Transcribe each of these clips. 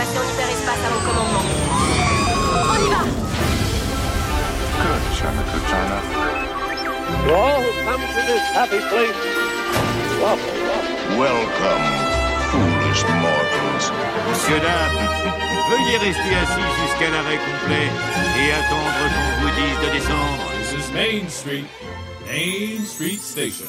station hyperespace à vos commandements. On y va! Good, China. To all who come to this happy place, Welcome, foolish mortals. Monsieur, dames, veuillez rester assis jusqu'à l'arrêt complet et attendre qu'on vous dise de descendre. This is Main Street Station.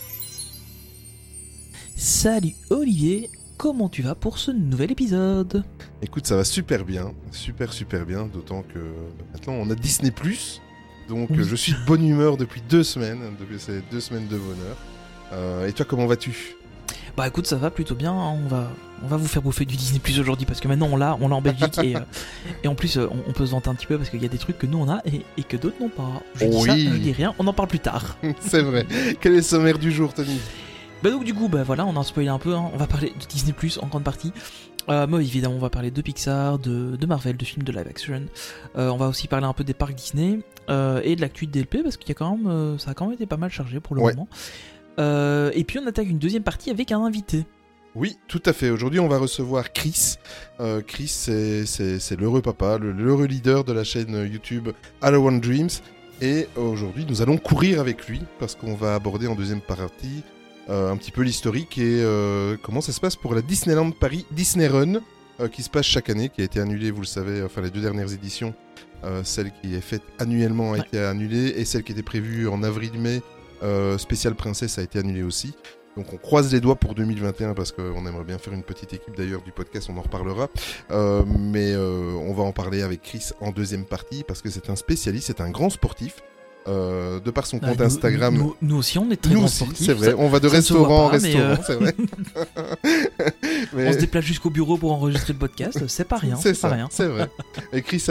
Salut Olivier, comment tu vas pour ce nouvel épisode ? Écoute, ça va super bien, super bien, d'autant que maintenant on a Disney+, donc oui. Je suis de bonne humeur depuis 2 semaines, depuis ces 2 semaines de bonheur. Et toi, comment vas-tu ? Bah écoute, ça va plutôt bien, on va vous faire bouffer du Disney+ aujourd'hui parce que maintenant on l'a en Belgique et en plus on peut se vanter un petit peu parce qu'il y a des trucs que nous on a et que d'autres n'ont pas. Je dis ça, je dis rien, on en parle plus tard. C'est vrai. Quel est le sommaire du jour, Tony ? Bah donc du coup, bah voilà, on a spoilé un peu, hein. On va parler de Disney+, en grande partie. Moi évidemment on va parler de Pixar, de Marvel, de films de live action. On va aussi parler un peu des parcs Disney et de l'actu de DLP parce qu'il y a quand même, ça a quand même été pas mal chargé pour le moment. Et puis on attaque une deuxième partie avec un invité. Oui, tout à fait. Aujourd'hui, on va recevoir Chris. Chris, c'est l'heureux papa, l'heureux leader de la chaîne YouTube All I Want Dreams. Et aujourd'hui, nous allons courir avec lui parce qu'on va aborder en deuxième partie un petit peu l'historique et comment ça se passe pour la Disneyland Paris Disney Run qui se passe chaque année, qui a été annulée, vous le savez, enfin les 2 dernières éditions. Celle qui est faite annuellement a été annulée et celle qui était prévue en avril-mai, spéciale princesse, a été annulée aussi. Donc on croise les doigts pour 2021 parce qu'on aimerait bien faire une petite équipe d'ailleurs du podcast, on en reparlera. Mais on va en parler avec Chris en deuxième partie parce que c'est un spécialiste, c'est un grand sportif. De par son compte Instagram. Nous aussi on est très grands sportifs. C'est vrai, on va de restaurant en restaurant, c'est vrai. Mais... On se déplace jusqu'au bureau pour enregistrer le podcast, c'est pas rien. C'est ça, c'est vrai. Et Chris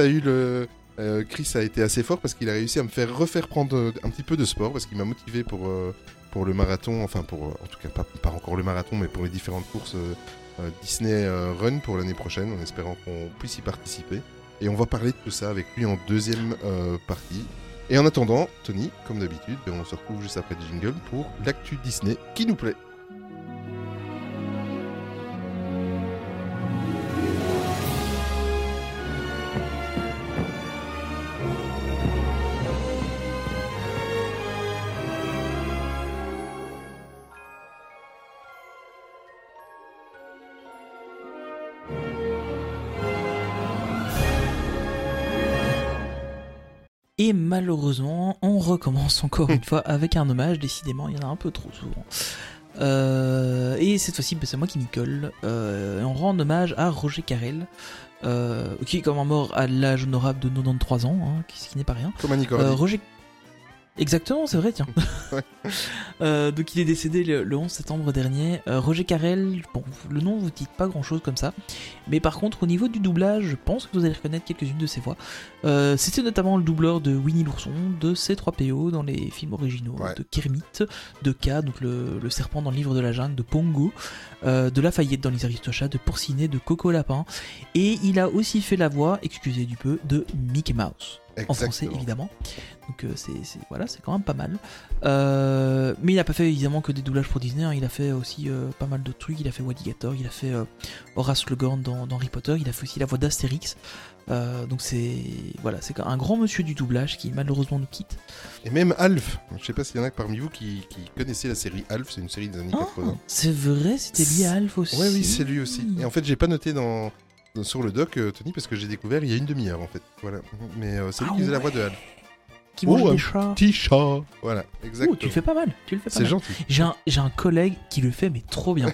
a été assez fort parce qu'il a réussi à me faire refaire prendre un petit peu de sport parce qu'il m'a motivé pour le marathon, enfin en tout cas pas encore le marathon, mais pour les différentes courses Disney Run pour l'année prochaine, en espérant qu'on puisse y participer. Et on va parler de tout ça avec lui en deuxième partie. Et en attendant, Tony, comme d'habitude, on se retrouve juste après le jingle pour l'actu Disney qui nous plaît. Et malheureusement, on recommence encore une fois avec un hommage, décidément, il y en a un peu trop souvent. Et cette fois-ci, c'est moi qui m'y colle. On rend hommage à Roger Carrel, qui est comme mort à l'âge honorable de 93 ans, hein, ce qui n'est pas rien. Comme Annie Cordy. Roger... Exactement, c'est vrai, tiens. Ouais. Donc il est décédé le 11 septembre dernier. Roger Carrel, bon, le nom vous dit pas grand chose comme ça. Mais par contre, au niveau du doublage, je pense que vous allez reconnaître quelques-unes de ses voix. C'était notamment le doubleur de Winnie l'ourson, de C3PO dans les films originaux, de Kermit, de K, donc le serpent dans le livre de la jungle, de Pongo, de Lafayette dans les Aristochats, de Porcinet, de Coco Lapin. Et il a aussi fait la voix, excusez du peu, de Mickey Mouse. En français évidemment, donc c'est quand même pas mal. Mais il n'a pas fait évidemment que des doublages pour Disney, hein. Il a fait aussi pas mal d'autres trucs. Il a fait Wadigator, il a fait Horace Le Guin dans Harry Potter, il a fait aussi la voix d'Astérix. Donc c'est un grand monsieur du doublage qui malheureusement nous quitte. Et même Alf, je sais pas s'il y en a parmi vous qui connaissaient la série Alf, c'est une série des années 80. C'est vrai, c'était lié à Alf aussi. Oui, c'est lui aussi. Et en fait, j'ai pas noté sur le doc, Tony, parce que j'ai découvert il y a une demi-heure en fait. Voilà. Mais c'est lui qui faisait la voix de Alf. Qui mange des chats. Petit chat. Voilà, exactement. Tu le fais pas mal. C'est gentil. J'ai un collègue qui le fait, mais trop bien.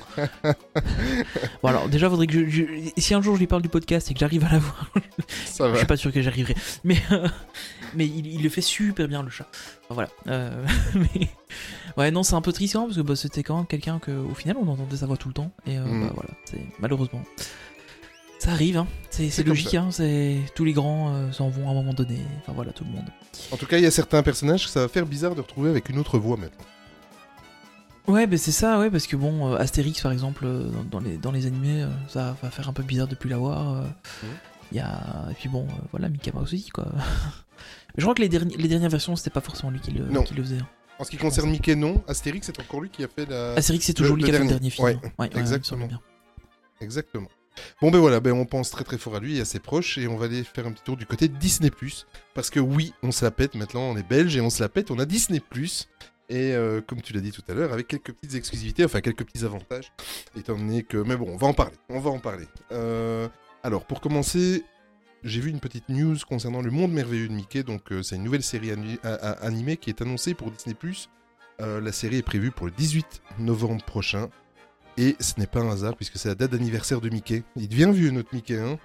Bon, alors déjà, faudrait que si un jour je lui parle du podcast et que j'arrive à la voir, je suis pas sûr que j'arriverai. Mais il le fait super bien, le chat. Enfin, voilà. Mais... Ouais, non, c'est un peu triste quand même, parce que c'était quand même quelqu'un qu'au final on entendait sa voix tout le temps. Et voilà, c'est malheureusement. Ça arrive, hein. C'est logique, hein. Tous les grands s'en vont à un moment donné. Enfin voilà, tout le monde. En tout cas, il y a certains personnages que ça va faire bizarre de retrouver avec une autre voix maintenant. Ouais, c'est ça, ouais, parce que bon, Astérix par exemple, dans les animés, ça va faire un peu bizarre de plus l'avoir. Et puis bon, voilà, Mickey Mouse aussi, quoi. Je crois que les dernières versions, c'était pas forcément lui qui le faisait. Hein. En ce qui concerne Mickey, non. Astérix, c'est encore lui qui a fait la... Astérix, c'est toujours lui qui a fait le dernier film. Ouais, exactement. Bien. Exactement. Bon ben voilà, on pense très très fort à lui et à ses proches et on va aller faire un petit tour du côté de Disney+. Parce que oui, on se la pète maintenant, on est belge et on se la pète, on a Disney+. Et comme tu l'as dit tout à l'heure, avec quelques petites exclusivités, enfin quelques petits avantages, étant donné que... Mais bon, on va en parler. Alors pour commencer, j'ai vu une petite news concernant le monde merveilleux de Mickey, donc c'est une nouvelle série animée qui est annoncée pour Disney+. La série est prévue pour le 18 novembre prochain. Et ce n'est pas un hasard, puisque c'est la date d'anniversaire de Mickey. Il devient vieux, notre Mickey, hein.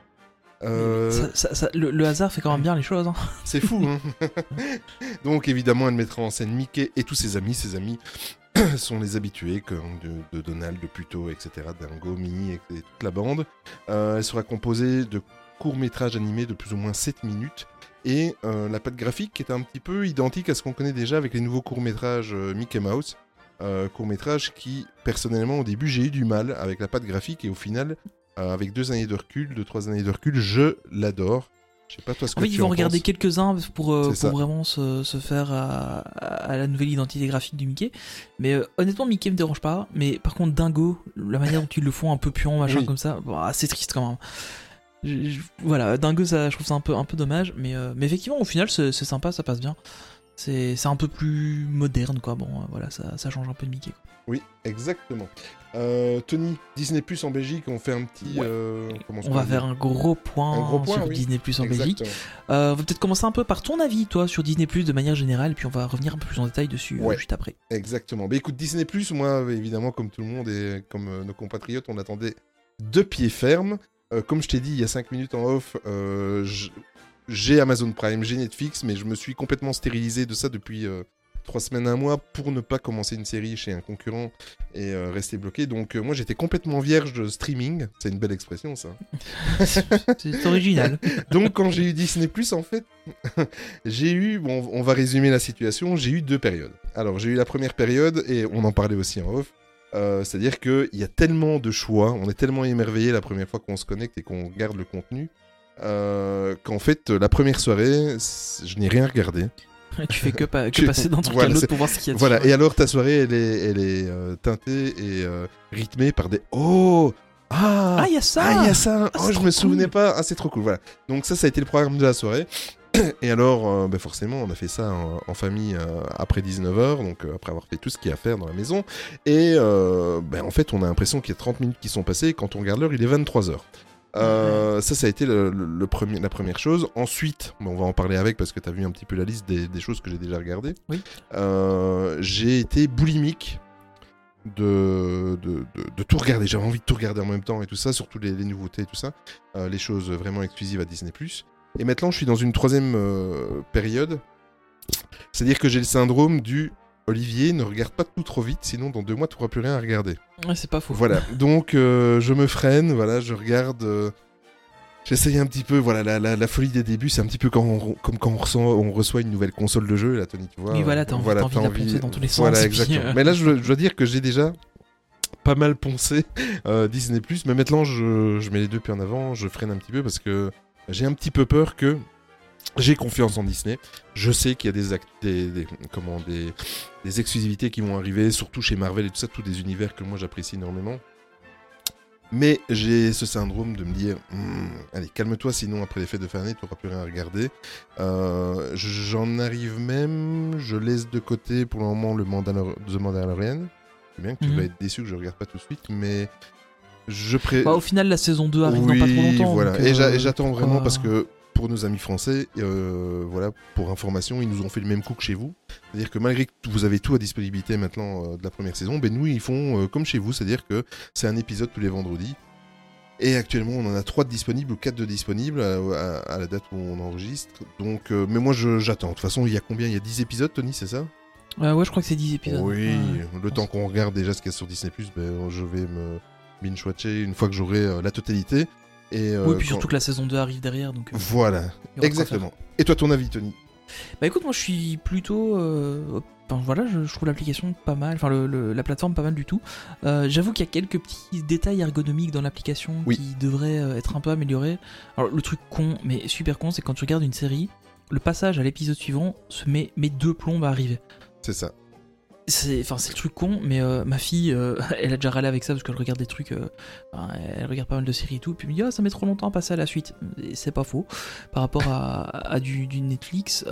Le hasard fait quand même bien les choses. Hein. C'est fou, hein. Donc, évidemment, elle mettra en scène Mickey et tous ses amis. Ses amis sont les habitués, comme de Donald, de Pluto, etc., Dingo, Minnie et toute la bande. Elle sera composée de courts-métrages animés de plus ou moins 7 minutes. Et la patte graphique est un petit peu identique à ce qu'on connaît déjà avec les nouveaux courts-métrages Mickey Mouse. Court-métrage qui, personnellement, au début, j'ai eu du mal avec la patte graphique et au final, avec 2 années de recul, 2-3 années de recul, je l'adore. Je sais pas toi ce que tu en penses. Ils vont regarder quelques-uns pour vraiment se faire à la nouvelle identité graphique du Mickey. Mais honnêtement, Mickey me dérange pas. Mais par contre, Dingo, la manière dont ils le font un peu puant, machin comme ça, c'est triste quand même. Voilà, Dingo, ça, je trouve ça un peu dommage. Mais effectivement, au final, c'est sympa, ça passe bien. C'est un peu plus moderne, quoi. Bon, voilà, ça change un peu de Mickey, quoi. Oui, exactement. Tony, Disney Plus en Belgique, on fait un petit... on va faire un gros point sur Disney Plus en Belgique. On va peut-être commencer un peu par ton avis, toi, sur Disney Plus de manière générale, et puis on va revenir un peu plus en détail dessus juste après. Exactement. Bah écoute, Disney Plus, moi, évidemment, comme tout le monde et comme nos compatriotes, on attendait de pied ferme. Comme je t'ai dit il y a 5 minutes en off, j'ai Amazon Prime, j'ai Netflix, mais je me suis complètement stérilisé de ça depuis 3 semaines, 1 mois pour ne pas commencer une série chez un concurrent et rester bloqué. Donc moi j'étais complètement vierge de streaming, c'est une belle expression ça. C'est original. Donc quand j'ai eu Disney+, en fait, j'ai eu, bon on va résumer la situation, j'ai eu 2 périodes. Alors j'ai eu la première période et on en parlait aussi en off. C'est-à-dire qu'il y a tellement de choix, on est tellement émerveillé la première fois qu'on se connecte et qu'on regarde le contenu. Qu'en fait, la première soirée, je n'ai rien regardé. Tu fais que passer d'un truc à l'autre pour voir ce qu'il y a dessus. Voilà, et alors ta soirée, elle est teintée et rythmée par des oh ah il y a ça je me souvenais pas, c'est trop cool, voilà. Donc ça a été le programme de la soirée. Et alors, forcément, on a fait ça en famille après 19h, donc après avoir fait tout ce qu'il y a à faire dans la maison. Et en fait, on a l'impression qu'il y a 30 minutes qui sont passées, et quand on regarde l'heure, il est 23h. Ça a été la première chose. Ensuite, on va en parler avec parce que tu as vu un petit peu la liste des choses que j'ai déjà regardées. Oui. J'ai été boulimique de tout regarder. J'avais envie de tout regarder en même temps et tout ça, surtout les nouveautés et tout ça, les choses vraiment exclusives à Disney+. Et maintenant, je suis dans une 3e période. C'est-à-dire que j'ai le syndrome du Olivier, ne regarde pas tout trop vite, sinon dans 2 mois, tu n'auras plus rien à regarder. Ouais, c'est pas faux. Voilà, donc je me freine, voilà, je regarde... J'essaye un petit peu, voilà, la folie des débuts, c'est un petit peu comme quand on reçoit une nouvelle console de jeu, là, Tony, tu vois. Oui, voilà, t'as envie de la poncer dans tous les sens. Voilà, exactement. Mais là, je dois dire que j'ai déjà pas mal poncé Disney+, mais maintenant, je mets les 2 pieds en avant, je freine un petit peu parce que j'ai un petit peu peur que... J'ai confiance en Disney. Je sais qu'il y a des exclusivités qui vont arriver, surtout chez Marvel et tout ça, tous des univers que moi j'apprécie énormément. Mais j'ai ce syndrome de me dire, allez, calme-toi, sinon après les fêtes de fin d'année, tu n'auras plus rien à regarder. J'en arrive même, je laisse de côté pour le moment The Mandalorian. C'est bien que tu vas être déçu que je ne regarde pas tout de suite, mais au final, la saison 2 arrive dans pas trop longtemps. Voilà. Donc, et j'attends vraiment parce que pour nos amis français, voilà, pour information, ils nous ont fait le même coup que chez vous. C'est-à-dire que malgré que vous avez tout à disponibilité maintenant de la première saison, nous ils font comme chez vous, c'est-à-dire que c'est un épisode tous les vendredis. Et actuellement on en a 3 de disponibles ou 4 de disponibles à la date où on enregistre. Donc, mais moi j'attends. De toute façon, il y a combien ? Il y a 10 épisodes, Tony, c'est ça ? Ouais, je crois que c'est 10 épisodes. Oui, le temps qu'on regarde déjà ce qu'il y a sur Disney+, je vais me binge-watcher une fois que j'aurai la totalité. Et oui, puis surtout que la saison 2 arrive derrière. Donc, voilà, exactement. Et toi, ton avis, Tony ? Bah écoute, moi je suis plutôt... voilà, je trouve l'application pas mal, enfin la plateforme pas mal du tout. J'avoue qu'il y a quelques petits détails ergonomiques dans l'application qui devraient être un peu améliorés. Alors le truc con, mais super con, c'est quand tu regardes une série, le passage à l'épisode suivant met 2 plombes à arriver. C'est ça. c'est le truc con, mais ma fille, elle a déjà râlé avec ça parce qu'elle regarde des trucs, elle regarde pas mal de séries et tout, puis elle me dit ah ça met trop longtemps à passer à la suite. Et c'est pas faux par rapport à du Netflix.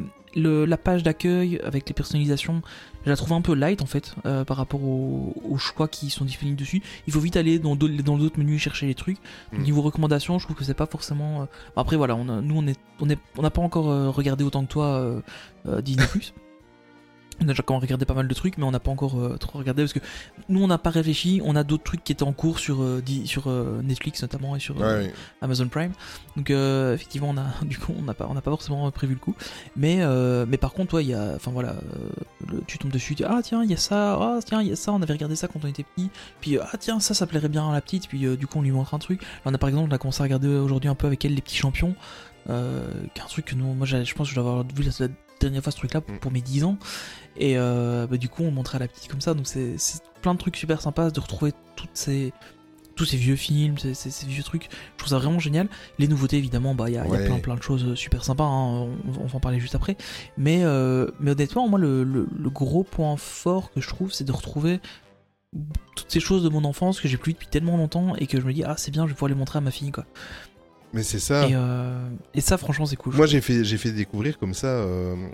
La page d'accueil avec les personnalisations, je la trouve un peu light en fait par rapport aux choix qui sont disponibles dessus. Il faut vite aller dans d'autres menus chercher les trucs. Niveau recommandations, je trouve que c'est pas forcément. Après voilà, on n'a pas encore regardé autant que toi Disney+. On a déjà quand même regardé pas mal de trucs, mais on n'a pas encore trop regardé parce que nous on n'a pas réfléchi. On a d'autres trucs qui étaient en cours sur Netflix notamment et sur Amazon Prime. Donc effectivement on n'a pas forcément prévu le coup. Mais par contre il y a, enfin voilà, tu tombes dessus, tu dis, ah tiens il y a ça, on avait regardé ça quand on était petit. Puis ah tiens ça plairait bien à la petite. Puis du coup on lui montre un truc. Là, on a par exemple commencé à regarder aujourd'hui un peu avec elle les petits champions. Qui est un truc que moi je pense que je dois avoir vu la dernière fois ce truc là pour mes 10 ans et du coup on le montrait à la petite comme ça, donc c'est plein de trucs super sympas de retrouver tous ces vieux films, ces vieux trucs. Je trouve ça vraiment génial. Les nouveautés évidemment, il y a plein de choses super sympas, hein. On va en parler juste après, mais honnêtement moi le gros point fort que je trouve c'est de retrouver toutes ces choses de mon enfance que j'ai plus depuis tellement longtemps et que je me dis ah c'est bien, je vais pouvoir les montrer à ma fille quoi. Mais c'est ça. Et ça, franchement, c'est cool. Moi, j'ai fait découvrir comme ça,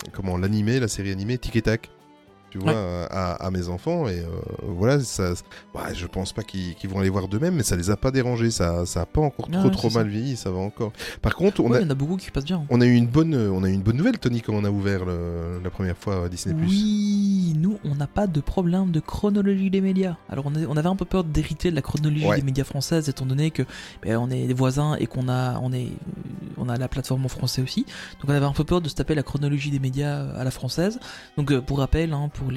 la série animée Tic et Tac, tu vois, à mes enfants. Et voilà, ça, je pense pas qu'ils vont aller voir d'eux-mêmes, mais ça les a pas dérangés. Ça a pas encore trop mal vieilli, ça va encore. Par contre, il y en a beaucoup qui passent bien. On a eu une bonne nouvelle, Tony, quand on a ouvert la première fois Disney+. Oui, nous, on n'a pas de problème de chronologie des médias. Alors, on avait un peu peur d'hériter de la chronologie des médias françaises, étant donné que on est des voisins et qu'on a la plateforme en français aussi. Donc, on avait un peu peur de se taper la chronologie des médias à la française. Donc, pour rappel, hein, pour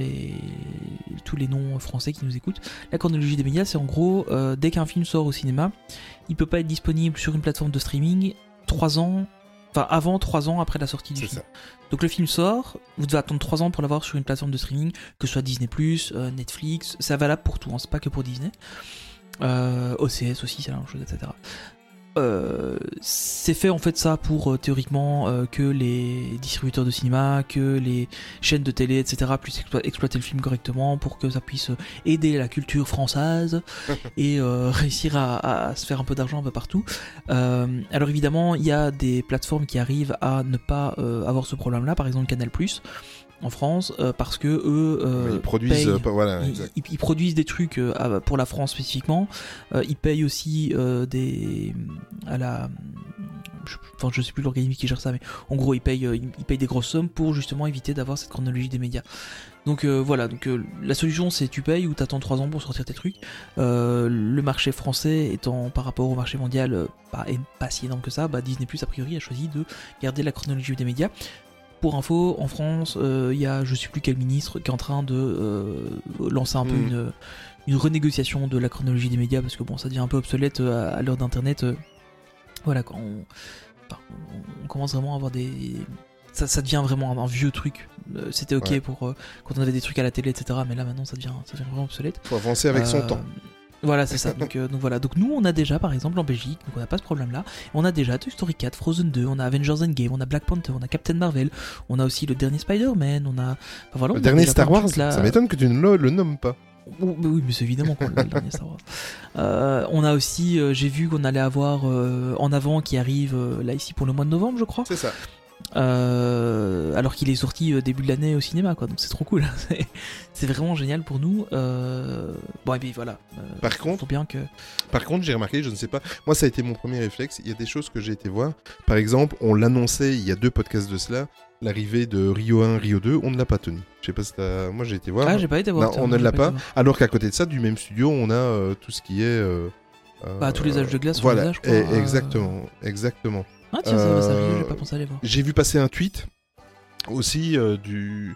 tous les non français qui nous écoutent, la chronologie des médias, c'est en gros, dès qu'un film sort au cinéma, il peut pas être disponible sur une plateforme de streaming avant 3 ans après la sortie du film. Ça. Donc le film sort, vous devez attendre 3 ans pour l'avoir sur une plateforme de streaming, que ce soit Disney+, Netflix, c'est valable pour tout, hein, c'est pas que pour Disney. OCS aussi, c'est la même chose, etc. C'est fait en fait ça pour théoriquement que les distributeurs de cinéma, que les chaînes de télé, etc. puissent exploiter le film correctement, pour que ça puisse aider la culture française et réussir à se faire un peu d'argent un peu partout. Alors évidemment, il y a des plateformes qui arrivent à ne pas avoir ce problème-là, par exemple Canal+. En France, parce que eux ils produisent, ils produisent des trucs pour la France spécifiquement. Ils payent aussi je sais plus l'organisme qui gère ça, mais en gros ils payent des grosses sommes pour justement éviter d'avoir cette chronologie des médias. Donc la solution c'est tu payes ou t'attends 3 ans pour sortir tes trucs. Le marché français étant par rapport au marché mondial pas si énorme que ça, Disney+ a priori a choisi de garder la chronologie des médias. Pour info, en France, il y a je sais plus quel ministre qui est en train de lancer un peu une renégociation de la chronologie des médias, parce que bon, ça devient un peu obsolète à l'heure d'internet. Voilà, quand on commence vraiment à avoir ça devient vraiment un vieux truc. C'était ok pour quand on avait des trucs à la télé, etc. Mais là maintenant ça devient vraiment obsolète. Faut avancer avec son temps. Voilà, c'est ça. Donc voilà. Donc nous, on a déjà, par exemple, en Belgique, donc on n'a pas ce problème-là. On a déjà Toy Story 4, Frozen 2, on a Avengers Endgame, on a Black Panther, on a Captain Marvel, on a aussi le dernier Spider-Man, on a... Enfin, voilà, le dernier Star Wars, ça m'étonne que tu ne le nommes pas. Oui, mais c'est évidemment qu'on le dernier Star Wars. On a aussi, j'ai vu qu'on allait avoir En Avant qui arrive là ici pour le mois de novembre, je crois. C'est ça. Alors qu'il est sorti début de l'année au cinéma, quoi. Donc c'est trop cool. C'est vraiment génial pour nous. Bon, et puis voilà. Par contre, j'ai remarqué, je ne sais pas, moi ça a été mon premier réflexe. Il y a des choses que j'ai été voir. Par exemple, on l'annonçait il y a 2 podcasts de cela, l'arrivée de Rio 1, Rio 2, on ne l'a pas tenu. Je sais pas si moi j'ai été voir. Ah, j'ai pas été voir. Non, on ne l'a pas. Alors qu'à côté de ça, du même studio, on a tout ce qui est. Tous les âges de glace, voilà, je crois. Exactement. Ah tiens, ça va arriver, j'ai pas pensé aller voir. J'ai vu passer un tweet aussi d'une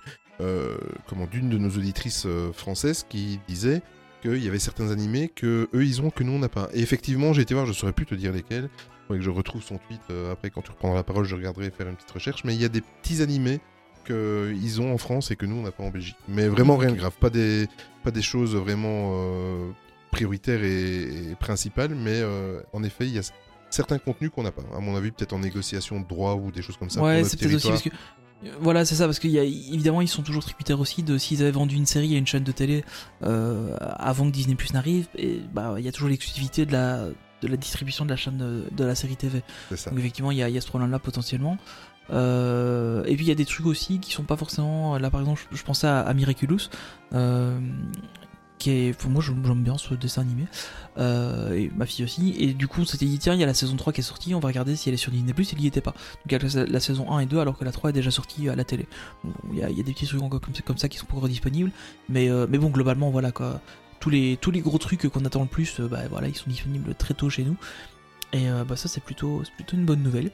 de nos auditrices françaises qui disait qu'il y avait certains animés que eux ils ont que nous on n'a pas. Et effectivement, j'ai été voir, je saurais plus te dire lesquels. Il faudrait que je retrouve son tweet après, quand tu reprendras la parole, je regarderai faire une petite recherche. Mais il y a des petits animés qu'ils ont en France et que nous on n'a pas en Belgique. Mais vraiment rien de grave, pas des choses vraiment prioritaires et principales, mais en effet il y a certains contenus qu'on n'a pas, à mon avis, peut-être en négociation de droit ou des choses comme ça. Ouais, pour c'est peut-être aussi parce que Voilà, c'est ça, parce évidemment ils sont toujours tributaires aussi de s'ils avaient vendu une série à une chaîne de télé avant que Disney Plus n'arrive, et il y a toujours l'exclusivité de la distribution de la chaîne de la série TV. C'est ça. Donc effectivement il y a ce problème-là potentiellement. Et puis il y a des trucs aussi qui sont pas forcément. Là par exemple, je pensais à Miraculous, qui est. Pour moi j'aime bien ce dessin animé, et ma fille aussi. Et du coup on s'était dit, tiens, il y a la saison 3 qui est sortie, on va regarder si elle est sur Disney Plus, elle y était pas. Donc il y a la saison 1 et 2, alors que la 3 est déjà sortie à la télé. Bon, il y a des petits trucs encore comme ça qui sont pas encore disponibles. Mais bon, globalement, voilà quoi. Tous les gros trucs qu'on attend le plus, voilà, ils sont disponibles très tôt chez nous. Et ça c'est plutôt une bonne nouvelle.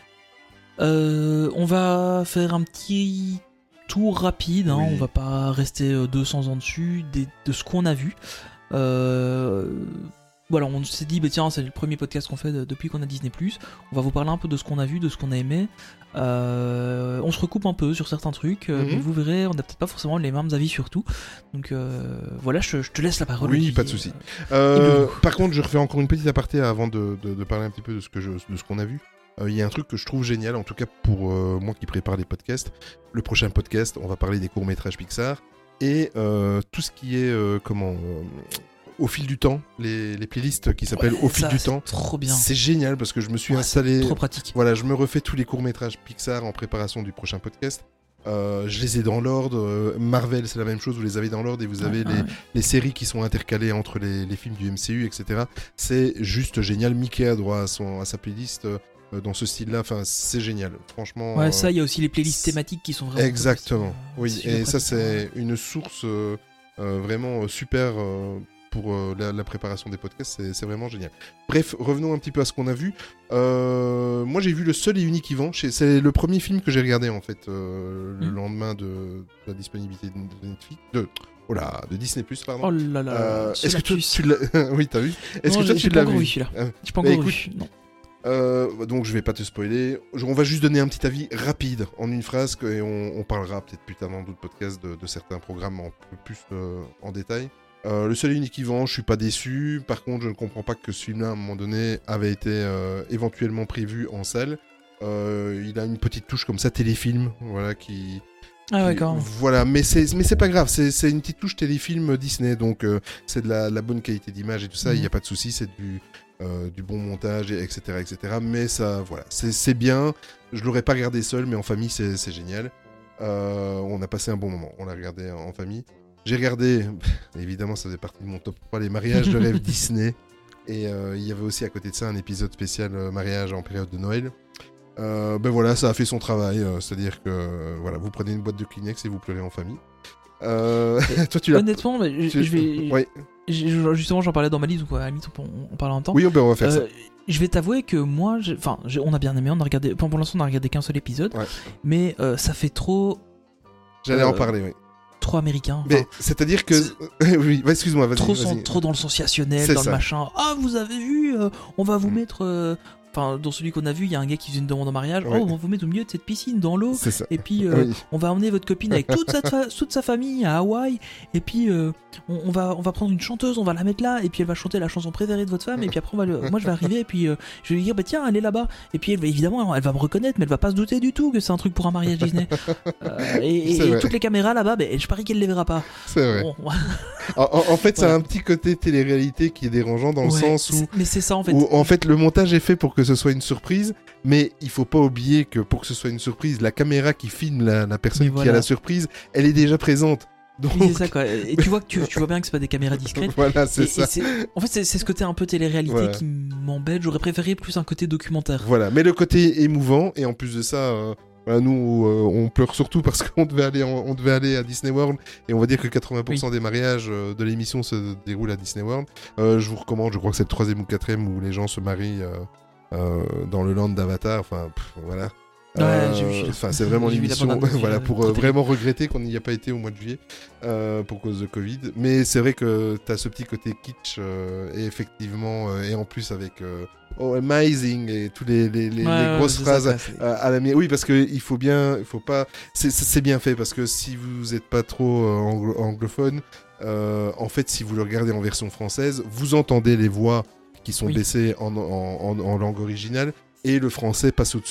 On va faire un petit tour rapide, hein, Oui. on va pas rester 200 ans dessus de ce qu'on a vu. Voilà, on s'est dit, tiens, c'est le premier podcast qu'on fait depuis qu'on a Disney+. On va vous parler un peu de ce qu'on a vu, de ce qu'on a aimé. On se recoupe un peu sur certains trucs, mais vous verrez, on n'a peut-être pas forcément les mêmes avis sur tout. Donc voilà, je te laisse la parole. Oui, Olivier. pas de souci. Par contre, je refais encore une petite aparté avant de parler un petit peu de ce qu'on a vu. Il y a un truc que je trouve génial, en tout cas pour moi qui prépare les podcasts. Le prochain podcast, on va parler des courts-métrages Pixar et tout ce qui est au fil du temps, les playlists qui s'appellent Au fil du temps. Trop bien. C'est génial parce que je me suis installé. Trop pratique. Voilà, je me refais tous les courts-métrages Pixar en préparation du prochain podcast. Je les ai dans l'ordre. Marvel, c'est la même chose, vous les avez dans l'ordre et vous avez les séries qui sont intercalées entre les films du MCU, etc. C'est juste génial. Mickey a droit à sa playlist dans ce style-là. Enfin, c'est génial. Franchement. Ouais, ça, il y a aussi les playlists thématiques qui sont vraiment. Exactement. Oui, et ça, pratique, c'est une source vraiment super. Pour la préparation des podcasts, c'est vraiment génial. Bref, revenons un petit peu à ce qu'on a vu. Moi, j'ai vu Le Seul et Unique Yvan. C'est le premier film que j'ai regardé, en fait, le lendemain de la disponibilité de Netflix. De Disney+, pardon. Oh là là. Est-ce que toi, tu l'as... Oui, t'as vu. Est-ce que toi, tu l'as vu celui-là. J'ai pas encore vu, non. Donc je vais pas te spoiler. On va juste donner un petit avis rapide en une phrase et on parlera peut-être plus tard dans d'autres podcasts de certains programmes un peu plus en détail. Le Seul et Unique Yvan, je suis pas déçu. Par contre, je ne comprends pas que ce film-là, à un moment donné, avait été éventuellement prévu en salle. Il a une petite touche comme ça, téléfilm, voilà, qui... Ah ouais, quand même. Voilà, mais c'est pas grave, c'est une petite touche téléfilm Disney, donc c'est de la bonne qualité d'image et tout ça, il n'y a pas de souci, c'est du bon montage, etc., etc. Mais ça, voilà, c'est bien. Je l'aurais pas regardé seul, mais en famille, c'est génial. On a passé un bon moment, on l'a regardé en famille. J'ai regardé, évidemment ça faisait partie de mon top 3, les mariages de rêve Disney. Et il y avait aussi à côté de ça un épisode spécial mariage en période de Noël. Voilà, ça a fait son travail, c'est-à-dire que voilà, vous prenez une boîte de Kleenex et vous pleurez en famille. Toi tu l'as... Honnêtement, je vais... Ouais. Justement, j'en parlais dans ma liste, donc à la limite on parle en même temps. Oui, on va faire ça. Je vais t'avouer que moi, on a bien aimé, on a regardé... Pour l'instant, on a regardé qu'un seul épisode, mais ça fait trop... J'allais en parler, oui. Trop américain. Mais c'est-à-dire que... oui, excuse-moi, vas-y. Trop dans le sensationnel, C'est dans ça. le machin. Ah, vous avez vu, on va vous mettre... Enfin, dans celui qu'on a vu, il y a un gars qui faisait une demande en mariage. Ouais. Oh, on va vous mettre au milieu de cette piscine, dans l'eau. C'est ça. Et puis, Oui. on va emmener votre copine avec toute sa famille à Hawaï. Et puis, on va prendre une chanteuse, on va la mettre là. Et puis, elle va chanter la chanson préférée de votre femme. Et puis après, moi, je vais arriver. Et puis, je vais lui dire, tiens, elle est là-bas. Et puis, évidemment, elle va me reconnaître, mais elle va pas se douter du tout que c'est un truc pour un mariage Disney. Et toutes les caméras là-bas, je parie qu'elle les verra pas. C'est vrai. Bon. En fait, ça a Voilà. un petit côté télé-réalité qui est dérangeant dans le sens où... Mais c'est ça, en fait. Où en fait le montage est fait pour que ce soit une surprise, mais il faut pas oublier que pour que ce soit une surprise, la caméra qui filme la personne Mais qui a voilà. la surprise, elle est déjà présente. Donc Oui, c'est ça, quoi. Et tu vois que tu vois bien que c'est pas des caméras discrètes. voilà, c'est ça. En fait, c'est ce côté un peu télé-réalité Voilà. qui m'embête. J'aurais préféré plus un côté documentaire. Voilà, mais le côté émouvant et en plus de ça, voilà, nous on pleure surtout parce qu'on devait aller à Disney World et on va dire que 80% des mariages de l'émission se déroulent à Disney World. Je vous recommande, je crois que c'est le 3e ou 4e où les gens se marient dans le land d'Avatar. Enfin, voilà. Ouais, j'ai vu. Enfin, c'est vraiment J'ai vu la l'émission bande-annonce, voilà, pour très vraiment regretter qu'on n'y a pas été au mois de juillet pour cause de Covid. Mais c'est vrai que t'as ce petit côté kitsch et effectivement, et en plus avec oh, amazing et tous les grosses phrases à la mi- Oui, parce que il faut pas. C'est bien fait parce que si vous n'êtes pas trop anglophone, en fait, si vous le regardez en version française, vous entendez les voix qui sont baissées en langue originale et le français passe au-dessus.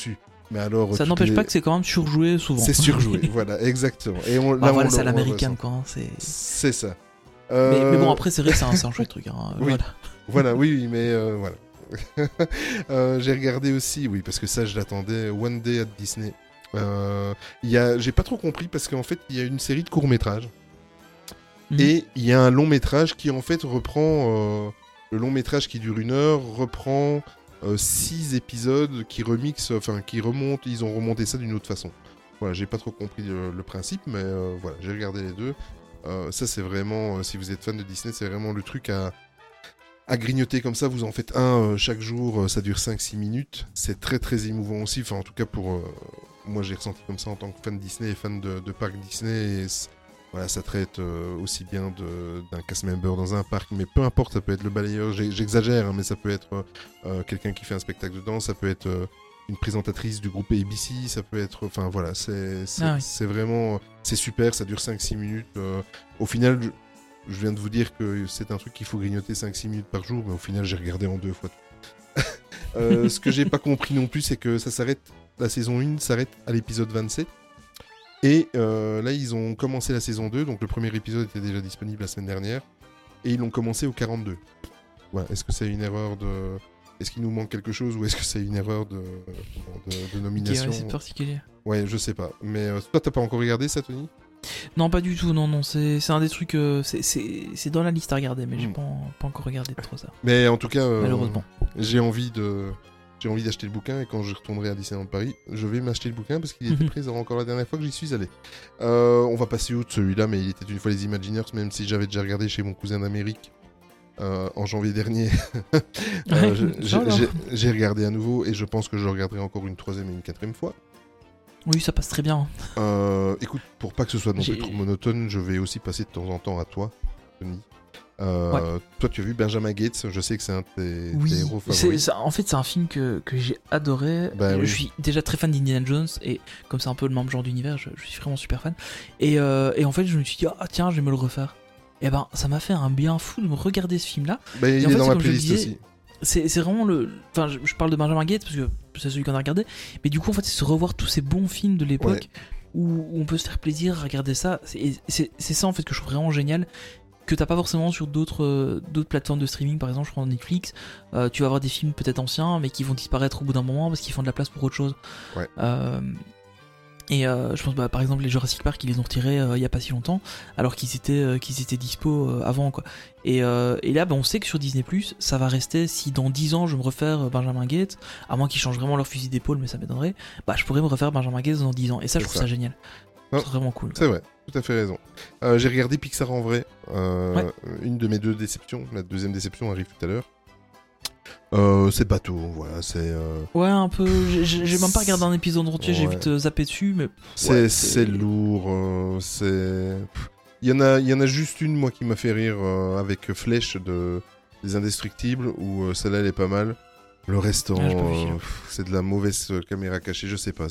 Mais alors, Ça n'empêche pas que c'est quand même surjoué souvent. c'est surjoué, voilà, exactement. Et on, Bah, voilà, on c'est à le l'américaine, ressent. quoi. Hein, C'est ça. mais bon, après, c'est vrai que c'est un chouette truc. Hein, Oui. voilà. Voilà, oui, mais voilà. J'ai regardé aussi, oui, parce que ça, je l'attendais, One Day at Disney. J'ai pas trop compris parce qu'en fait, il y a une série de courts-métrages. Et il y a un long-métrage qui, en fait, reprend... le long-métrage qui dure 1 heure reprend 6 épisodes qui remixent, enfin, qui remontent, ils ont remonté ça d'une autre façon. Voilà, j'ai pas trop compris le principe, mais voilà, j'ai regardé les deux. Ça, c'est vraiment, si vous êtes fan de Disney, c'est vraiment le truc à grignoter comme ça. Vous en faites un chaque jour, ça dure 5-6 minutes. C'est très très émouvant aussi. Enfin, en tout cas, pour moi, j'ai ressenti comme ça en tant que fan de Disney et fan de parc Disney. Et voilà, ça traite aussi bien d'un cast member dans un parc, mais peu importe, ça peut être le balayeur. J'exagère, hein, mais ça peut être quelqu'un qui fait un spectacle dedans, ça peut être une présentatrice du groupe ABC, ça peut être... Enfin voilà, c'est vraiment... C'est super, ça dure 5-6 minutes. Au final, je viens de vous dire que c'est un truc qu'il faut grignoter 5-6 minutes par jour, mais au final, j'ai regardé en 2 fois tout. Ce que j'ai pas compris non plus, c'est que ça s'arrête... La saison 1 s'arrête à l'épisode 27. Et là, ils ont commencé la saison 2, donc le premier épisode était déjà disponible la semaine dernière. Et ils l'ont commencé au 42. Voilà. Est-ce que c'est une erreur de... Est-ce qu'il nous manque quelque chose ou est-ce que c'est une erreur de nomination? Okay, ouais, c'est particulier. Ouais, je sais pas. Mais toi, t'as pas encore regardé ça, Tony? Non, pas du tout, non, c'est un des trucs... c'est dans la liste à regarder, mais j'ai pas encore regardé trop ça. Mais en tout cas, malheureusement. J'ai envie d'acheter le bouquin et quand je retournerai à Disneyland Paris, je vais m'acheter le bouquin parce qu'il était présent encore la dernière fois que j'y suis allé. On va passer outre celui-là, mais il était une fois les Imagineers, même si j'avais déjà regardé chez mon cousin d'Amérique en janvier dernier. J'ai regardé à nouveau et je pense que je le regarderai encore une 3e et une 4e fois. Oui, ça passe très bien. Écoute, pour pas que ce soit non plus trop monotone, je vais aussi passer de temps en temps à toi, Tony. Toi, tu as vu Benjamin Gates, je sais que c'est un de tes héros favoris. En fait, c'est un film que j'ai adoré. Je suis déjà très fan d'Indiana Jones et comme c'est un peu le même genre d'univers, je suis vraiment super fan. Et en fait, je me suis dit, tiens, je vais me le refaire. Et ben, ça m'a fait un bien fou de me regarder ce film-là. Il est dans ma playlist aussi. C'est vraiment le... Enfin, je parle de Benjamin Gates parce que c'est celui qu'on a regardé. Mais du coup, en fait, c'est se revoir tous ces bons films de l'époque où on peut se faire plaisir à regarder ça. C'est ça, en fait, que je trouve vraiment génial. Que t'as pas forcément sur d'autres plateformes de streaming, par exemple je prends Netflix, tu vas avoir des films peut-être anciens mais qui vont disparaître au bout d'un moment parce qu'ils font de la place pour autre chose. Je pense par exemple les Jurassic Park, ils les ont retirés il y a pas si longtemps alors qu'ils étaient dispo avant quoi. Et là on sait que sur Disney+, ça va rester, si dans 10 ans je me refaire Benjamin Gates, à moins qu'ils changent vraiment leur fusil d'épaule, mais ça m'étonnerait, je pourrais me refaire Benjamin Gates dans 10 ans et ça je trouve ça génial. C'est vraiment cool. C'est vrai, tout à fait raison. J'ai regardé Pixar en vrai. Une de mes 2 déceptions. La 2e déception arrive tout à l'heure. C'est bateau, voilà. C'est. Ouais, un peu. J'ai même pas regardé un épisode entier. J'ai vite zappé dessus, mais. C'est lourd. Il y en a juste une moi qui m'a fait rire avec Flèche des Indestructibles où celle-là elle est pas mal. Le restant, c'est de la mauvaise caméra cachée. Je sais pas.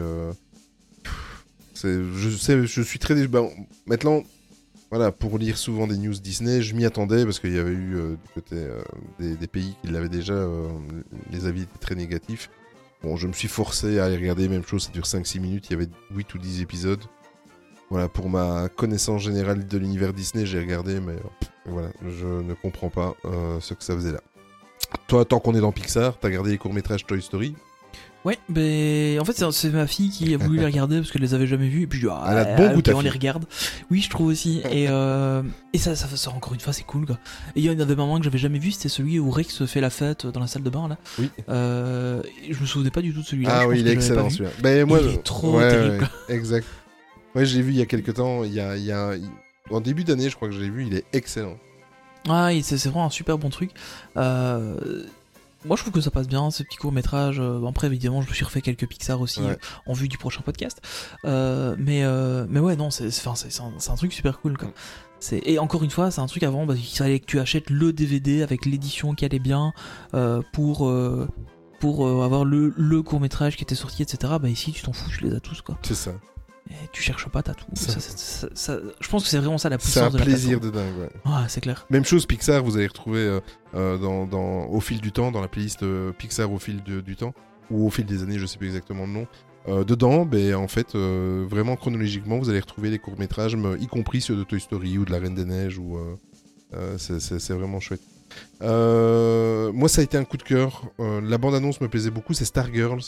Je suis très... maintenant, voilà, pour lire souvent des news Disney, je m'y attendais parce qu'il y avait eu du côté des pays qui l'avaient déjà, les avis étaient très négatifs. Bon, je me suis forcé à aller regarder, même chose, ça dure 5-6 minutes, il y avait 8 ou 10 épisodes. Voilà, pour ma connaissance générale de l'univers Disney, j'ai regardé, mais voilà, je ne comprends pas ce que ça faisait là. Toi, tant qu'on est dans Pixar, t'as regardé les courts-métrages Toy Story ? Ouais, en fait c'est ma fille qui a voulu les regarder parce qu'elle les avait jamais vus et puis je dis elle a de bon goût, on les regarde. Oui, je trouve aussi et ça encore une fois c'est cool quoi. Et il y en avait un moment que j'avais jamais vu, c'était celui où Rex fait la fête dans la salle de bain là. Oui. Je me souvenais pas du tout de celui-là. Ah oui, il est excellent celui-là. Moi, il est trop terrible. Ouais, exact. Ouais, je l'ai vu il y a quelques temps, en début d'année, je crois que je l'ai vu, il est excellent. Ah, c'est vraiment un super bon truc. Moi je trouve que ça passe bien, ce petit court-métrage. Après évidemment je me suis refait quelques Pixar aussi en vue du prochain podcast. Mais ouais non, c'est un truc super cool quoi. Et encore une fois c'est un truc avant il fallait que tu achètes le DVD avec l'édition qui allait bien pour avoir le court-métrage qui était sorti etc. Ici tu t'en fous, tu les as tous quoi. C'est ça. Et tu cherches pas, t'as tout. Ça, je pense que c'est vraiment ça la puissance de la plateforme. C'est un plaisir de dingue, ouais, c'est clair. Même chose Pixar, vous allez retrouver au fil du temps, dans la playlist Pixar au fil du temps. ou au fil des années, je sais plus exactement le nom. Dedans, en fait, vraiment chronologiquement, vous allez retrouver les courts-métrages, y compris ceux de Toy Story ou de La Reine des Neiges, c'est vraiment chouette. Moi, ça a été un coup de cœur. La bande-annonce me plaisait beaucoup, c'est Stargirls.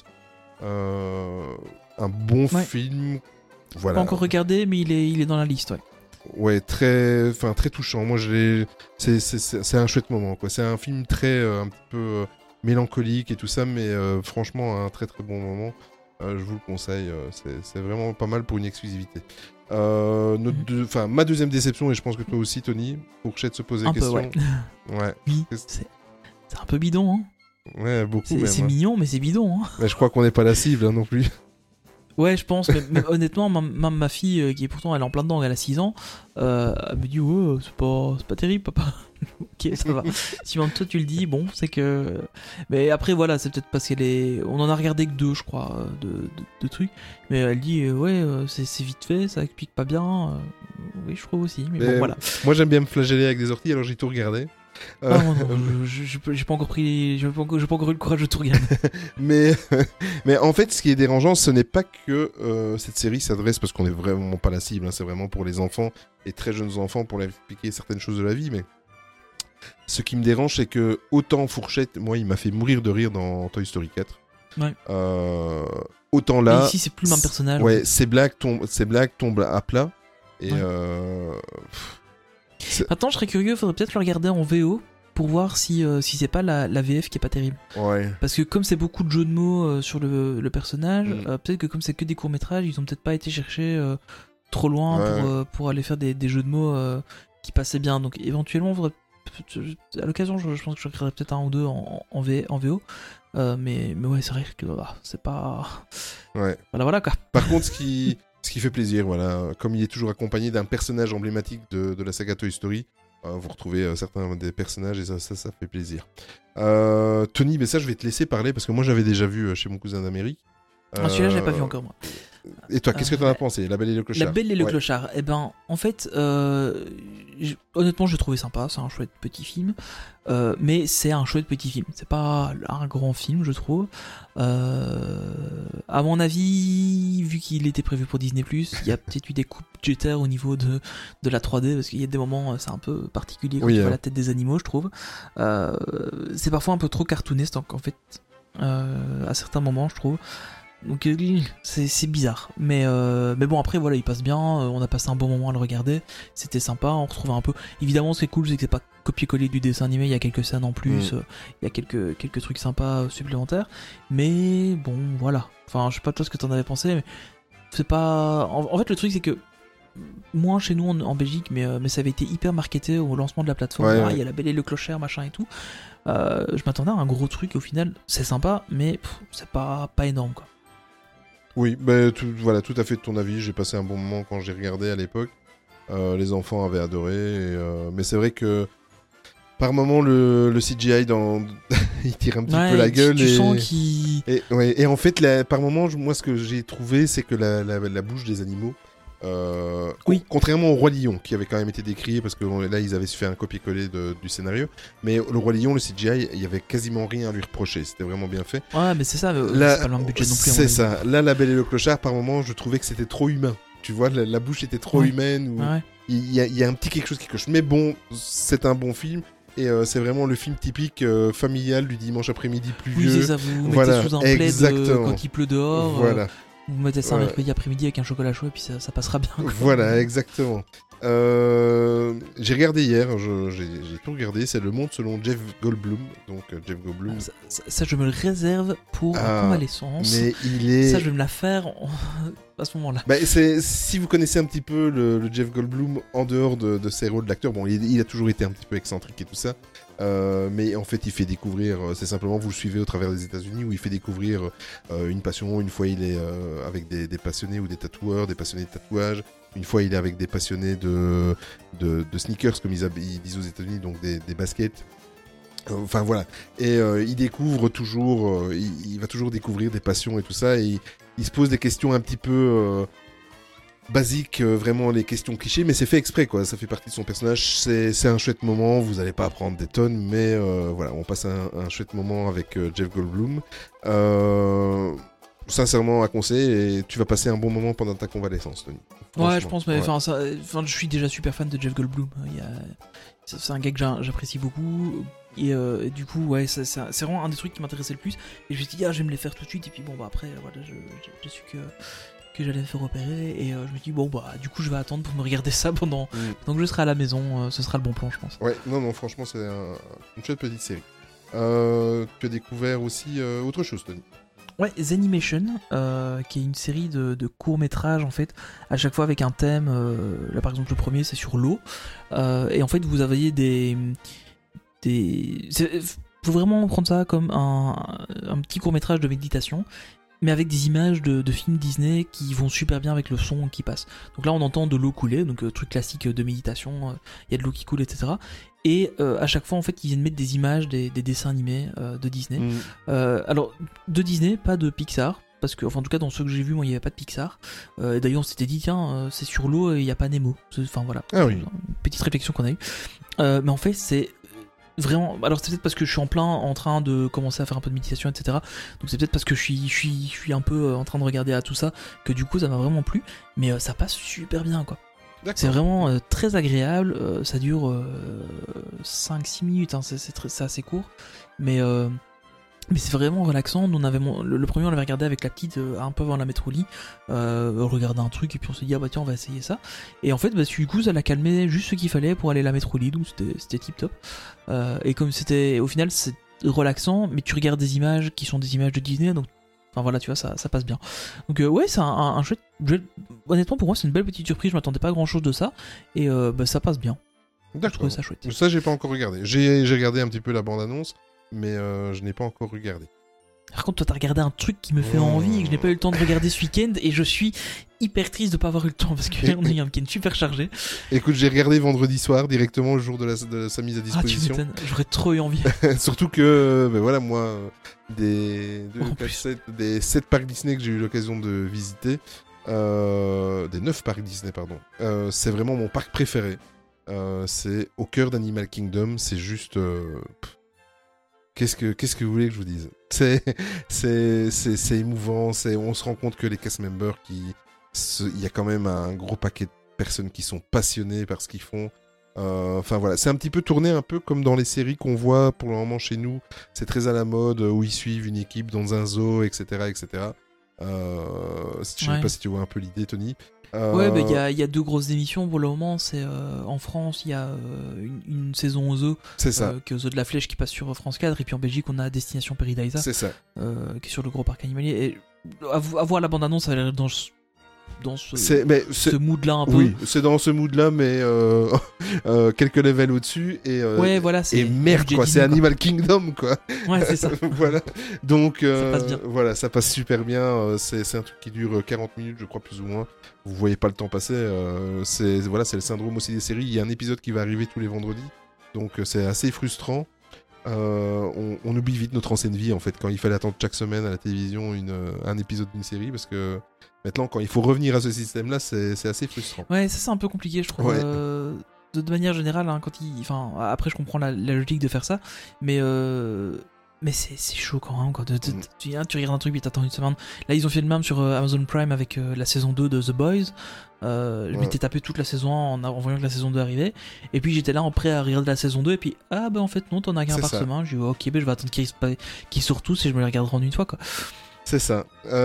Un bon film. Voilà. Pas encore regardé, mais il est dans la liste, ouais. Ouais, très touchant. Moi, c'est un chouette moment, quoi. C'est un film un petit peu mélancolique et tout ça, mais franchement, un très très bon moment. Je vous le conseille. C'est vraiment pas mal pour une exclusivité. Ma deuxième déception, et je pense que toi aussi, Tony, Fourchette se pose des questions. Ouais. Ouais. Oui, c'est un peu bidon, hein. Ouais, beaucoup même. C'est mignon, mais c'est bidon, hein. Mais je crois qu'on n'est pas la cible non plus. Ouais, je pense, mais honnêtement, même ma fille, qui est pourtant elle est en plein dedans, elle a 6 ans, elle me dit ouais, c'est pas terrible, papa. Ok, ça va. Si même toi tu le dis, bon, c'est que. Mais après, voilà, c'est peut-être parce qu'elle est. On en a regardé que 2, je crois, de trucs. Mais elle dit ouais, c'est vite fait, ça explique pas bien. Oui, je trouve aussi, mais bon, voilà. Moi j'aime bien me flageller avec des orties, alors j'ai tout regardé. Non, j'ai pas encore j'ai pas encore eu le courage de tout regarder. mais en fait, ce qui est dérangeant, ce n'est pas que cette série s'adresse, parce qu'on est vraiment pas la cible, hein, c'est vraiment pour les enfants, et très jeunes enfants, pour leur expliquer certaines choses de la vie, mais ce qui me dérange, c'est que autant Fourchette, moi, il m'a fait mourir de rire dans Toy Story 4. Ouais. Autant là... Et ici, c'est plus le même personnage. Ouais, ces blagues tombent à plat, et... Ouais. Attends, je serais curieux, faudrait peut-être le regarder en VO pour voir si c'est pas la VF qui est pas terrible. Ouais. Parce que comme c'est beaucoup de jeux de mots sur le personnage, peut-être que comme c'est que des courts-métrages, ils ont peut-être pas été chercher trop loin pour aller faire des jeux de mots qui passaient bien. Donc éventuellement, à l'occasion, je pense que je regarderai peut-être un ou deux en VO. Mais ouais, c'est vrai que c'est pas... Ouais. Voilà quoi. Par contre, ce qui fait plaisir, voilà, comme il est toujours accompagné d'un personnage emblématique de la saga Toy Story, vous retrouvez certains des personnages et ça fait plaisir. Tony, mais ça je vais te laisser parler parce que moi j'avais déjà vu chez mon cousin d'Amérique. Celui-là, je l'ai pas vu encore moi. Et toi, qu'est-ce que t'en as pensé, La Belle et le Clochard? La Belle et le Clochard. Eh ben, en fait, honnêtement, je l'ai trouvé sympa. C'est un chouette petit film, mais c'est un chouette petit film. C'est pas un grand film, je trouve. À mon avis, vu qu'il était prévu pour Disney+, il y a peut-être eu des coupes budgétaires au niveau de la 3D, parce qu'il y a des moments, c'est un peu particulier quand tu vois la tête des animaux, je trouve. C'est parfois un peu trop cartooniste, en fait, à certains moments, je trouve. Donc c'est bizarre, mais bon, après voilà, il passe bien, on a passé un bon moment à le regarder, c'était sympa, on retrouve un peu, évidemment ce qui est cool c'est que c'est pas copier-coller du dessin animé, il y a quelques scènes en plus, il y a quelques trucs sympas supplémentaires, mais bon voilà, enfin je sais pas toi ce que t'en avais pensé, mais c'est pas, en fait le truc c'est que moins chez nous en Belgique, mais ça avait été hyper marketé au lancement de la plateforme, il y a La Belle et le Clochard machin et tout, je m'attendais à un gros truc, au final c'est sympa, mais c'est pas énorme quoi. Oui, tout à fait de ton avis. J'ai passé un bon moment quand j'ai regardé à l'époque. Les enfants avaient adoré. Mais c'est vrai que par moment, le CGI, il tire un petit peu la gueule. Tu sens qu'il... Et en fait, par moment, moi, ce que j'ai trouvé, c'est que la bouche des animaux... contrairement au Roi Lion, qui avait quand même été décrié, parce que là, ils avaient fait un copier-coller du scénario. Mais le Roi Lion, le CGI, il y avait quasiment rien à lui reprocher. C'était vraiment bien fait. Ouais, mais c'est ça, c'est pas le même budget non plus. C'est ça. Là, La Belle et le Clochard, par moment, je trouvais que c'était trop humain. Tu vois, la bouche était trop humaine. Il y a un petit quelque chose qui cloche. Mais bon, c'est un bon film. Et c'est vraiment le film typique familial du dimanche après-midi pluvieux. Oui, c'est ça, vous mettez sous un plaid quand il pleut dehors. Voilà. Vous mettez ça un mercredi après-midi avec un chocolat chaud et puis ça passera bien. Quoi. Voilà, exactement. J'ai regardé hier, j'ai tout regardé, c'est Le Monde selon Jeff Goldblum. Donc Jeff Goldblum. Ça je me le réserve pour convalescence. Mais ça je vais me la faire à ce moment-là. Si vous connaissez un petit peu le Jeff Goldblum en dehors de ses rôles d'acteur, bon, il a toujours été un petit peu excentrique et tout ça. Mais en fait il fait découvrir, c'est simplement vous le suivez au travers des États-Unis où il fait découvrir une passion. Une fois il est avec des passionnés ou des tatoueurs, des passionnés de tatouage. Une fois il est avec des passionnés de sneakers comme ils disent aux États-Unis, donc des baskets. Enfin voilà, et il découvre toujours, il va toujours découvrir des passions et tout ça, et il se pose des questions un petit peu basique, vraiment les questions clichés, mais c'est fait exprès, quoi. Ça fait partie de son personnage. C'est un chouette moment. Vous allez pas apprendre des tonnes, mais voilà, on passe un chouette moment avec Jeff Goldblum. Sincèrement, à conseiller, et tu vas passer un bon moment pendant ta convalescence, Tony. Ouais, je pense, mais ouais. je suis déjà super fan de Jeff Goldblum. C'est un gars que j'apprécie beaucoup. Et du coup, ouais, c'est vraiment un des trucs qui m'intéressait le plus. Et je me suis dit, je vais me les faire tout de suite. Et puis bon, bah après, voilà, j'ai su que j'allais me faire opérer. Et je me dis, bon, bah du coup, je vais attendre pour me regarder ça pendant que je serai à la maison. Ce sera le bon plan, je pense. Ouais, non, franchement, c'est une chouette petite série. Tu as découvert aussi autre chose, Tony. Ouais, Zenimation, qui est une série de courts-métrages, en fait, à chaque fois avec un thème. Là, par exemple, le premier, c'est sur l'eau. Et en fait, vous avez faut vraiment prendre ça comme un petit court-métrage de méditation, mais avec des images de films Disney qui vont super bien avec le son qui passe. Donc là, on entend de l'eau couler, donc truc classique de méditation, il y a de l'eau qui coule, etc. Et à chaque fois, en fait, ils viennent mettre des images des dessins animés de Disney. Alors, de Disney, pas de Pixar, parce que, enfin, en tout cas, dans ceux que j'ai vus, moi, il n'y avait pas de Pixar. Et d'ailleurs, on s'était dit, tiens, c'est sur l'eau et il n'y a pas Nemo. Enfin, voilà. Ah oui. Une petite réflexion qu'on a eue. Mais en fait, c'est vraiment, alors c'est peut-être parce que je suis en train de commencer à faire un peu de méditation, etc. Donc c'est peut-être parce que je suis un peu en train de regarder à tout ça que du coup ça m'a vraiment plu. Mais ça passe super bien, quoi. D'accord. C'est vraiment très agréable. Ça dure 5-6 minutes, hein, c'est assez court. Mais c'est vraiment relaxant. Nous, le premier, on l'avait regardé avec la petite un peu avant la mettre au lit. On regardait un truc et puis on s'est dit, tiens, on va essayer ça. Et en fait, du coup, ça l'a calmé juste ce qu'il fallait pour aller la mettre au lit. Donc c'était tip top. Et comme au final, c'est relaxant, mais tu regardes des images qui sont des images de Disney. Donc, enfin voilà, tu vois, ça passe bien. Donc, ouais, c'est un chouette. Honnêtement, pour moi, c'est une belle petite surprise. Je m'attendais pas à grand chose de ça. Et ça passe bien. Je trouvais ça chouette. Ça, j'ai pas encore regardé. J'ai regardé un petit peu la bande-annonce, mais je n'ai pas encore regardé. Par contre, toi, t'as regardé un truc qui me fait envie et que je n'ai pas eu le temps de regarder ce week-end, et je suis hyper triste de pas avoir eu le temps parce qu'on a eu un week-end super chargé. Écoute, j'ai regardé vendredi soir, directement le jour de sa mise à disposition. Tu m'étonnes, j'aurais trop eu envie. Surtout que, voilà, moi, des 7 parcs Disney que j'ai eu l'occasion de visiter, des 9 parcs Disney, pardon, c'est vraiment mon parc préféré. C'est au cœur d'Animal Kingdom, c'est juste... Qu'est-ce que vous voulez que je vous dise ? C'est émouvant, on se rend compte que les cast members, il y a quand même un gros paquet de personnes qui sont passionnées par ce qu'ils font. Enfin voilà, c'est un petit peu tourné un peu comme dans les séries qu'on voit pour le moment chez nous. C'est très à la mode, où ils suivent une équipe dans un zoo, etc. etc. Je sais pas si tu vois un peu l'idée, Tony. Ouais, il y a 2 grosses émissions pour le moment. C'est en France, il y a une saison aux zoo, c'est ça, qui est aux zoo de la Flèche qui passe sur France 4, et puis en Belgique on a Destination Paradisa, c'est ça, qui est sur le gros parc animalier. Et à voir la bande annonce, ça a l'air dans ce mood-là un peu. Oui, c'est dans ce mood-là, mais quelques levels au-dessus. Et, ouais, voilà, et merde, quoi, c'est Animal Kingdom, quoi. Ouais, c'est ça. Voilà. Donc, ça passe bien. Voilà, ça passe super bien. C'est un truc qui dure 40 minutes, je crois, plus ou moins. Vous voyez pas le temps passer. C'est le syndrome aussi des séries. Il y a un épisode qui va arriver tous les vendredis. Donc, c'est assez frustrant. On oublie vite notre ancienne vie, en fait, quand il fallait attendre chaque semaine à la télévision un épisode d'une série, parce que maintenant, quand il faut revenir à ce système-là, c'est assez frustrant. Ouais, ça c'est un peu compliqué, je trouve. Ouais. De manière générale, hein, après je comprends la logique de faire ça, mais c'est chaud quand même, quoi. Tu regardes un truc et t'attends une semaine. Là, ils ont fait le même sur Amazon Prime avec la saison 2 de The Boys. Je m'étais tapé toute la saison en voyant que la saison 2 arrivait. Et puis j'étais là prêt à regarder la saison 2. Et puis, en fait, non, t'en as qu'un par semaine. J'ai dit, ok, je vais attendre qu'ils sortent tous et je me les regarderai en une fois, quoi. C'est ça.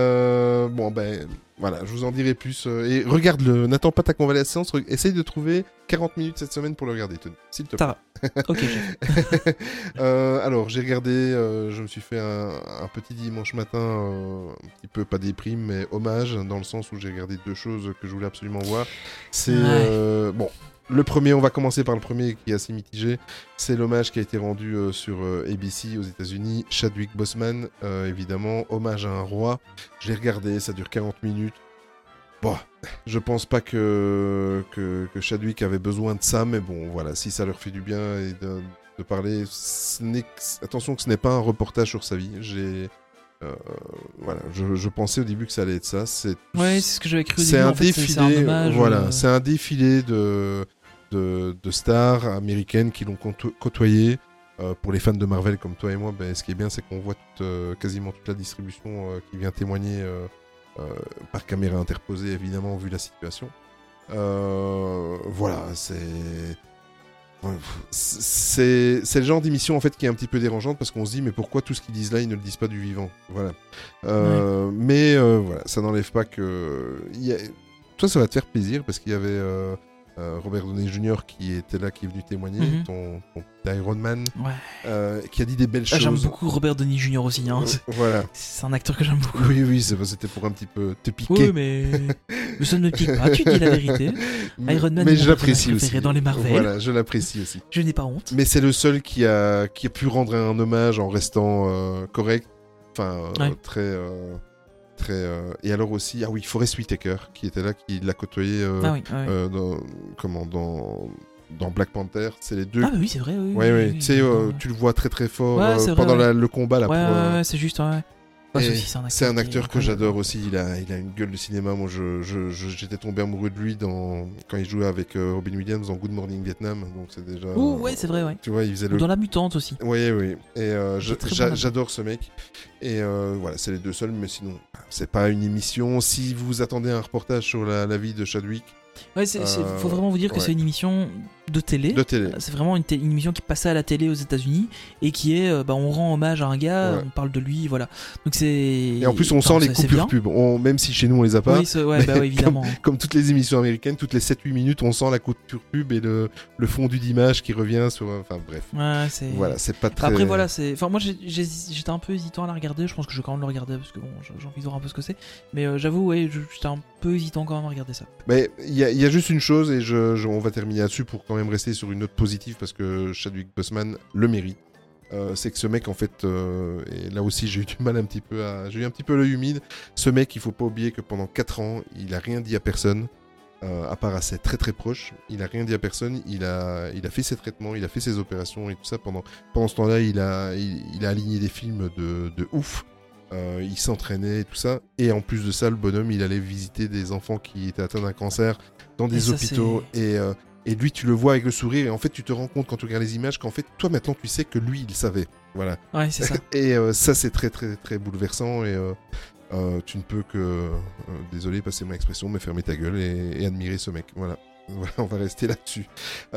Voilà, je vous en dirai plus. Et regarde-le, n'attends pas ta convalescence. Essaye de trouver 40 minutes cette semaine pour le regarder, Tony. S'il te plaît. Ça va. Ok, alors, j'ai regardé, je me suis fait un petit dimanche matin, un petit peu, pas déprime, mais hommage, dans le sens où j'ai regardé 2 choses que je voulais absolument voir. C'est... Le premier, on va commencer par le premier qui est assez mitigé. C'est l'hommage qui a été rendu sur ABC aux États-Unis. Chadwick Boseman, évidemment, hommage à un roi. Je l'ai regardé, ça dure 40 minutes. Bon, je pense pas que Chadwick avait besoin de ça, mais bon, voilà, si ça leur fait du bien et de parler, attention que ce n'est pas un reportage sur sa vie. Voilà, je pensais au début que ça allait être ça. Ouais, c'est ce que j'avais cru au C'est début. un En fait, défilé, c'est un hommage, voilà, c'est un défilé de stars américaines qui l'ont côtoyé. Pour les fans de Marvel comme toi et moi, ce qui est bien, c'est qu'on voit quasiment toute la distribution qui vient témoigner par caméra interposée, évidemment, vu la situation. Voilà, c'est le genre d'émission en fait qui est un petit peu dérangeante parce qu'on se dit mais pourquoi tout ce qu'ils disent là ils ne le disent pas du vivant, voilà. Mais voilà, ça n'enlève pas que toi ça va te faire plaisir parce qu'il y avait Robert Downey Jr. qui était là, qui est venu témoigner, ton Iron Man, qui a dit des belles choses. J'aime beaucoup Robert Downey Jr. aussi, hein. Voilà. C'est un acteur que j'aime beaucoup. Oui, c'était pour un petit peu te piquer. Oui, mais ça ne me pique pas, tu dis la vérité. Iron Man mais est je mon l'apprécie personnage préféré aussi. dans les Marvel. Voilà, je l'apprécie aussi. Je n'ai pas honte. Mais c'est le seul qui a pu rendre un hommage en restant correct. Enfin, très... Et alors aussi, Forest Whitaker qui était là, qui l'a côtoyé dans Black Panther. C'est les deux. Ah bah oui, c'est vrai. Oui. Tu sais, tu le vois très très fort pendant le combat là. Ouais, c'est juste. C'est un acteur que j'adore aussi. Il a une gueule de cinéma. Moi, j'étais tombé amoureux de lui quand il jouait avec Robin Williams dans Good Morning Vietnam. Donc c'est déjà. Ouais, c'est vrai. Ouais. Tu vois, il faisait dans La Mutante aussi. Oui. Et j'adore ce mec. Et voilà, c'est les deux seuls. Mais sinon, c'est pas une émission. Si vous attendez un reportage sur la vie de Chadwick. Ouais, faut vraiment vous dire que c'est une émission de télé. C'est vraiment une émission qui passait à la télé aux États-Unis et qui est, on rend hommage à un gars, on parle de lui, voilà. Donc c'est. Et en plus, on sent les coupures pub. Même si chez nous on les a pas. Oui, évidemment. Comme toutes les émissions américaines, toutes les 7-8 minutes, on sent la coupure pub et le fondu d'image qui revient sur. Enfin bref. Ouais, voilà, c'est pas très. Après voilà, moi j'étais un peu hésitant à la regarder. Je pense que je vais quand même le regarder parce que j'ai envie de voir un peu ce que c'est. Mais j'avoue, j'étais un peu hésitant quand même à regarder ça. Mais il y a juste une chose et on va terminer là-dessus pour quand même rester sur une note positive parce que Chadwick Boseman le mérite. C'est que ce mec en fait, et là aussi j'ai eu du mal j'ai eu un petit peu l'œil humide. Ce mec, il faut pas oublier que pendant 4 ans, il a rien dit à personne, à part à ses très très proches. Il a rien dit à personne. Il a fait ses traitements, il a fait ses opérations et tout ça pendant ce temps-là. Il a aligné des films de ouf. Il s'entraînait et tout ça. Et en plus de ça, le bonhomme, il allait visiter des enfants qui étaient atteints d'un cancer dans des hôpitaux. Et lui, tu le vois avec le sourire. Et en fait, tu te rends compte quand tu regardes les images qu'en fait, toi, maintenant, tu sais que lui, il savait. Voilà. Ouais, c'est ça. Et ça, c'est très, très, très bouleversant. Et tu ne peux que, désolé, passer mon expression, mais fermer ta gueule et admirer ce mec. Voilà. Voilà, on va rester là-dessus.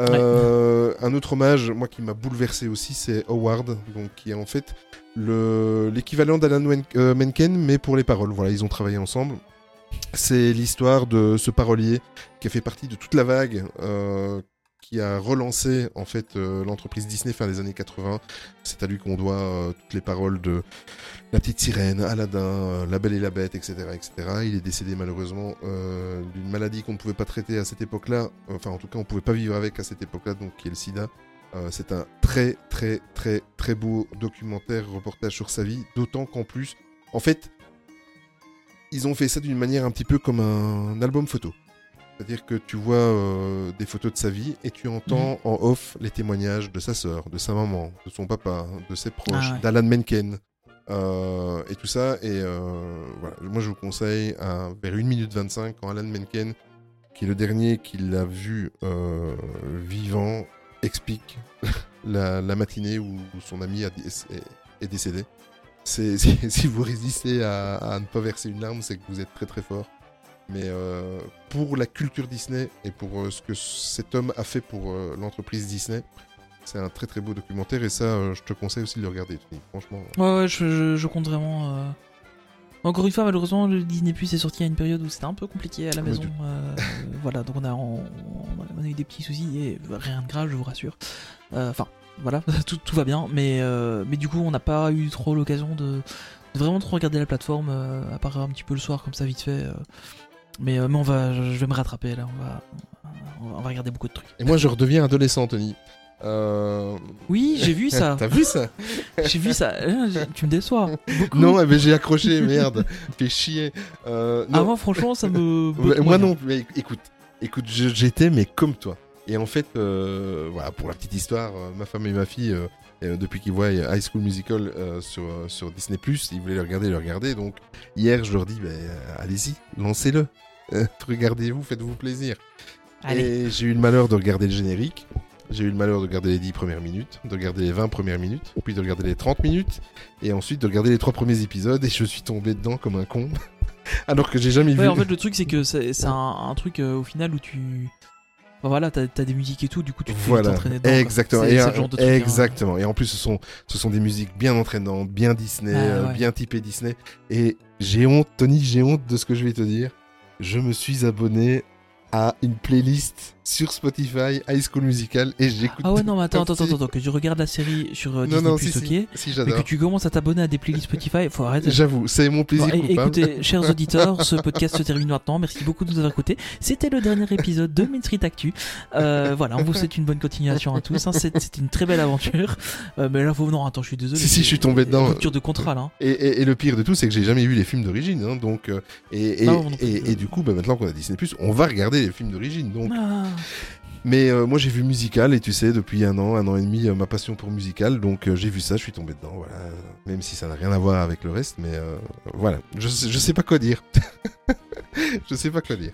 Un autre hommage, moi, qui m'a bouleversé aussi, c'est Howard, donc qui est en fait l'équivalent d'Alan Menken, mais pour les paroles. Voilà, ils ont travaillé ensemble. C'est l'histoire de ce parolier qui a fait partie de toute la vague qui a relancé en fait l'entreprise Disney fin des années 80. C'est à lui qu'on doit toutes les paroles de La Petite Sirène, Aladdin, La Belle et la Bête, etc., etc. Il est décédé malheureusement d'une maladie qu'on ne pouvait pas traiter à cette époque-là. Enfin, en tout cas, on ne pouvait pas vivre avec à cette époque-là, donc qui est le sida. C'est un très, très, très, très beau documentaire, reportage sur sa vie. D'autant qu'en plus, en fait, ils ont fait ça d'une manière un petit peu comme un album photo. C'est-à-dire que tu vois des photos de sa vie et tu entends en off les témoignages de sa sœur, de sa maman, de son papa, de ses proches, d'Alan Menken et tout ça. Et voilà, moi je vous conseille vers 1 minute 25 quand Alan Menken, qui est le dernier qu'il a vu vivant, explique la matinée où son ami est décédé. Si vous résistez à ne pas verser une larme, c'est que vous êtes très très fort. Mais pour la culture Disney et pour ce que cet homme a fait pour l'entreprise Disney, c'est un très très beau documentaire et ça, je te conseille aussi de le regarder, Tony, franchement. Ouais, je compte vraiment. Encore une fois, malheureusement, le Disney Plus est sorti à une période où c'était un peu compliqué à la maison. Voilà, donc on a eu des petits soucis et rien de grave, je vous rassure. Enfin, voilà, tout va bien, mais du coup, on n'a pas eu trop l'occasion de vraiment trop regarder la plateforme, à part un petit peu le soir comme ça vite fait. Mais je vais me rattraper là, on va regarder beaucoup de trucs. Et moi je redeviens adolescent, Tony. Oui, j'ai vu ça. T'as vu ça? J'ai vu ça. Tu me déçois beaucoup. Non, mais j'ai accroché, merde. Fais chier. Non. Moi franchement ça me... moi non, mais écoute, j'étais mais comme toi. Et en fait, voilà, pour la petite histoire, ma femme et ma fille depuis qu'ils voient High School Musical sur Disney+, ils voulaient le regarder. Donc hier, je leur dis, allez-y, lancez-le. Regardez-vous, faites-vous plaisir. Allez. Et j'ai eu le malheur de regarder le générique. J'ai eu le malheur de regarder les 10 premières minutes, de regarder les 20 premières minutes, puis de regarder les 30 minutes, et ensuite de regarder les 3 premiers épisodes, et je suis tombé dedans comme un con. Alors que j'ai jamais vu. Ouais, en fait, le truc, c'est que c'est un truc au final où tu. Enfin, voilà, t'as des musiques et tout, du coup, tu peux t'entraîner dedans. Exactement. C'est le genre de truc, exactement. Et en plus, ce sont des musiques bien entraînantes, bien Disney, bien typées Disney. Et j'ai honte, Tony, de ce que je vais te dire. Je me suis abonné à une playlist sur Spotify, High School Musical, et j'écoute. Ah ouais, non, mais attends, que tu regardes la série sur Disney+, ok, si, mais j'adore. que tu commences à t'abonner à des playlists Spotify, faut arrêter. J'avoue, c'est mon plaisir coupable. Écoutez, chers auditeurs, ce podcast se termine maintenant. Merci beaucoup de nous avoir écoutés. C'était le dernier épisode de Main Street Actu. Voilà, on vous souhaite une bonne continuation à tous. Hein. C'est une très belle aventure. Mais là, non, attends, je suis désolé. Si, je suis tombé dedans. Rupture de contrat, là. Et le pire de tout, c'est que j'ai jamais vu les films d'origine. Hein, donc, et du coup, maintenant qu'on a Disney+, on va regarder les films d'origine. Donc. Mais moi j'ai vu Musical, et tu sais, depuis un an et demi, ma passion pour Musical, donc j'ai vu ça, je suis tombé dedans, voilà. Même si ça n'a rien à voir avec le reste, mais voilà, je sais pas quoi dire. Je sais pas quoi dire.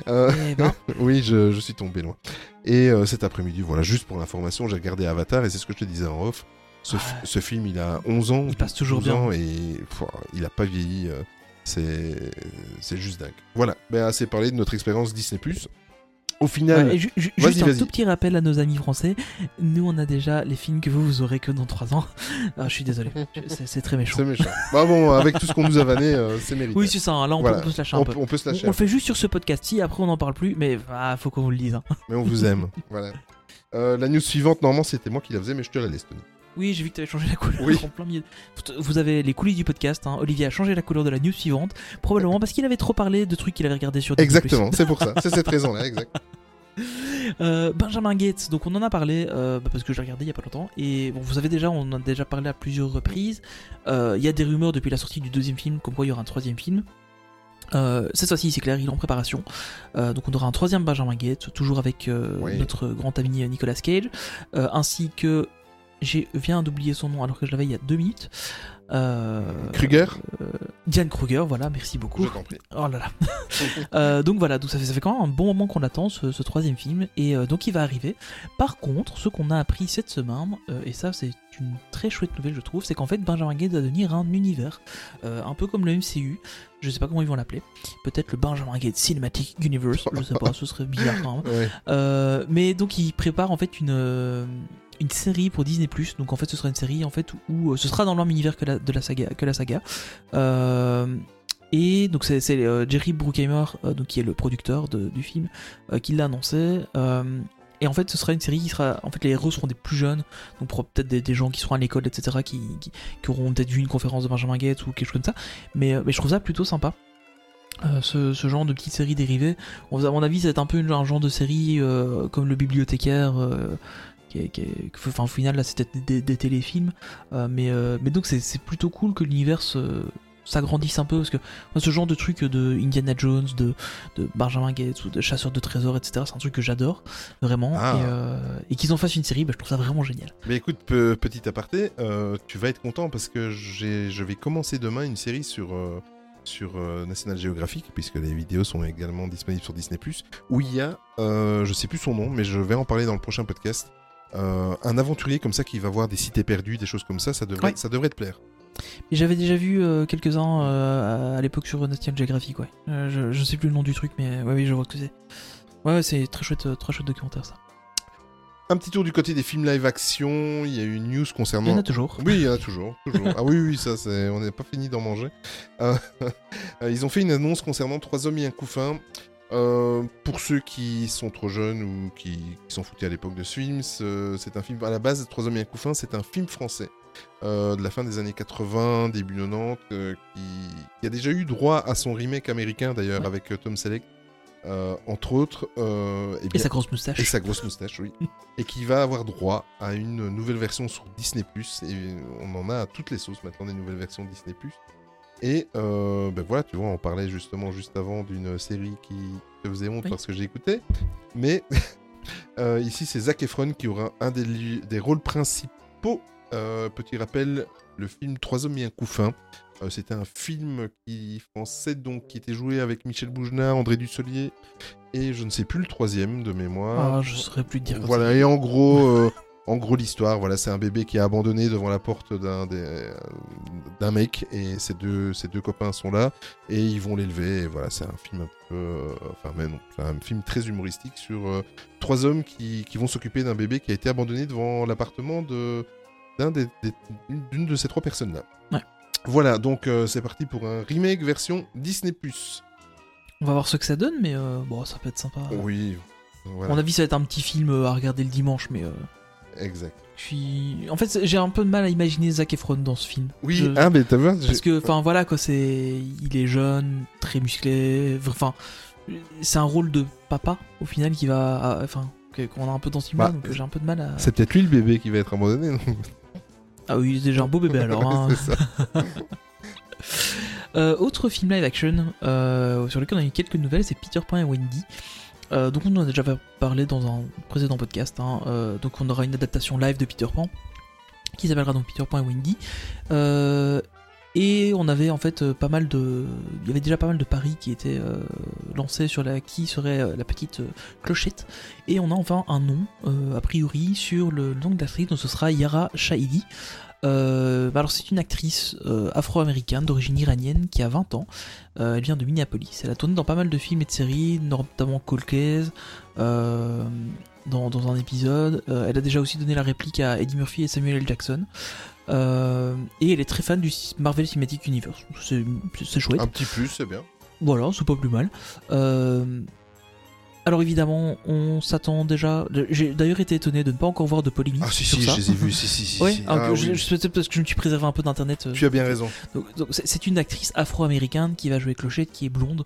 Oui, je suis tombé loin. Et cet après-midi, voilà, juste pour l'information, j'ai regardé Avatar, et c'est ce que je te disais en off. Ce film, il a 11 ans. Il passe toujours bien. Ans, et il a pas vieilli. C'est juste dingue. Voilà, assez parlé de notre expérience Disney+. Au final, juste un tout petit rappel à nos amis français, nous on a déjà les films que vous aurez que dans 3 ans. Je suis désolé, c'est très méchant. C'est méchant. Bon, avec tout ce qu'on nous a vanné, c'est mérité. Oui, c'est ça, hein, là on peut se lâcher un peu. On peut se lâcher. On le fait juste sur ce podcast-ci, après on n'en parle plus, mais faut qu'on vous le dise. Hein. Mais on vous aime, voilà. La news suivante, normalement c'était moi qui la faisais, mais je te la laisse, Tony. Oui, j'ai vu que tu avais changé la couleur. Oui. En plein milieu. Vous avez les coulisses du podcast. Hein. Olivier a changé la couleur de la news suivante, probablement parce qu'il avait trop parlé de trucs qu'il avait regardé sur Disney+. Exactement, c'est pour ça. C'est cette raison-là, exact. Benjamin Gates, donc on en a parlé parce que je l'ai regardé il y a pas longtemps, et bon, on en a déjà parlé à plusieurs reprises. Il y a des rumeurs depuis la sortie du 2e film comme quoi il y aura un 3e film. Cette fois-ci c'est clair, il est en préparation, donc on aura un 3e Benjamin Gates, toujours avec notre grand ami Nicolas Cage, ainsi que viens d'oublier son nom alors que je l'avais il y a 2 minutes. Kruger Diane Kruger, voilà, merci beaucoup. Je t'en prie. Oh là là. Donc voilà, donc ça fait quand même un bon moment qu'on attend ce 3e film, et donc il va arriver. Par contre, ce qu'on a appris cette semaine, et ça c'est une très chouette nouvelle je trouve, c'est qu'en fait Benjamin Gates va devenir un univers, un peu comme le MCU. Je sais pas comment ils vont l'appeler. Peut-être le Benjamin Gates Cinematic Universe, je sais pas, ce serait bizarre quand même. Ouais. Mais donc il prépare en fait une série pour Disney+, donc en fait ce sera une série en fait où ce sera dans le même univers que la saga. Et donc c'est Jerry Bruckheimer, donc qui est le producteur du film, qui l'a annoncé. Et en fait ce sera une série qui sera, en fait les héros seront des plus jeunes, donc peut-être des gens qui seront à l'école, etc., qui auront peut-être vu une conférence de Benjamin Gates ou quelque chose comme ça. Mais je trouve ça plutôt sympa. Ce genre de petite série dérivée, à mon avis ça va être un peu un genre de série comme le bibliothécaire. Enfin, au final là c'était des téléfilms, mais donc c'est plutôt cool que l'univers s'agrandisse un peu, parce que ce genre de truc de Indiana Jones, de Benjamin Gates ou de chasseurs de trésors, etc., c'est un truc que j'adore vraiment. Et qu'ils en fassent une série, je trouve ça vraiment génial. Mais écoute, petit aparté, tu vas être content parce que je vais commencer demain une série sur National Geographic, puisque les vidéos sont également disponibles sur Disney+, où il y a, je sais plus son nom, mais je vais en parler dans le prochain podcast, un aventurier comme ça qui va voir des cités perdues, des choses comme ça, ça devrait te plaire. Et j'avais déjà vu quelques-uns à l'époque sur National Geographic, ouais. Je sais plus le nom du truc, mais oui, je vois que c'est. Ouais, c'est très chouette documentaire ça. Un petit tour du côté des films live action, il y a eu une news concernant... Il y en a toujours. Oui, il y en a toujours. Ah oui, ça, on n'a pas fini d'en manger. Ils ont fait une annonce concernant 3 hommes et un couffin. Pour ceux qui sont trop jeunes ou qui s'en foutaient à l'époque de ce film, c'est un film, à la base, 3 hommes et un couffin, c'est un film français de la fin des années 80, début 90, qui a déjà eu droit à son remake américain d'ailleurs, avec Tom Selleck. Entre autres, et sa grosse moustache. Et sa grosse moustache, oui. Et qui va avoir droit à une nouvelle version sur Disney+. Et on en a à toutes les sauces maintenant, des nouvelles versions de Disney+. Et voilà, tu vois, on parlait justement juste avant d'une série qui te faisait honte parce que j'ai écouté. Mais ici, c'est Zac Efron qui aura un des rôles principaux Petit rappel, le film 3 hommes et un couffin. C'était un film français donc, qui était joué avec Michel Boujna, André Dussolier et je ne sais plus le troisième de mémoire. Ah, je saurais plus te dire. comme Voilà, et en gros, l'histoire, voilà, c'est un bébé qui est abandonné devant la porte d'un mec et ses deux copains sont là et ils vont l'élever. Et voilà, c'est un film un peu, c'est un film très humoristique sur 3 hommes qui vont s'occuper d'un bébé qui a été abandonné devant l'appartement d'une de ces 3 personnes-là. Ouais. Voilà, donc c'est parti pour un remake version Disney+. On va voir ce que ça donne, mais bon, ça peut être sympa. Oui. À Voilà. mon avis, ça va être un petit film à regarder le dimanche, mais Exact. en fait, j'ai un peu de mal à imaginer Zac Efron dans ce film. Oui, mais t'as vu, Parce que, enfin, voilà, quoi, il est jeune, très musclé, enfin, c'est un rôle de papa, au final, qui va, qu'on a un peu dans ce film-là, donc j'ai un peu de mal à... c'est peut-être lui le bébé qui va être abandonné, non? Ah oui, il est déjà un beau bébé, alors, hein. C'est ça. Autre film live action, sur lequel on a eu quelques nouvelles, c'est Peter Pan et Wendy. Donc on en a déjà parlé dans un précédent podcast, hein. Donc on aura une adaptation live de Peter Pan qui s'appellera donc Peter Pan et Wendy, et on avait en fait il y avait déjà pas mal de paris qui étaient lancés sur qui serait la petite clochette, et on a enfin un nom a priori sur le nom de l'actrice, donc ce sera Yara Shahidi. Alors c'est une actrice afro-américaine d'origine iranienne qui a 20 ans, elle vient de Minneapolis, elle a tourné dans pas mal de films et de séries, notamment Cold Case, dans un épisode, elle a déjà aussi donné la réplique à Eddie Murphy et Samuel L. Jackson, et elle est très fan du Marvel Cinematic Universe, c'est chouette. Un petit plus, c'est bien. Voilà, c'est pas plus mal. Alors évidemment, on s'attend déjà. J'ai d'ailleurs été étonné de ne pas encore voir de polémique. Ah si, sur si, ça. je les ai vus, si. Ouais, si. peut-être parce que je me suis préservé un peu d'internet. Tu as bien raison. Donc c'est une actrice afro-américaine qui va jouer Clochette, qui est blonde.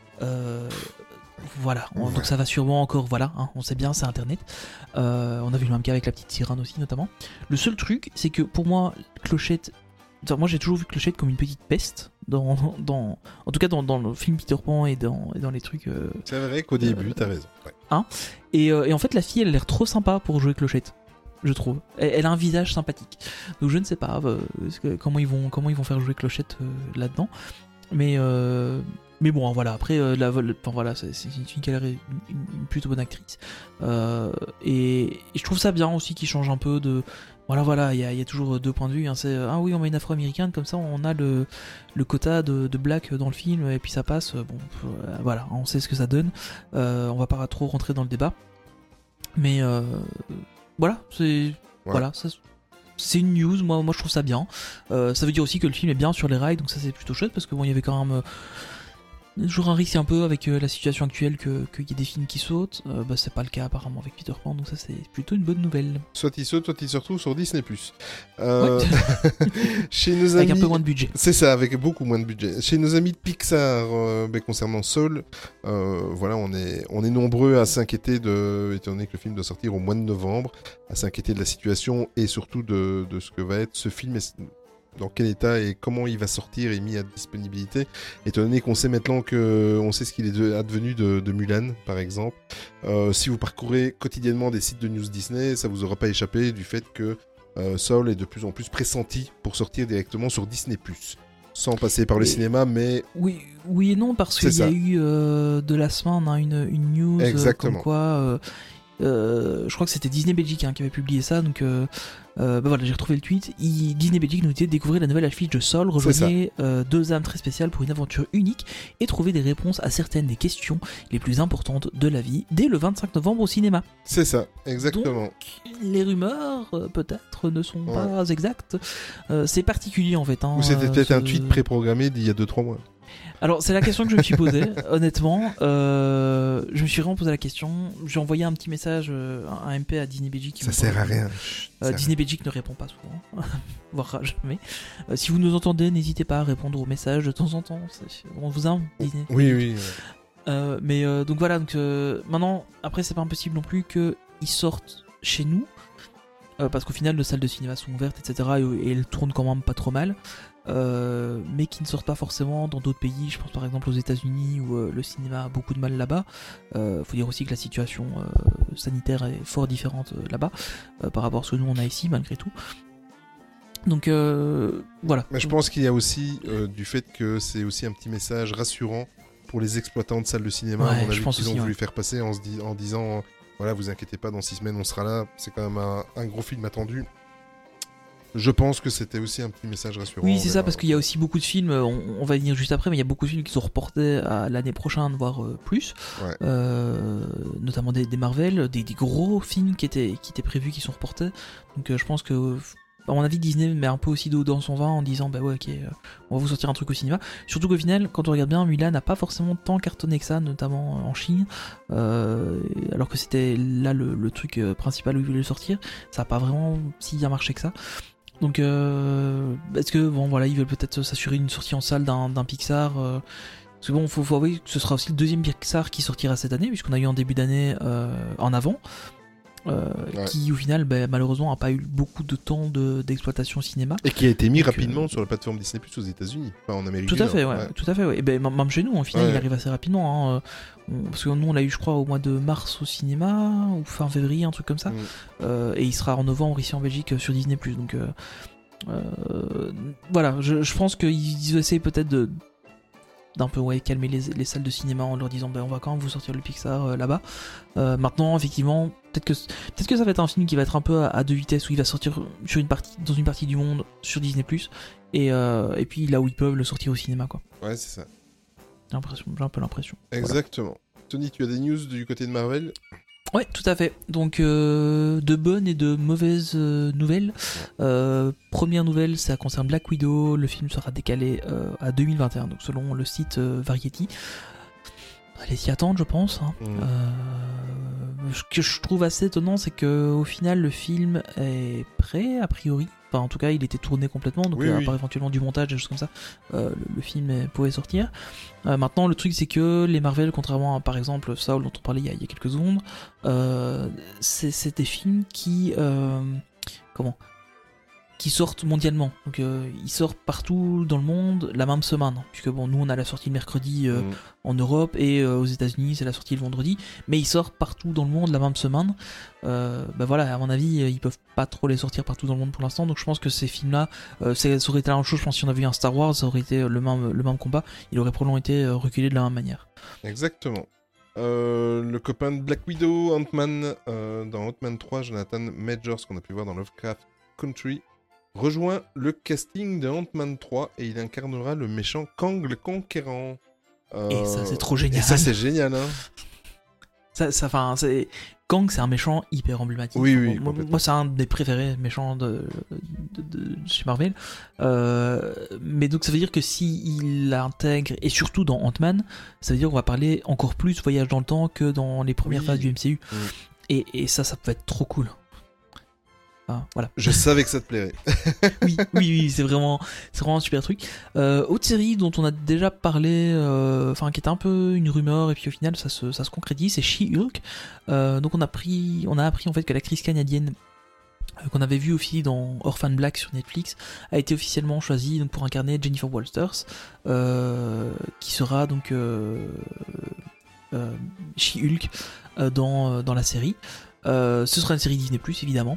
Voilà, donc ça va sûrement encore, voilà, hein, on sait bien, c'est internet. On a vu le même cas avec la petite sirène aussi, notamment. Le seul truc, c'est que pour moi, Clochette. Moi j'ai toujours vu Clochette comme une petite peste, en tout cas dans le film Peter Pan et dans les trucs. C'est vrai qu'au début, t'as raison. Ouais. Et en fait, la fille, elle a l'air trop sympa pour jouer Clochette, je trouve. Elle a un visage sympathique. Donc je ne sais pas comment ils vont faire jouer Clochette là-dedans. Mais bon, voilà. Après, voilà, c'est une fille qui a l'air une plutôt bonne actrice. Et je trouve ça bien aussi qu'il change un peu de. Voilà, il y a toujours 2 points de vue. Hein. C'est oui, on met une afro-américaine, comme ça on a le quota de black dans le film, et puis ça passe. Voilà, on sait ce que ça donne. On va pas trop rentrer dans le débat. Mais voilà, voilà, c'est une news. Moi je trouve ça bien. Ça veut dire aussi que le film est bien sur les rails, donc ça c'est plutôt chouette, parce que bon, il y avait quand même. Il y a toujours un risque un peu avec la situation actuelle qu'il y ait des films qui sautent. C'est pas le cas apparemment avec Peter Pan, donc ça c'est plutôt une bonne nouvelle. Soit il saute, soit il se retrouve sur Disney+. Ouais. Chez nos avec amis... un peu moins de budget. C'est ça, avec beaucoup moins de budget. Chez nos amis de Pixar, concernant Soul, voilà, on est nombreux à s'inquiéter étant donné que le film doit sortir au mois de novembre, à s'inquiéter de la situation et surtout de ce que va être ce film. Dans quel état et comment il va sortir et mis à disponibilité, étant donné qu'on sait maintenant on sait ce qu'il est advenu de Mulan, par exemple. Si vous parcourez quotidiennement des sites de news Disney, ça vous aura pas échappé du fait que Soul est de plus en plus pressenti pour sortir directement sur Disney+, sans passer par le cinéma, mais... Oui et non, parce qu'il y a eu de la semaine, on a une news comme quoi... je crois que c'était Disney Belgique qui avait publié ça, donc voilà, j'ai retrouvé le tweet. Disney Belgique nous disait découvrir la nouvelle affiche de Soul, rejoignez 2 âmes très spéciales pour une aventure unique et trouver des réponses à certaines des questions les plus importantes de la vie dès le 25 novembre au cinéma. C'est ça, exactement. Donc, les rumeurs peut-être ne sont pas exactes. C'est particulier en fait. Ou c'était peut-être un tweet préprogrammé d'il y a 2-3 mois. Alors c'est la question que je me suis posée, honnêtement. Je me suis vraiment posé la question. J'ai envoyé un petit message, un MP à Disney Belgique. Ça sert à rien. Disney Belgique ne répond pas souvent, voire jamais. Si vous nous entendez, n'hésitez pas à répondre aux messages de temps en temps. On vous aime, Disney. Oui. Mais donc voilà, maintenant, après c'est pas impossible non plus qu'ils sortent chez nous. Parce qu'au final, les salles de cinéma sont ouvertes, etc. Et elles tournent quand même pas trop mal. Mais qui ne sortent pas forcément dans d'autres pays. Je pense par exemple aux États-Unis où le cinéma a beaucoup de mal là-bas. Faut dire aussi que la situation sanitaire est fort différente là-bas par rapport à ce que nous on a ici, malgré tout. Donc voilà. Mais je pense qu'il y a aussi du fait que c'est aussi un petit message rassurant pour les exploitants de salles de cinéma, Ouais, à mon je avis, pense qu'ils ont aussi, voulu faire passer en disant voilà, vous inquiétez pas, dans 6 semaines on sera là, c'est quand même un gros film attendu. Je pense que c'était aussi un petit message rassurant. Oui, c'est ça, parce qu'il y a aussi beaucoup de films, on va y venir juste après, mais il y a beaucoup de films qui sont reportés à l'année prochaine, voire plus. Ouais. Notamment des Marvel, des gros films qui étaient prévus, qui sont reportés. Donc je pense que, à mon avis, Disney met un peu aussi d'eau dans son vin en disant bah ouais, ok, on va vous sortir un truc au cinéma. Surtout qu'au final, quand on regarde bien, Mulan n'a pas forcément tant cartonné que ça, notamment en Chine, alors que c'était là le truc principal où ils voulaient le sortir. Ça n'a pas vraiment si bien marché que ça. Donc, est-ce que bon, voilà, ils veulent peut-être s'assurer une sortie en salle d'un Pixar parce que bon, faut avouer que ce sera aussi le deuxième Pixar qui sortira cette année, puisqu'on a eu en début d'année en avant. Qui au final malheureusement n'a pas eu beaucoup de temps d'exploitation cinéma et qui a été mis rapidement sur la plateforme Disney+ aux États-Unis, enfin en Amérique tout du à Nord. fait, ouais. Tout à fait, ouais. Et ben même chez nous, au final, il arrive assez rapidement. Hein. Parce que nous, on l'a eu, je crois, au mois de mars au cinéma ou fin février, un truc comme ça. Et il sera en novembre ici en Belgique sur Disney+. Donc voilà, je pense qu'ils essayent peut-être d'un peu calmer les salles de cinéma en leur disant on va quand même vous sortir le Pixar là-bas. Maintenant, effectivement, peut-être que ça va être un film qui va être un peu à deux vitesses, où il va sortir dans une partie du monde sur Disney+, et puis là où ils peuvent le sortir au cinéma, quoi. Ouais, c'est ça. J'ai un peu l'impression. Exactement. Voilà. Tony, tu as des news du côté de Marvel ? Ouais, tout à fait. Donc, de bonnes et de mauvaises nouvelles. Première nouvelle, ça concerne Black Widow. Le film sera décalé à 2021, donc selon le site Variety. Allez s'y attendre, je pense. Hein. Ce que je trouve assez étonnant, c'est que au final, le film est prêt, a priori. Enfin, en tout cas, il était tourné complètement, donc à part éventuellement du montage, des choses comme ça, le film pouvait sortir. Maintenant, le truc, c'est que les Marvel, contrairement à, par exemple, Saul, dont on parlait il y a quelques secondes, c'est des films qui sortent mondialement. Donc, ils sortent partout dans le monde la même semaine. Puisque, bon, nous, on a la sortie le mercredi en Europe, et aux États-Unis, c'est la sortie le vendredi. Mais ils sortent partout dans le monde la même semaine. Voilà, à mon avis, ils peuvent pas trop les sortir partout dans le monde pour l'instant. Donc, je pense que ces films-là, ça aurait été la même chose. Je pense que si on avait eu un Star Wars, ça aurait été le même combat. Il aurait probablement été reculé de la même manière. Exactement. Le copain de Black Widow, Ant-Man, dans Ant-Man 3, Jonathan Majors, qu'on a pu voir dans Lovecraft Country, rejoint le casting de Ant-Man 3 et il incarnera le méchant Kang le Conquérant. Et ça, c'est trop génial. Et ça, c'est génial, hein. Kang, c'est un méchant hyper emblématique. Oui, moi, c'est un des préférés méchants de chez Marvel. Mais donc, ça veut dire que s'il l'intègre, et surtout dans Ant-Man, ça veut dire qu'on va parler encore plus voyage dans le temps que dans les premières phases du MCU. Et ça peut être trop cool. Enfin, voilà. Je savais que ça te plairait. oui, c'est vraiment un super truc. Autre série dont on a déjà parlé, qui était un peu une rumeur, et puis au final ça se concrétise, c'est She-Hulk. Donc on a appris en fait que l'actrice canadienne qu'on avait vue aussi dans Orphan Black sur Netflix a été officiellement choisie donc pour incarner Jennifer Walters, qui sera donc She-Hulk dans la série. Ce sera une série Disney+, évidemment.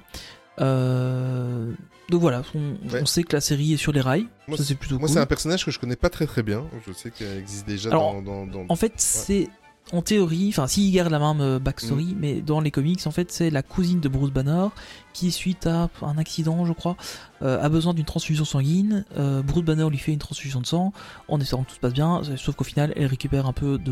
Donc voilà, on sait que la série est sur les rails. Ça, c'est plutôt cool. C'est un personnage que je connais pas très bien. Je sais qu'elle existe déjà. Alors, dans... En fait, c'est en théorie, enfin, s'il garde la même backstory, mais dans les comics, en fait, c'est la cousine de Bruce Banner qui, suite à un accident, je crois, a besoin d'une transfusion sanguine. Bruce Banner lui fait une transfusion de sang en espérant que tout se passe bien, sauf qu'au final, elle récupère un peu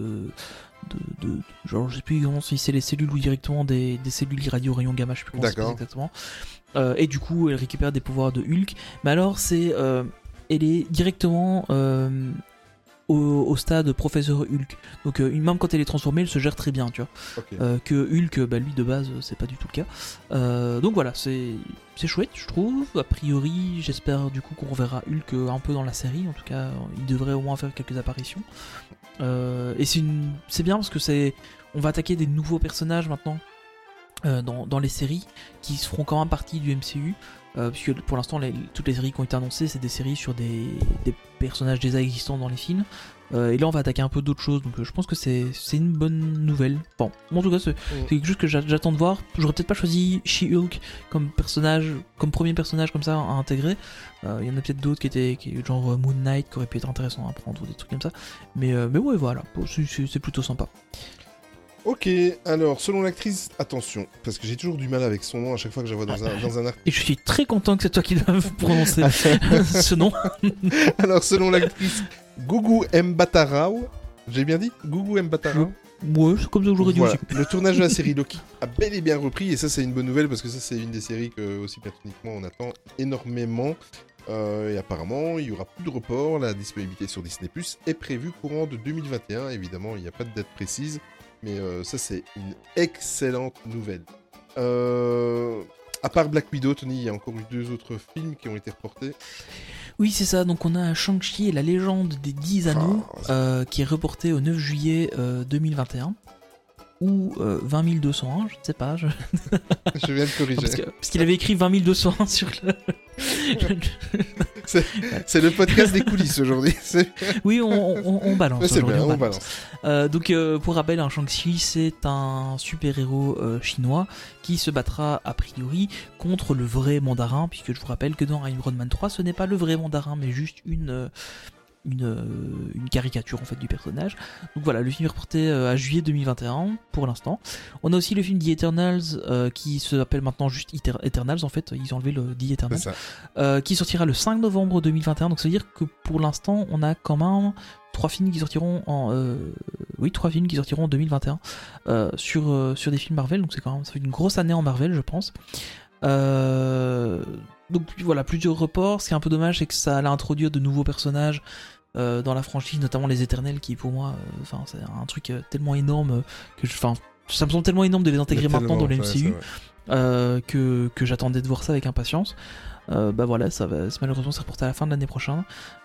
genre, je sais plus si c'est les cellules ou directement des cellules radio rayon gamma, je sais plus comment ça se passe exactement. Et du coup, elle récupère des pouvoirs de Hulk. Mais alors, elle est directement au stade professeur Hulk. Donc, même quand elle est transformée, elle se gère très bien, tu vois. Que Hulk, lui de base, c'est pas du tout le cas. Donc voilà, c'est chouette, je trouve. A priori, j'espère du coup qu'on reverra Hulk un peu dans la série. En tout cas, il devrait au moins faire quelques apparitions. Et c'est bien parce que on va attaquer des nouveaux personnages maintenant. dans les séries qui feront quand même partie du MCU. Puisque pour l'instant, toutes les séries qui ont été annoncées, c'est des séries sur des personnages déjà existants dans les films. Et là, on va attaquer un peu d'autres choses, donc je pense que c'est une bonne nouvelle. Bon, en tout cas, c'est quelque chose que j'attends de voir. J'aurais peut-être pas choisi She-Hulk comme premier personnage comme ça à intégrer. Il y en a peut-être d'autres genre Moon Knight qui aurait pu être intéressant à prendre ou des trucs comme ça. Mais ouais, voilà, c'est plutôt sympa. Ok, alors selon l'actrice, attention, parce que j'ai toujours du mal avec son nom à chaque fois que je la vois dans un article. Et je suis très content que c'est toi qui doive prononcer ce nom. Alors selon l'actrice Gugu Mbatha-Raw, j'ai bien dit Gugu Mbatha-Raw. Ouais, c'est comme ça que j'aurais dit aussi. Le tournage de la série Loki a bel et bien repris, et ça c'est une bonne nouvelle parce que ça c'est une des séries que aussi platoniquement on attend énormément. Et apparemment il y aura plus de report, la disponibilité sur Disney+ est prévue courant de 2021, évidemment il n'y a pas de date précise. Mais ça, c'est une excellente nouvelle. À part Black Widow, Tony, il y a encore eu 2 autres films qui ont été reportés. Oui, c'est ça. Donc, on a Shang-Chi et la légende des 10 anneaux qui est reporté au 9 juillet 2021. Ou 20 201, je ne sais pas. Je viens de corriger. Parce qu'il avait écrit 20 201 sur le... c'est le podcast des coulisses aujourd'hui. Oui, on balance. C'est bien, on balance. Donc, pour rappel, un Shang-Chi, c'est un super-héros chinois qui se battra a priori contre le vrai mandarin, puisque je vous rappelle que dans Iron Man 3, ce n'est pas le vrai mandarin, mais juste une caricature en fait du personnage. Donc voilà, le film est reporté à juillet 2021 pour l'instant. On a aussi le film The Eternals qui s'appelle maintenant juste Eternals en fait, ils ont enlevé le The Eternals, qui sortira le 5 novembre 2021. Donc ça veut dire que pour l'instant on a quand même 3 films qui sortiront en 2021 sur des films Marvel. Donc ça fait une grosse année en Marvel, je pense. Donc voilà, plusieurs reports. Ce qui est un peu dommage, c'est que ça allait introduire de nouveaux personnages dans la franchise, notamment les Éternels, qui pour moi, c'est un truc tellement énorme que ça me semble tellement énorme de les intégrer maintenant dans le MCU que j'attendais de voir ça avec impatience. Bah voilà, malheureusement c'est reporté à la fin de l'année prochaine.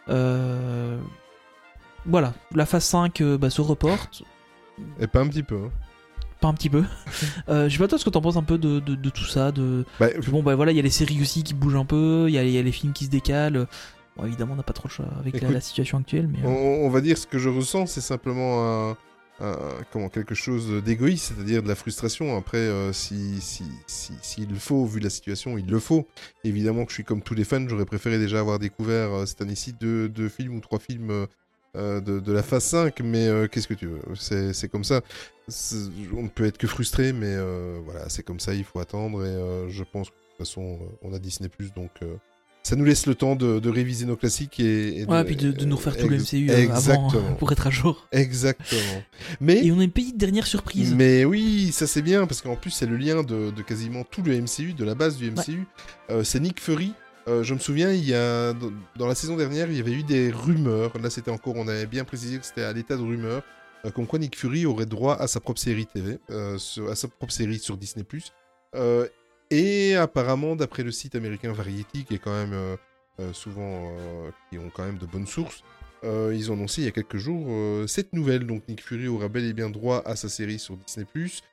Voilà, la phase 5 se reporte. Et pas un petit peu. Pas un petit peu. Je sais pas toi ce que t'en penses un peu de tout ça. Bon bah voilà, il y a les séries aussi qui bougent un peu, il y a les films qui se décalent. Bon, évidemment on n'a pas trop de choix avec la situation actuelle. Mais on va dire ce que je ressens, c'est simplement quelque chose d'égoïste, c'est-à-dire de la frustration. Après, s'il le faut, vu la situation, il le faut. Évidemment que je suis comme tous les fans, j'aurais préféré déjà avoir découvert cette année-ci 2 films ou 3 films de la phase 5, mais qu'est-ce que tu veux, c'est comme ça. On ne peut être que frustré, mais voilà, c'est comme ça, il faut attendre, et je pense que de toute façon, on a Disney+, donc ça nous laisse le temps de réviser nos classiques et puis de nous refaire tout le MCU avant pour être à jour. Exactement. Et on a une petite dernière surprise. Mais oui, ça c'est bien, parce qu'en plus c'est le lien de quasiment tout le MCU, de la base du MCU. C'est Nick Fury. Je me souviens, dans la saison dernière, il y avait eu des rumeurs. Là, on avait bien précisé que c'était à l'état de rumeur, comme quoi Nick Fury aurait droit à sa propre série TV, à sa propre série sur Disney+. Et apparemment, d'après le site américain Variety, qui est quand même qui ont quand même de bonnes sources, ils ont annoncé il y a quelques jours cette nouvelle. Donc Nick Fury aura bel et bien droit à sa série sur Disney+.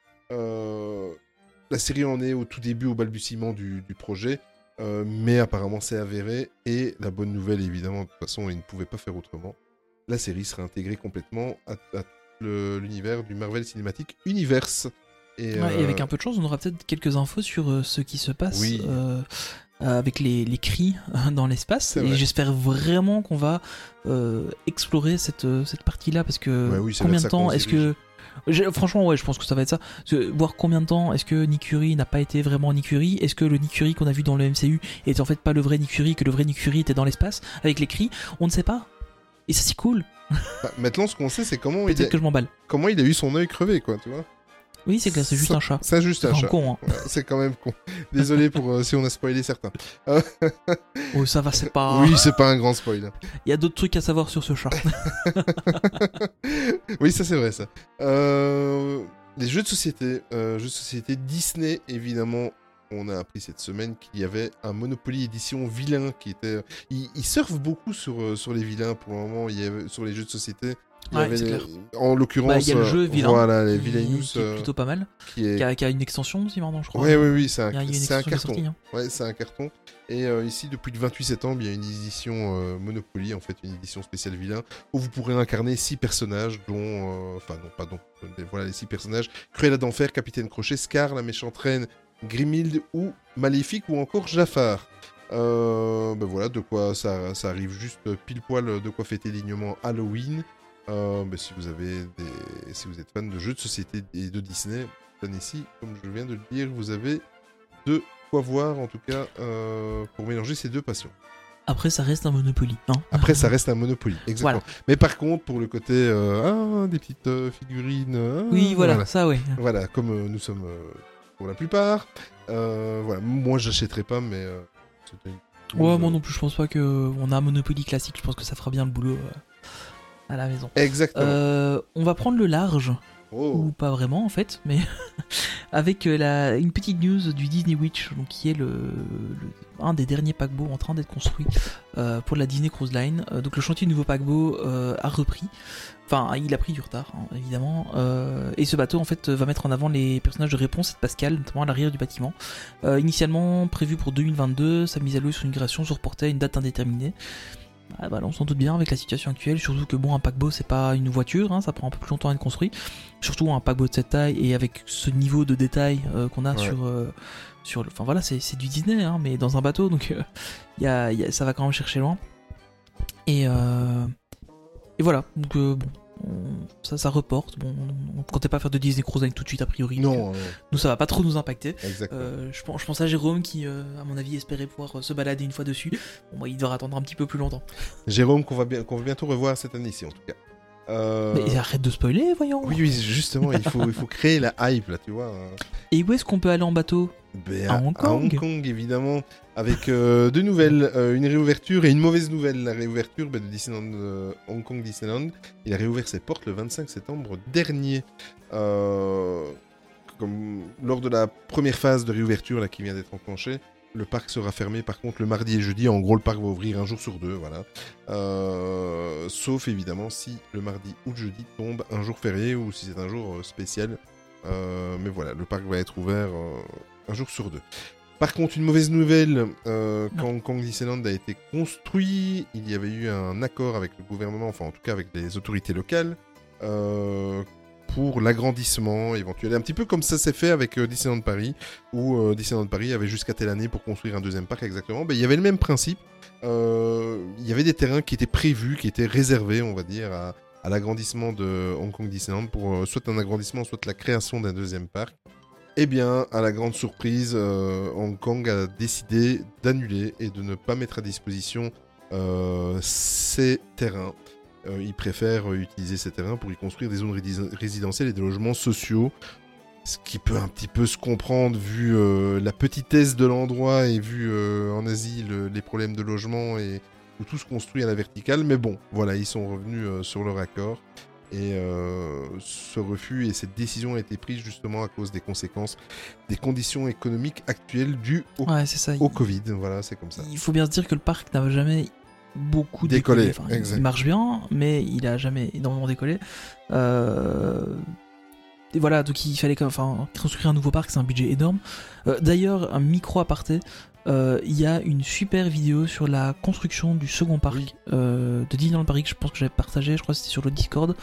La série en est au tout début, au balbutiement du projet. Mais apparemment c'est avéré, et la bonne nouvelle évidemment, de toute façon il ne pouvait pas faire autrement, la série sera intégrée complètement à l'univers du Marvel Cinematic Universe. Et avec un peu de chance on aura peut-être quelques infos sur ce qui se passe avec les cris dans l'espace, et j'espère vraiment qu'on va explorer cette partie-là, parce que combien de temps est-ce que... Franchement, je pense que ça va être ça. Voir combien de temps est-ce que Nick Fury n'a pas été vraiment Nick Fury. Est-ce que le Nick Fury qu'on a vu dans le MCU était en fait pas le vrai Nick Fury, que le vrai Nick Fury était dans l'espace avec les cris? On ne sait pas. Et ça, c'est cool. Maintenant, ce qu'on sait, c'est comment peut-être que je m'emballe. Comment il a eu son œil crevé, quoi, tu vois. Oui, c'est clair, c'est juste un chat. C'est juste un chat. Con, hein. Ouais, c'est quand même con. Désolé pour si on a spoilé certains. Oh, ça va, c'est pas... Oui, c'est pas un grand spoil. Il y a d'autres trucs à savoir sur ce chat. Oui, ça c'est vrai, ça. Les jeux de société Disney, évidemment, on a appris cette semaine qu'il y avait un Monopoly édition vilain qui était... Ils surfent beaucoup sur les vilains pour le moment, sur les jeux de société. Il y Ouais, avait c'est les- clair. En l'occurrence, Il y a le jeu Villain. voilà, les qui- Villainous, qui est plutôt pas mal. qui est... Qui a une extension aussi maintenant, je crois. Oui, c'est Il y a une c'est un extension qui est carton. sortie, hein. Ouais, c'est un carton. Et ici, depuis le 28 septembre, il y a une édition Monopoly, en fait, une édition spéciale vilain, où vous pourrez incarner 6 personnages, dont... Enfin, non, pas dont. Mais voilà, les 6 personnages. Cruella d'Enfer, Capitaine Crochet, Scar, la méchante reine, Grimhilde ou Maléfique, ou encore Jafar. Ben voilà, de quoi ça arrive juste pile poil de quoi fêter dignement Halloween. Ben si vous êtes fan de jeux de société et de Disney, ici, comme je viens de le dire, vous avez de quoi voir en tout cas pour mélanger ces deux passions. Après, ça reste un Monopoly. Hein. Après, ça reste un Monopoly, exactement. Voilà. Mais par contre, pour le côté des petites figurines, Oui, voilà, ça, ouais. voilà, comme nous sommes pour la plupart. Voilà, moi, j'achèterai pas, mais c'était une- Ouais, moi non plus, je pense pas que. On a un Monopoly classique, je pense que ça fera bien le boulot à la maison. Exactement. On va prendre le large, Oh. ou pas vraiment en fait, mais avec une petite news du Disney Witch, donc qui est un des derniers paquebots en train d'être construit pour la Disney Cruise Line. Donc le chantier du nouveau paquebot a repris. Enfin, il a pris du retard, hein, évidemment. Et ce bateau, en fait, va mettre en avant les personnages de Réponse et de Pascal, notamment à l'arrière du bâtiment. Initialement prévu pour 2022, sa mise à l'eau sur une création se reportait à une date indéterminée. Ah bah là, on s'en doute bien avec la situation actuelle, surtout que bon, un paquebot c'est pas une voiture, hein, ça prend un peu plus longtemps à être construit. Surtout un paquebot de cette taille et avec ce niveau de détail qu'on a sur enfin voilà, c'est du Disney, hein, mais dans un bateau, donc ça va quand même chercher loin. Et voilà, donc bon, ça reporte. Bon, on comptait pas faire de Disney Cruise Line tout de suite a priori. Non, Nous ça va pas trop nous impacter. exactement. Je pense à Jérôme qui, à mon avis, espérait pouvoir se balader une fois dessus. Bon, moi, il devra attendre un petit peu plus longtemps. Jérôme, qu'on va bientôt revoir cette année-ci, en tout cas. Mais arrête de spoiler, voyons. Oui, justement, il faut créer la hype, là, tu vois. Et où est-ce qu'on peut aller en bateau? Ben, À Hong Kong. À Hong Kong, évidemment, avec deux nouvelles, une réouverture et une mauvaise nouvelle. La réouverture de Disneyland, Hong Kong Disneyland, il a réouvert ses portes le 25 septembre dernier. Comme lors de la première phase de réouverture là, qui vient d'être enclenchée, le parc sera fermé par contre le mardi et jeudi. En gros, le parc va ouvrir un jour sur deux, voilà. Sauf évidemment si le mardi ou le jeudi tombe un jour férié ou si c'est un jour spécial. Mais voilà, le parc va être ouvert un jour sur deux. Par contre, une mauvaise nouvelle, quand Hong Kong Disneyland a été construit, il y avait eu un accord avec le gouvernement, enfin en tout cas avec les autorités locales, pour l'agrandissement éventuel. Un petit peu comme ça s'est fait avec Disneyland Paris, où Disneyland Paris avait jusqu'à telle année pour construire un deuxième parc exactement. Ben, il y avait le même principe. Il y avait des terrains qui étaient prévus, qui étaient réservés, on va dire, à l'agrandissement de Hong Kong Disneyland, pour soit un agrandissement, soit la création d'un deuxième parc. Eh bien, à la grande surprise, Hong Kong a décidé d'annuler et de ne pas mettre à disposition ces terrains. Ils préfèrent utiliser ces terrains pour y construire des zones résidentielles et des logements sociaux. Ce qui peut un petit peu se comprendre vu la petitesse de l'endroit et vu en Asie les problèmes de logement et où tout se construit à la verticale. Mais bon, voilà, ils sont revenus sur leur accord. Et ce refus et cette décision a été prise justement à cause des conséquences des conditions économiques actuelles dues Ouais, c'est ça. au Covid. Voilà, c'est comme ça. Il faut bien se dire que le parc n'a jamais beaucoup Décollé, décollé. Enfin, exact. il marche bien, mais il a jamais énormément décollé. Et voilà, donc il fallait construire un nouveau parc, c'est un budget énorme. D'ailleurs, un micro aparté, il y a une super vidéo sur la construction du second parc de Disneyland Paris que je pense que j'avais partagé, je crois que c'était sur le Discord.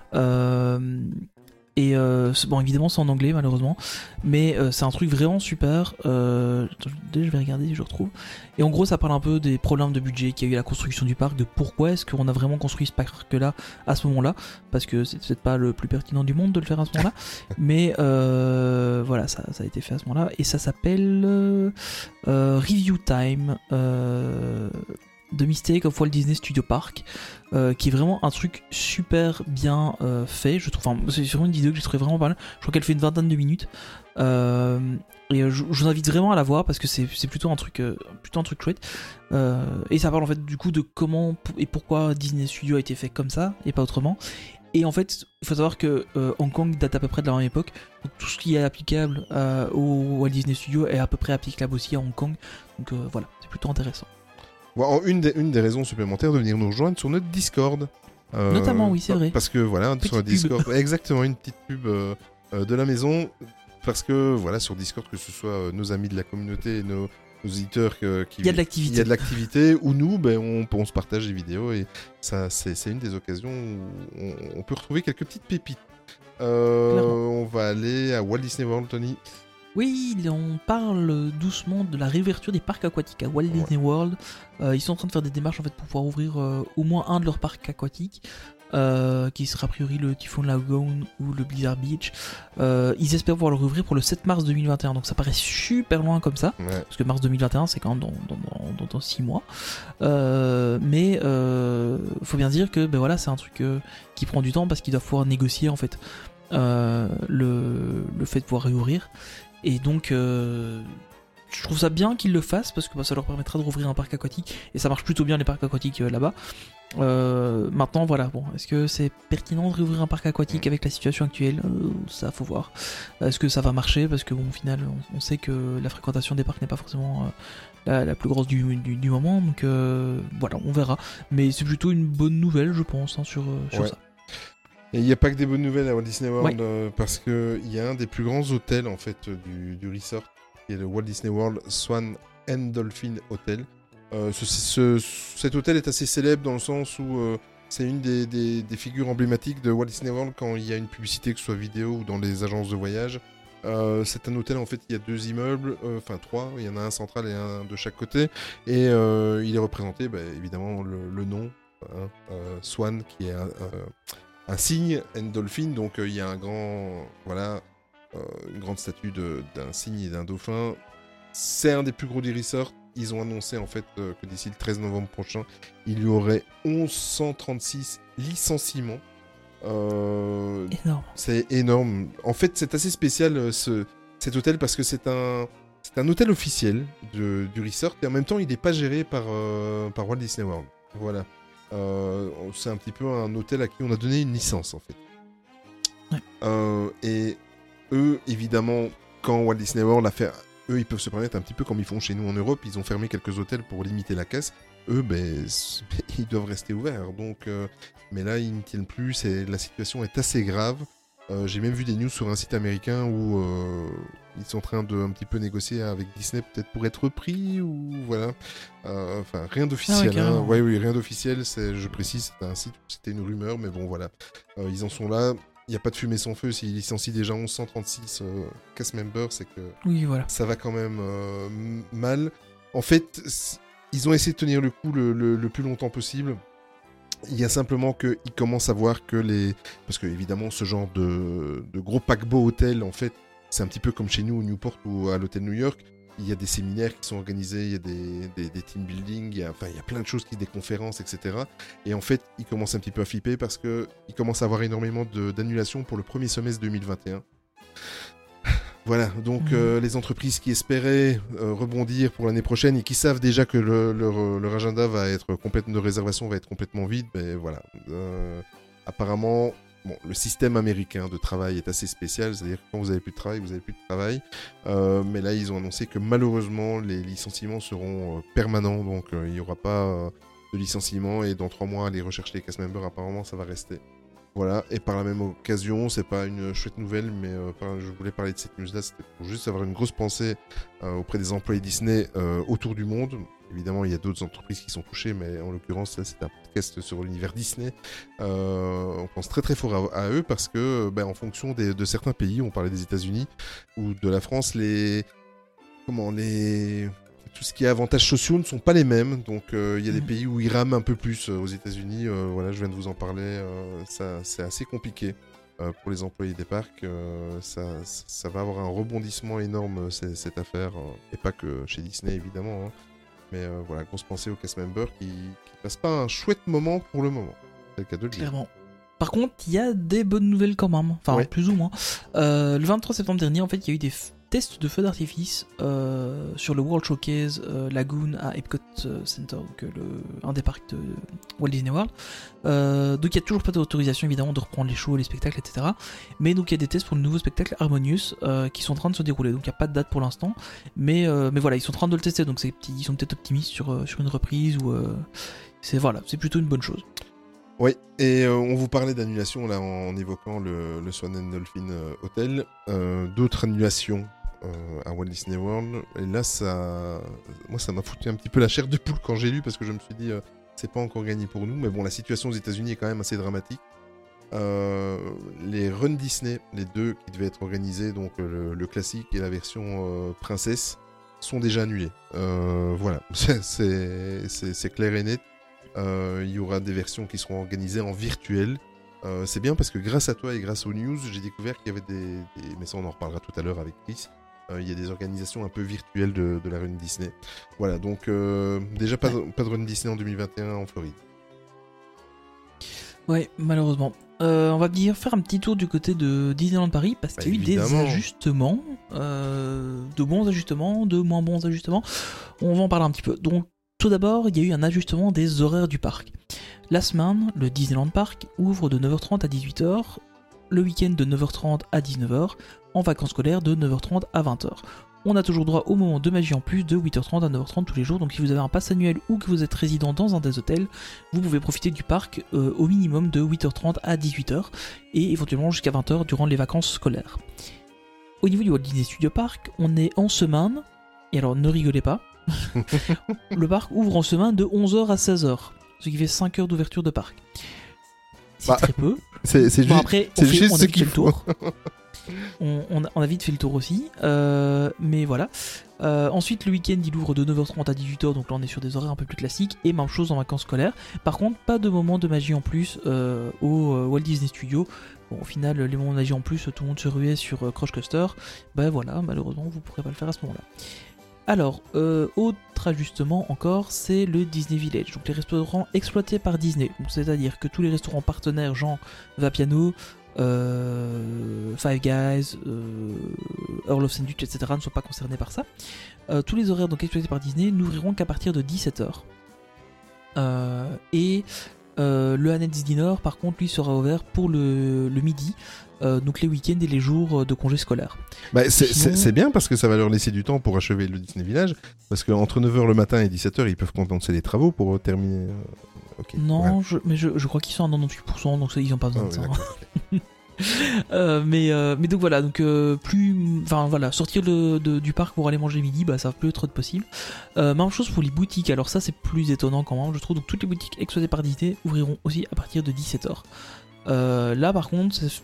Bon, évidemment c'est en anglais malheureusement, mais c'est un truc vraiment super. Je vais regarder si je retrouve. Et en gros ça parle un peu des problèmes de budget qu'il y a eu à la construction du parc, de pourquoi est-ce qu'on a vraiment construit ce parc là à ce moment là, parce que c'est peut-être pas le plus pertinent du monde de le faire à ce moment là, mais voilà, ça a été fait à ce moment là, et ça s'appelle Review Time The Mistake of Walt Disney Studio Park, qui est vraiment un truc super bien fait, je trouve. Enfin, c'est vraiment une vidéo que j'ai trouvé vraiment pas mal. Je crois qu'elle fait une vingtaine de minutes. Je vous invite vraiment à la voir parce que c'est plutôt un truc chouette. Et ça parle en fait du coup de comment et pourquoi Disney Studio a été fait comme ça et pas autrement. Et en fait, il faut savoir que Hong Kong date à peu près de la même époque. Donc tout ce qui est applicable au Walt Disney Studio est à peu près applicable aussi à Hong Kong. Donc voilà, c'est plutôt intéressant. Bon, une des raisons supplémentaires de venir nous rejoindre sur notre Discord. Notamment, oui, c'est vrai. Parce que voilà, Petite sur pub. Discord, exactement, une petite pub de la maison. Parce que voilà, sur Discord, que ce soit nos amis de la communauté et nos auditeurs qui... Il y a de l'activité. Il y a de l'activité, ou nous, on se partage des vidéos, et ça, c'est une des occasions où on peut retrouver quelques petites pépites. On va aller à Walt Disney World, Tony. Oui, on parle doucement de la réouverture des parcs aquatiques à Walt Disney World. Ils sont en train de faire des démarches en fait pour pouvoir ouvrir au moins un de leurs parcs aquatiques, qui sera a priori le Typhoon Lagoon ou le Blizzard Beach. Ils espèrent pouvoir le rouvrir pour le 7 mars 2021, donc ça paraît super loin comme ça, Ouais. parce que mars 2021 c'est quand même dans 6 mois. Mais faut bien dire que voilà, c'est un truc qui prend du temps parce qu'ils doivent pouvoir négocier en fait le fait de pouvoir réouvrir. Et donc, je trouve ça bien qu'ils le fassent parce que ça leur permettra de rouvrir un parc aquatique. Et ça marche plutôt bien les parcs aquatiques là-bas. Maintenant, voilà, bon, est-ce que c'est pertinent de réouvrir un parc aquatique avec la situation actuelle ? Ça, faut voir. Est-ce que ça va marcher ? Parce que, bon, au final, on sait que la fréquentation des parcs n'est pas forcément la plus grosse du moment. Donc, voilà, on verra. Mais c'est plutôt une bonne nouvelle, je pense, sur Ouais. ça. Et il n'y a pas que des bonnes nouvelles à Walt Disney World, parce qu'il y a un des plus grands hôtels en fait du resort, qui est le Walt Disney World Swan and Dolphin Hotel. Cet hôtel est assez célèbre dans le sens où c'est une des figures emblématiques de Walt Disney World quand il y a une publicité, que ce soit vidéo ou dans les agences de voyage. C'est un hôtel, en fait, il y a 2 immeubles, enfin 3, il y en a un central et un de chaque côté, et il est représenté, évidemment, le nom, Swan, qui est un cygne, and dolphin, donc il y a un grand, une grande statue d'un cygne et d'un dauphin. C'est un des plus gros des resorts. Ils ont annoncé en fait que d'ici le 13 novembre prochain, il y aurait 1136 licenciements. Énorme. C'est énorme. En fait, c'est assez spécial cet hôtel parce que c'est un hôtel officiel du resort, et en même temps, il n'est pas géré par Walt Disney World. Voilà. C'est un petit peu un hôtel à qui on a donné une licence en fait. Ouais. Et eux, évidemment, quand Walt Disney World a fait, eux, ils peuvent se permettre un petit peu comme ils font chez nous en Europe. Ils ont fermé quelques hôtels pour limiter la casse. Eux, ils doivent rester ouverts. Donc, mais là, ils ne tiennent plus. La situation est assez grave. J'ai même vu des news sur un site américain où ils sont en train de un petit peu négocier avec Disney, peut-être pour être repris ou voilà. Enfin, rien d'officiel. Ah ouais, oui, rien d'officiel. Je précise, c'était un site où c'était une rumeur, mais bon, voilà. Ils en sont là. Il n'y a pas de fumée sans feu. S'ils licencient déjà 1136 cast members, c'est que Oui, voilà. ça va quand même mal. En fait, ils ont essayé de tenir le coup le plus longtemps possible. Il y a simplement qu'ils commencent à voir que parce que évidemment ce genre de gros paquebot hôtel, en fait, c'est un petit peu comme chez nous au Newport ou à l'hôtel New York. Il y a des séminaires qui sont organisés, il y a des team building, il y a plein de choses, des conférences, etc. Et en fait, ils commencent un petit peu à flipper parce qu'ils commencent à avoir énormément d'annulations pour le premier semestre 2021. Voilà, donc les entreprises qui espéraient rebondir pour l'année prochaine et qui savent déjà que leur agenda de réservation va être complètement vide, voilà. Apparemment, le système américain de travail est assez spécial, c'est-à-dire que quand vous n'avez plus de travail, vous n'avez plus de travail. Mais là, ils ont annoncé que malheureusement, les licenciements seront permanents, donc il n'y aura pas de licenciement, et dans 3 mois, aller rechercher les cast members, apparemment, ça va rester. Voilà, et par la même occasion, c'est pas une chouette nouvelle, mais je voulais parler de cette news-là, c'était pour juste avoir une grosse pensée auprès des employés Disney autour du monde. Évidemment, il y a d'autres entreprises qui sont touchées, mais en l'occurrence, là, c'est un podcast sur l'univers Disney. On pense très très fort à eux parce que, en fonction de certains pays, on parlait des États-Unis ou de la France, tout ce qui est avantages sociaux ne sont pas les mêmes. Donc, il y a des pays où ils rament un peu plus. Aux États-Unis, voilà, je viens de vous en parler. C'est assez compliqué pour les employés des parcs. Ça va avoir un rebondissement énorme, cette affaire. Et pas que chez Disney, évidemment. Hein. Mais voilà, grosse pensée aux cast members qui passent pas un chouette moment pour le moment. C'est le cas de le dire. Clairement. Par contre, il y a des bonnes nouvelles quand même. Enfin, plus ou moins. Le 23 septembre dernier, en fait, il y a eu des tests de feux d'artifice sur le World Showcase Lagoon à Epcot Center, donc un des parcs de Walt Disney World. Donc il n'y a toujours pas d'autorisation évidemment de reprendre les shows, les spectacles, etc. Mais donc il y a des tests pour le nouveau spectacle Harmonious qui sont en train de se dérouler. Donc il n'y a pas de date pour l'instant, mais voilà, ils sont en train de le tester, donc ils sont peut-être optimistes sur une reprise ou c'est plutôt une bonne chose. Oui, et on vous parlait d'annulation là en évoquant le Swan and Dolphin Hotel. D'autres annulations à Walt Disney World. Et là, moi, ça m'a foutu un petit peu la chair de poule quand j'ai lu parce que je me suis dit, c'est pas encore gagné pour nous. Mais bon, la situation aux États-Unis est quand même assez dramatique. Les Run Disney, les deux qui devaient être organisés, donc le classique et la version princesse, sont déjà annulés. Voilà, c'est clair et net. Il y aura des versions qui seront organisées en virtuel. C'est bien parce que grâce à toi et grâce aux news, j'ai découvert qu'il y avait mais ça on en reparlera tout à l'heure avec Chris. Il y a des organisations un peu virtuelles de la Run Disney. Voilà, donc déjà pas de Run Disney en 2021 en Floride. Ouais, malheureusement. On va faire un petit tour du côté de Disneyland Paris parce qu'il y a eu des ajustements, de bons ajustements, de moins bons ajustements. On va en parler un petit peu. Donc, tout d'abord, il y a eu un ajustement des horaires du parc. La semaine, le Disneyland Park ouvre de 9h30 à 18h, le week-end de 9h30 à 19h, en vacances scolaires de 9h30 à 20h. On a toujours droit au moment de magie en plus de 8h30 à 9h30 tous les jours, donc si vous avez un pass annuel ou que vous êtes résident dans un des hôtels, vous pouvez profiter du parc au minimum de 8h30 à 18h et éventuellement jusqu'à 20h durant les vacances scolaires. Au niveau du Walt Disney Studio Park, on est en semaine, et alors ne rigolez pas, le parc ouvre en semaine de 11h à 16h, ce qui fait 5 heures d'ouverture de parc. C'est très peu. C'est juste, après, c'est juste ce qu'il faut. On a vite fait le tour aussi, mais voilà. Ensuite, le week-end, il ouvre de 9h30 à 18h, donc là on est sur des horaires un peu plus classiques, et même chose en vacances scolaires. Par contre, pas de moment de magie en plus au Walt Disney Studios. Bon, au final, les moments de magie en plus, tout le monde se ruait sur Crush Coaster. Ben voilà, malheureusement, vous ne pourrez pas le faire à ce moment-là. Alors, autre ajustement encore, c'est le Disney Village, donc les restaurants exploités par Disney. Donc, c'est-à-dire que tous les restaurants partenaires, genre Vapiano, Five Guys, Earl of Sandwich, etc. ne sont pas concernés par ça. Tous les horaires donc exploités par Disney n'ouvriront qu'à partir de 17h. Et le Hanet's Dinner, par contre, lui sera ouvert pour le midi, donc les week-ends et les jours de congés scolaires. Bah, c'est bien parce que ça va leur laisser du temps pour achever le Disney Village, parce qu'entre 9h le matin et 17h, ils peuvent compenser les travaux pour terminer. Okay, non, ouais. mais je crois qu'ils sont à 98%, donc ils n'ont pas besoin de ça. Mais donc voilà, donc sortir du parc pour aller manger midi, bah ça va plus être possible. Même chose pour les boutiques, alors ça c'est plus étonnant quand même, je trouve. Donc toutes les boutiques exploitées par Disney ouvriront aussi à partir de 17h. Là par contre, c'est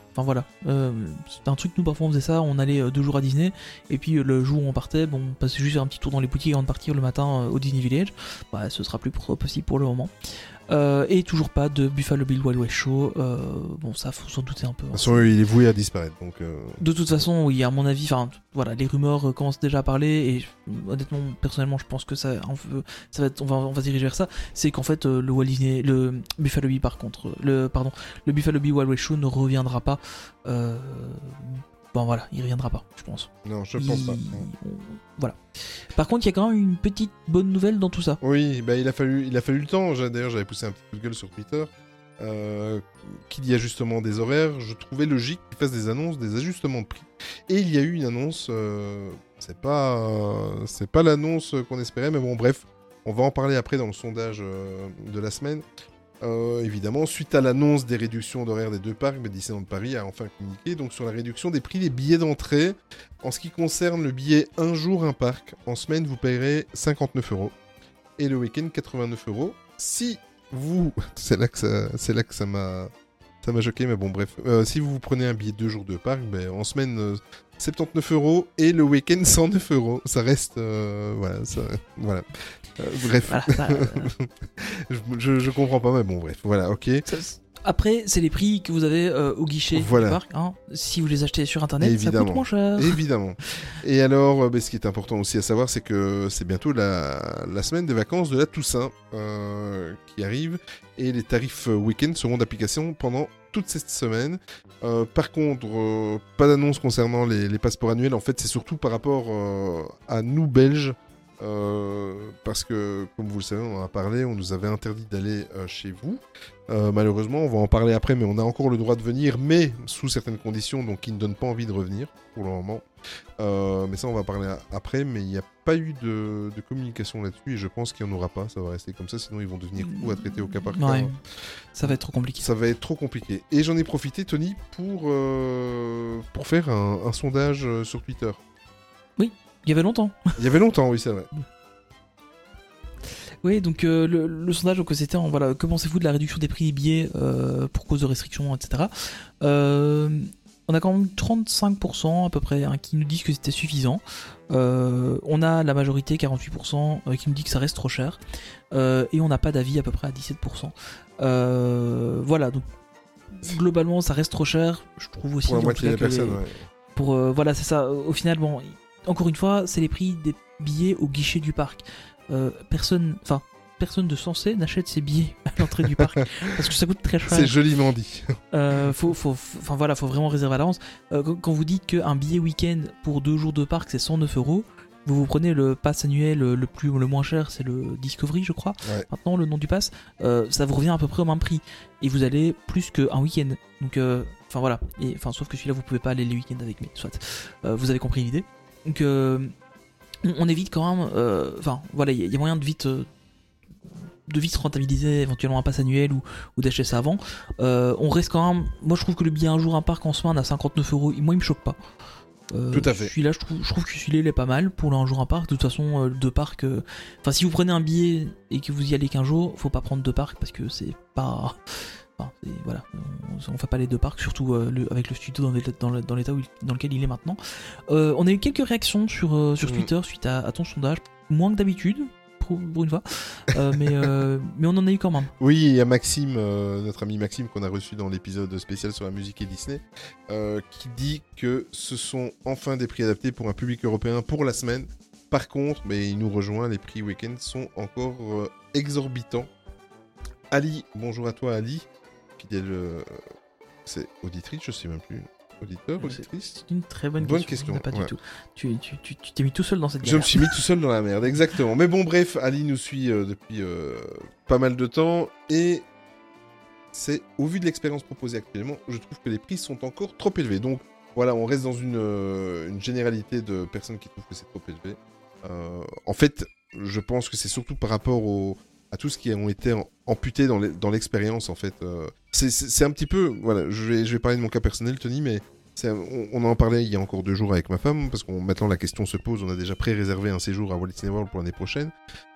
un truc, nous parfois on faisait ça, on allait 2 jours à Disney, et puis le jour où on partait, bon, on passait juste un petit tour dans les boutiques avant de partir le matin au Disney Village. Bah ce sera plus possible pour le moment. Et toujours pas de Buffalo Bill Wild West Show. Bon, ça faut s'en douter un peu. De toute façon, il est voué à disparaître. Donc, de toute façon, oui, à mon avis, voilà, les rumeurs commencent déjà à parler. Et honnêtement, personnellement, je pense que ça va être, on va se diriger vers ça. C'est qu'en fait, le Buffalo Bill, par contre, le Buffalo Bill Wild West Show ne reviendra pas. Bon voilà, il reviendra pas, je pense. Non, je pense pas. Voilà. Par contre, il y a quand même une petite bonne nouvelle dans tout ça. Oui, bah il a fallu le temps. D'ailleurs, j'avais poussé un petit coup de gueule sur Twitter. Qu'il y a justement des horaires, je trouvais logique qu'ils fassent des annonces, des ajustements de prix. Et il y a eu une annonce. C'est pas l'annonce qu'on espérait, mais bon, bref, on va en parler après dans le sondage de la semaine. Évidemment, suite à l'annonce des réductions d'horaires des deux parcs, Disneyland Paris a enfin communiqué donc sur la réduction des prix des billets d'entrée. En ce qui concerne le billet un jour un parc, en semaine vous payerez 59€ et le week-end 89€. Si vous, c'est là que ça m'a choqué, mais bon bref, si vous prenez un billet 2 jours de parc, en semaine 79€ et le week-end 109€. Ça reste voilà. Bref, voilà, je comprends pas, mais bon, bref, voilà, ok. Après, c'est les prix que vous avez au guichet du parc, hein. Si vous les achetez sur internet, évidemment, ça coûte moins cher. Évidemment. Et alors, ce qui est important aussi à savoir, c'est que c'est bientôt la semaine des vacances de la Toussaint qui arrive, et les tarifs week-end seront d'application pendant toute cette semaine. Par contre, pas d'annonce concernant les passeports annuels. En fait, c'est surtout par rapport à nous Belges. parce que, comme vous le savez, on en a parlé, on nous avait interdit d'aller chez vous. Malheureusement, on va en parler après, mais on a encore le droit de venir, mais sous certaines conditions, donc qui ne donnent pas envie de revenir pour le moment. Mais ça, on va en parler après, mais il n'y a pas eu de communication là-dessus, et je pense qu'il n'y en aura pas, ça va rester comme ça, sinon ils vont devenir fous à traiter au cas par cas. Ouais, ça va être trop compliqué. Ça va être trop compliqué. Et j'en ai profité, Tony, pour faire un sondage sur Twitter. Il y avait longtemps. Il y avait longtemps, oui, c'est vrai. Oui, donc le sondage, donc, c'était voilà, que pensez-vous de la réduction des prix des billets pour cause de restrictions, etc. On a quand même 35% à peu près qui nous disent que c'était suffisant. On a la majorité, 48%, qui nous dit que ça reste trop cher. Et on n'a pas d'avis à peu près à 17%. Voilà, donc globalement ça reste trop cher. Je trouve aussi pour la moitié des personnes, ouais. Voilà, c'est ça. Au final, bon, encore une fois, c'est les prix des billets au guichet du parc. Personne de sensé n'achète ses billets à l'entrée du parc parce que ça coûte très cher. C'est joliment dit. Faut vraiment réserver à l'avance. Quand vous dites qu'un billet week-end pour 2 jours de parc c'est 109 €, vous prenez le pass annuel le moins cher, c'est le Discovery, je crois. Ouais. Maintenant, le nom du pass, ça vous revient à peu près au même prix et vous allez plus qu'un week-end. Donc, voilà. Et sauf que celui-là, vous pouvez pas aller les week-ends avec, mais soit. Vous avez compris l'idée. Donc, on évite quand même. Voilà, il y a moyen de vite rentabiliser éventuellement un pass annuel ou d'acheter ça avant. On reste quand même. Moi, je trouve que le billet un jour un parc en semaine à 59 €, moi, il me choque pas. Tout à fait. Celui-là, je trouve que celui-là il est pas mal pour un jour un parc. De toute façon, 2 parcs. Si vous prenez un billet et que vous y allez qu'un jour, faut pas prendre 2 parcs parce que c'est pas. Voilà, on fait pas les 2 parcs, surtout avec le studio dans l'état dans lequel il est maintenant. On a eu quelques réactions sur Twitter suite à ton sondage, moins que d'habitude. Pour une fois, mais on en a eu quand même. Oui, il y a Maxime, notre ami Maxime qu'on a reçu dans l'épisode spécial sur la musique et Disney, qui dit que ce sont enfin des prix adaptés pour un public européen pour la semaine. Par contre, mais il nous rejoint, les prix week-end sont encore exorbitants. Ali, bonjour à toi Ali, fidèle, c'est auditrice, je sais même plus. Auditeur, auditrice. C'est une très bonne question. Pas du tout. Tu t'es mis tout seul dans cette galère. Je me suis mis tout seul dans la merde, exactement. Mais bon, bref, Ali nous suit depuis pas mal de temps et c'est, au vu de l'expérience proposée actuellement, je trouve que les prix sont encore trop élevés. Donc voilà, on reste dans une généralité de personnes qui trouvent que c'est trop élevé. En fait, je pense que c'est surtout par rapport à tout ce qui ont été amputés dans l'expérience, en fait. C'est un petit peu... Voilà, je vais parler de mon cas personnel, Tony, mais on en parlait il y a encore 2 jours avec ma femme, parce que maintenant la question se pose, on a déjà pré-réservé un séjour à Walt Disney World pour l'année prochaine.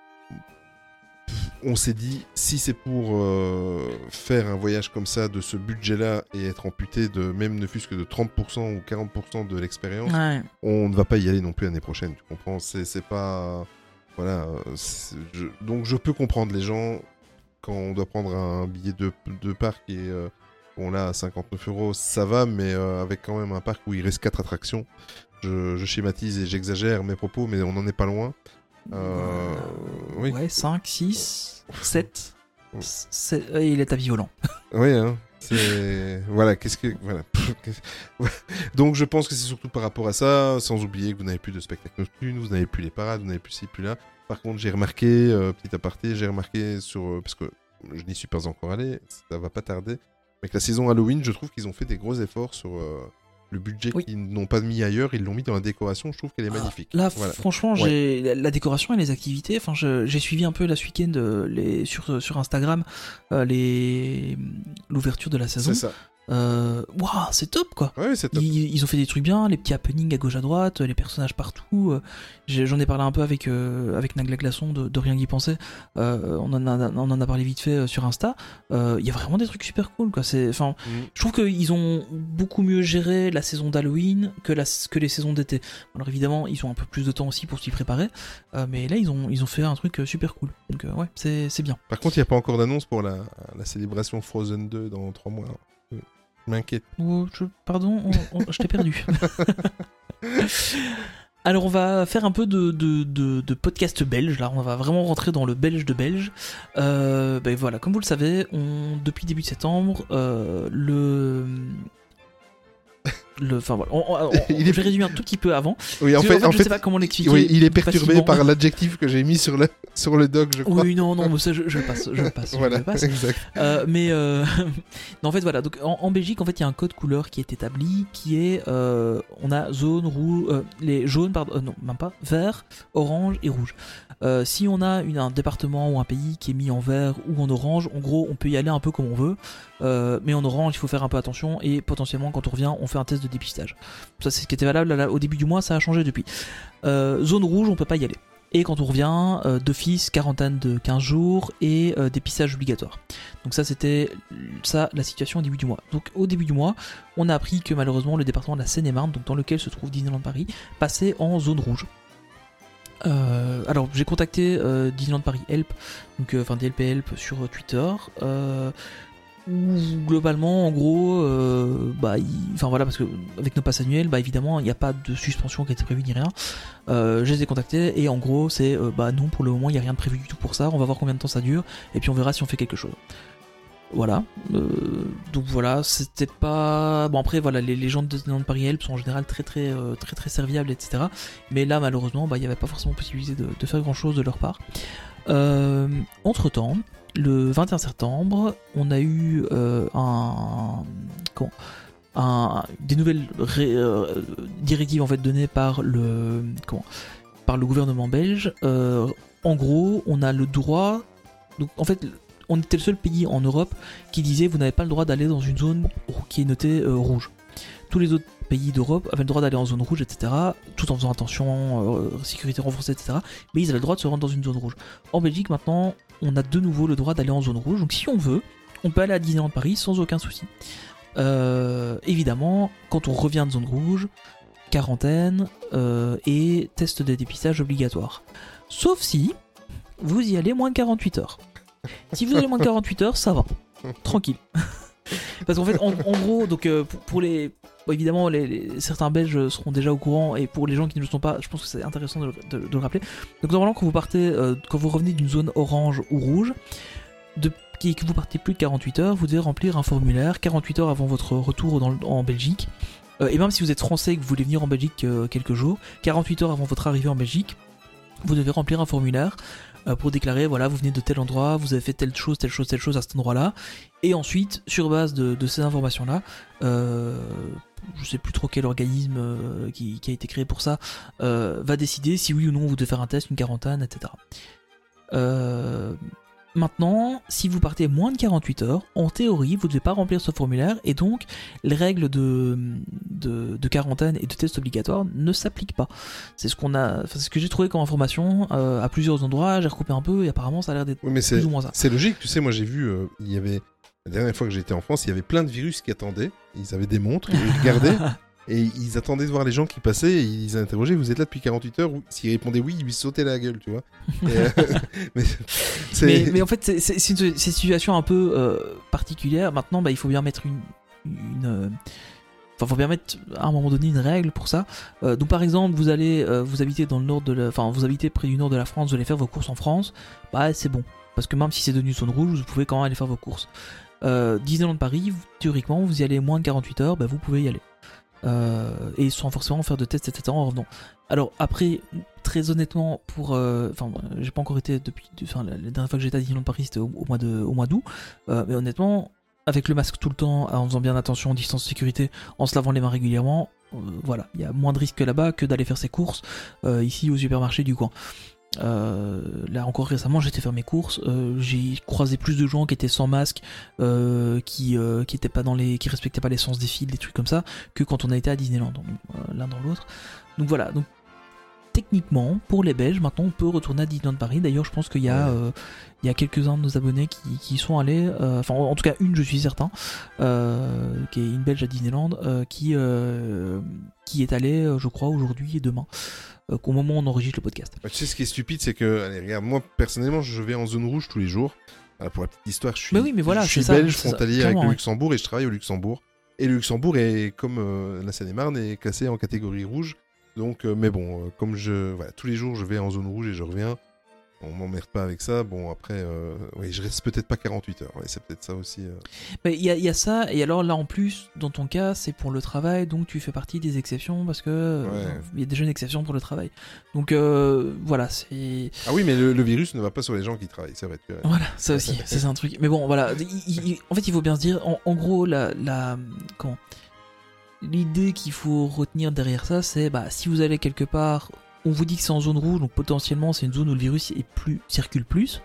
On s'est dit, si c'est pour faire un voyage comme ça, de ce budget-là, et être amputé de même ne fût-ce que de 30% ou 40% de l'expérience, ouais. On ne va pas y aller non plus l'année prochaine, tu comprends ? C'est pas... Voilà, donc je peux comprendre les gens quand on doit prendre un billet de parc et bon là à 59 €, ça va, mais avec quand même un parc où il reste 4 attractions. Je schématise et j'exagère mes propos, mais on n'en est pas loin. Oui. Ouais, 5, 6, 7. Et il est tapis volant. Oui, hein. Voilà, voilà. Donc je pense que c'est surtout par rapport à ça, sans oublier que vous n'avez plus de spectacles nocturnes, vous n'avez plus les parades, vous n'avez plus ci, plus là. Par contre, j'ai remarqué, petit aparté, parce que je n'y suis pas encore allé, ça va pas tarder, mais que la saison Halloween, je trouve qu'ils ont fait des gros efforts sur le budget qu'ils n'ont pas mis ailleurs, ils l'ont mis dans la décoration, je trouve qu'elle est magnifique. Là, voilà. Franchement, la décoration et les activités, j'ai suivi un peu là ce week-end sur Instagram l'ouverture de la saison. C'est ça. C'est top quoi. Ouais, c'est top. Ils ont fait des trucs bien, les petits happenings à gauche à droite, les personnages partout. J'en ai parlé un peu avec Nagla Glaçon de Rien qu'y penser. On en a parlé vite fait sur Insta. Il y a vraiment des trucs super cool quoi. Je trouve qu'ils ont beaucoup mieux géré la saison d'Halloween que les saisons d'été. Alors évidemment, ils ont un peu plus de temps aussi pour s'y préparer, mais là ils ont fait un truc super cool. Donc ouais, c'est bien. Par contre, il n'y a pas encore d'annonce pour la célébration Frozen 2 dans 3 mois. Je m'inquiète. Pardon, je t'ai perdu. Alors on va faire un peu de podcast belge, là on va vraiment rentrer dans le belge de belge. Voilà, comme vous le savez, depuis début de septembre, Enfin voilà, Il est- je vais résumer un tout petit peu avant. Oui, Parce que, je sais pas comment l'expliquer. oui, il est perturbé facilement. par l'adjectif que j'ai mis sur le doc, je crois. Oui, non, mais ça, je passe. Voilà, Je passe. exact. Non, en fait, voilà. Donc, en Belgique, en fait, il y a un code couleur qui est établi, qui est, on a zone rouge, les jaunes, pardon, non, même pas, vert, orange et rouge. Si on a un département ou un pays qui est mis en vert ou en orange, en gros, on peut y aller un peu comme on veut. Mais en orange, il faut faire un peu attention et potentiellement, quand on revient, on fait un test de dépistage. Ça, c'est ce qui était valable au début du mois, ça a changé depuis. Zone rouge, on peut pas y aller. Et quand on revient, d'office, quarantaine de 15 jours et dépistage obligatoire. Donc ça, c'était la situation au début du mois. Donc au début du mois, on a appris que malheureusement, le département de la Seine-et-Marne, donc dans lequel se trouve Disneyland Paris, passait en zone rouge. Alors j'ai contacté Disneyland Paris Help, donc DLP Help sur Twitter, où globalement en gros voilà, parce que avec nos passes annuelles, évidemment il n'y a pas de suspension qui a été prévue ni rien. Je les ai contactés et en gros c'est non, pour le moment il n'y a rien de prévu du tout pour ça, on va voir combien de temps ça dure et puis on verra si on fait quelque chose. Voilà, donc voilà, c'était pas... Bon après voilà, les gens de Disneyland Paris Help sont en général très serviables, etc. Mais là malheureusement, il n'y avait pas forcément possibilité de faire grand chose de leur part. Entre temps, le 21 septembre, on a eu des nouvelles directives en fait données par le gouvernement belge. En gros, on a le droit... Donc en fait... On était le seul pays en Europe qui disait vous n'avez pas le droit d'aller dans une zone qui est notée rouge. Tous les autres pays d'Europe avaient le droit d'aller en zone rouge, etc. Tout en faisant attention, sécurité renforcée, etc. Mais ils avaient le droit de se rendre dans une zone rouge. En Belgique, maintenant, on a de nouveau le droit d'aller en zone rouge. Donc si on veut, on peut aller à Disneyland Paris sans aucun souci. Évidemment, quand on revient de zone rouge, quarantaine et test de dépistage obligatoire. Sauf si vous y allez moins de 48 heures. Si vous allez moins de 48 heures, ça va. Tranquille. Parce qu'en fait, en gros, donc pour les... Bon, évidemment, certains Belges seront déjà au courant, et pour les gens qui ne le sont pas, je pense que c'est intéressant de le rappeler. Donc normalement, quand vous revenez d'une zone orange ou rouge, que vous partez plus de 48 heures, vous devez remplir un formulaire 48 heures avant votre retour en Belgique. Et même si vous êtes français et que vous voulez venir en Belgique quelques jours, 48 heures avant votre arrivée en Belgique, vous devez remplir un formulaire pour déclarer, voilà, vous venez de tel endroit, vous avez fait telle chose à cet endroit-là, et ensuite, sur base de ces informations-là, je sais plus trop quel organisme qui a été créé pour ça, va décider si oui ou non vous devez faire un test, une quarantaine, etc. Maintenant, si vous partez moins de 48 heures, en théorie, vous ne devez pas remplir ce formulaire, et donc les règles de quarantaine et de test obligatoire ne s'appliquent pas. C'est ce que j'ai trouvé comme information à plusieurs endroits, j'ai recoupé un peu, et apparemment ça a l'air d'être plus ou moins ça. C'est logique, tu sais, moi j'ai vu, il y avait, la dernière fois que j'étais en France, il y avait plein de virus qui attendaient, ils avaient des montres, ils regardaient, et ils attendaient de voir les gens qui passaient, et ils interrogeaient, vous êtes là depuis 48 heures, ou s'ils répondaient oui, ils lui sautaient la gueule, tu vois. Mais en fait, c'est une situation un peu particulière. Maintenant, il faut bien mettre faut bien mettre à un moment donné une règle pour ça. Donc par exemple, vous habitez dans le nord vous habitez près du nord de la France, vous allez faire vos courses en France, c'est bon. Parce que même si c'est devenu zone rouge, vous pouvez quand même aller faire vos courses. Disneyland Paris, théoriquement, vous y allez moins de 48 heures, vous pouvez y aller. Et sans forcément faire de tests, etc. en revenant. Alors après, très honnêtement, j'ai pas encore été depuis, la dernière fois que j'étais à Disneyland Paris, c'était au mois d'août. Mais honnêtement, avec le masque tout le temps, en faisant bien attention, distance de sécurité, en se lavant les mains régulièrement, voilà, il y a moins de risques là-bas que d'aller faire ses courses ici au supermarché du coin. Là encore récemment j'étais faire mes courses, j'ai croisé plus de gens qui étaient sans masque, qui étaient pas qui respectaient pas les sens des fils, des trucs comme ça, que quand on a été à Disneyland, donc, l'un dans l'autre. Donc voilà, donc techniquement pour les Belges maintenant on peut retourner à Disneyland Paris. D'ailleurs je pense qu'il y a quelques-uns de nos abonnés qui sont allés, en tout cas une, je suis certain, qui est une Belge à Disneyland, qui est allée je crois aujourd'hui et demain, qu'au moment où on enregistre le podcast. Tu sais ce qui est stupide, c'est que, allez, regarde, moi personnellement je vais en zone rouge tous les jours. Pour la petite histoire, je suis belge frontalier avec le Luxembourg, et je travaille au Luxembourg. Et le Luxembourg est, comme la Seine-et-Marne, est classé en catégorie rouge. Donc, mais bon, tous les jours je vais en zone rouge et je reviens. On m'emmerde pas avec ça. Bon, après, oui, je reste peut-être pas 48 heures. Ouais, c'est peut-être ça aussi. Mais il y a ça, et alors là en plus, dans ton cas, c'est pour le travail, donc tu fais partie des exceptions parce que il y a déjà une exception pour le travail. Donc voilà, c'est. Ah oui, mais le virus ne va pas sur les gens qui travaillent, c'est vrai. Voilà, ça aussi, c'est un truc. Mais bon, voilà, en fait, il faut bien se dire, en gros, l'idée qu'il faut retenir derrière ça, c'est si vous allez quelque part. On vous dit que c'est en zone rouge, donc potentiellement c'est une zone où le virus circule plus.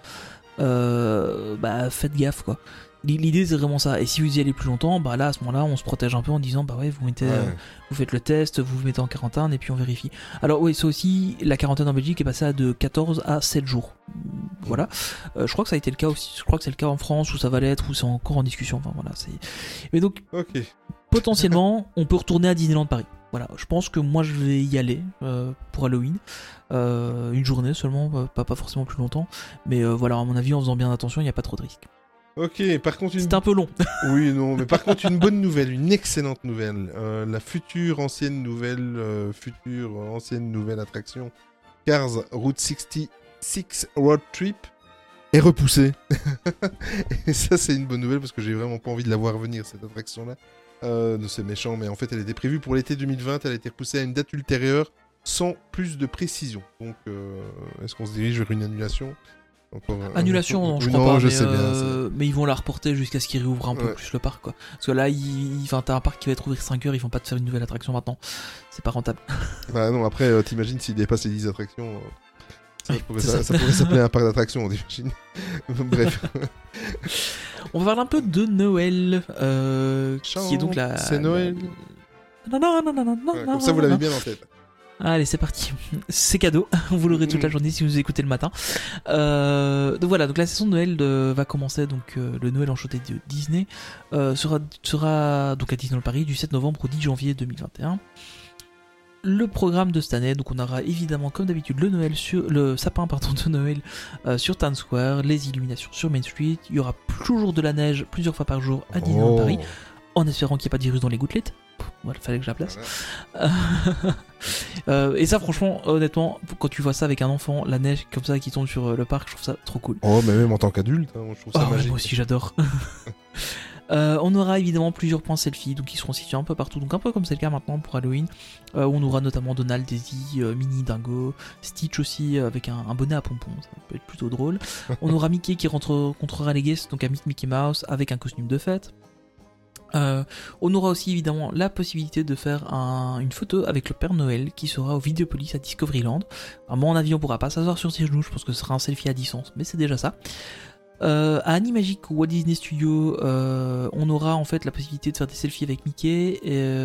Faites gaffe quoi. L'idée c'est vraiment ça. Et si vous y allez plus longtemps, là à ce moment-là, on se protège un peu en disant vous faites le test, vous vous mettez en quarantaine et puis on vérifie. Alors oui, c'est aussi la quarantaine en Belgique est passée de 14 à 7 jours. Voilà. Je crois que ça a été le cas aussi. Je crois que c'est le cas en France où ça va l'être, où c'est encore en discussion. Enfin voilà, c'est. Mais donc potentiellement, on peut retourner à Disneyland Paris. Voilà, je pense que moi je vais y aller pour Halloween, une journée seulement, pas forcément plus longtemps, mais voilà, à mon avis en faisant bien attention, il n'y a pas trop de risques. Ok, par contre c'est un peu long. Oui, non, mais par contre une bonne nouvelle, une excellente nouvelle, la future ancienne nouvelle attraction Cars Route 66 Road Trip est repoussée. Et ça c'est une bonne nouvelle parce que j'ai vraiment pas envie de la voir venir cette attraction là. C'est méchant, mais en fait elle était prévue pour l'été 2020, elle a été repoussée à une date ultérieure sans plus de précision. Donc est-ce qu'on se dirige vers une annulation? Annulation, non, je crois pas, je sais bien, mais ils vont la reporter jusqu'à ce qu'ils réouvrent un peu plus le parc quoi. Parce que là, t'as un parc qui va être ouvert 5 heures, ils vont pas te faire une nouvelle attraction maintenant, c'est pas rentable. Non, après t'imagines s'il dépasse les 10 attractions, ça pourrait s'appeler un parc d'attractions, t'imagines. Bref. On va parler un peu de Noël, qui est donc c'est Noël. Non. Comme ça, vous l'avez bien en tête. Allez, c'est parti. C'est cadeau. Vous l'aurez toute la journée si vous écoutez le matin. Donc voilà, donc la saison de Noël va commencer. Donc le Noël enchanté de Disney sera donc à Disneyland Paris du 7 novembre au 10 janvier 2021. Le programme de cette année, donc on aura évidemment comme d'habitude le sapin de Noël sur Times Square, les illuminations sur Main Street, il y aura toujours de la neige plusieurs fois par jour à Disneyland Paris, en espérant qu'il n'y ait pas de virus dans les gouttelettes. Voilà, fallait que je la place. Et ça franchement, honnêtement, quand tu vois ça avec un enfant, la neige comme ça qui tombe sur le parc, je trouve ça trop cool. Oh mais même en tant qu'adulte, je trouve ça magique. Moi aussi j'adore. On aura évidemment plusieurs points selfie, donc ils seront situés un peu partout, donc un peu comme c'est le cas maintenant pour Halloween. On aura notamment Donald, Daisy, Minnie, Dingo, Stitch aussi avec un bonnet à pompons, ça peut être plutôt drôle. On aura Mickey qui rencontrera les guests, donc à Mickey Mouse avec un costume de fête. On aura aussi évidemment la possibilité de faire une photo avec le Père Noël qui sera au Videopolis à Discoveryland. À mon avis on pourra pas s'asseoir sur ses genoux, je pense que ce sera un selfie à distance, mais c'est déjà ça. À Animagic ou Walt Disney Studios, on aura en fait la possibilité de faire des selfies avec Mickey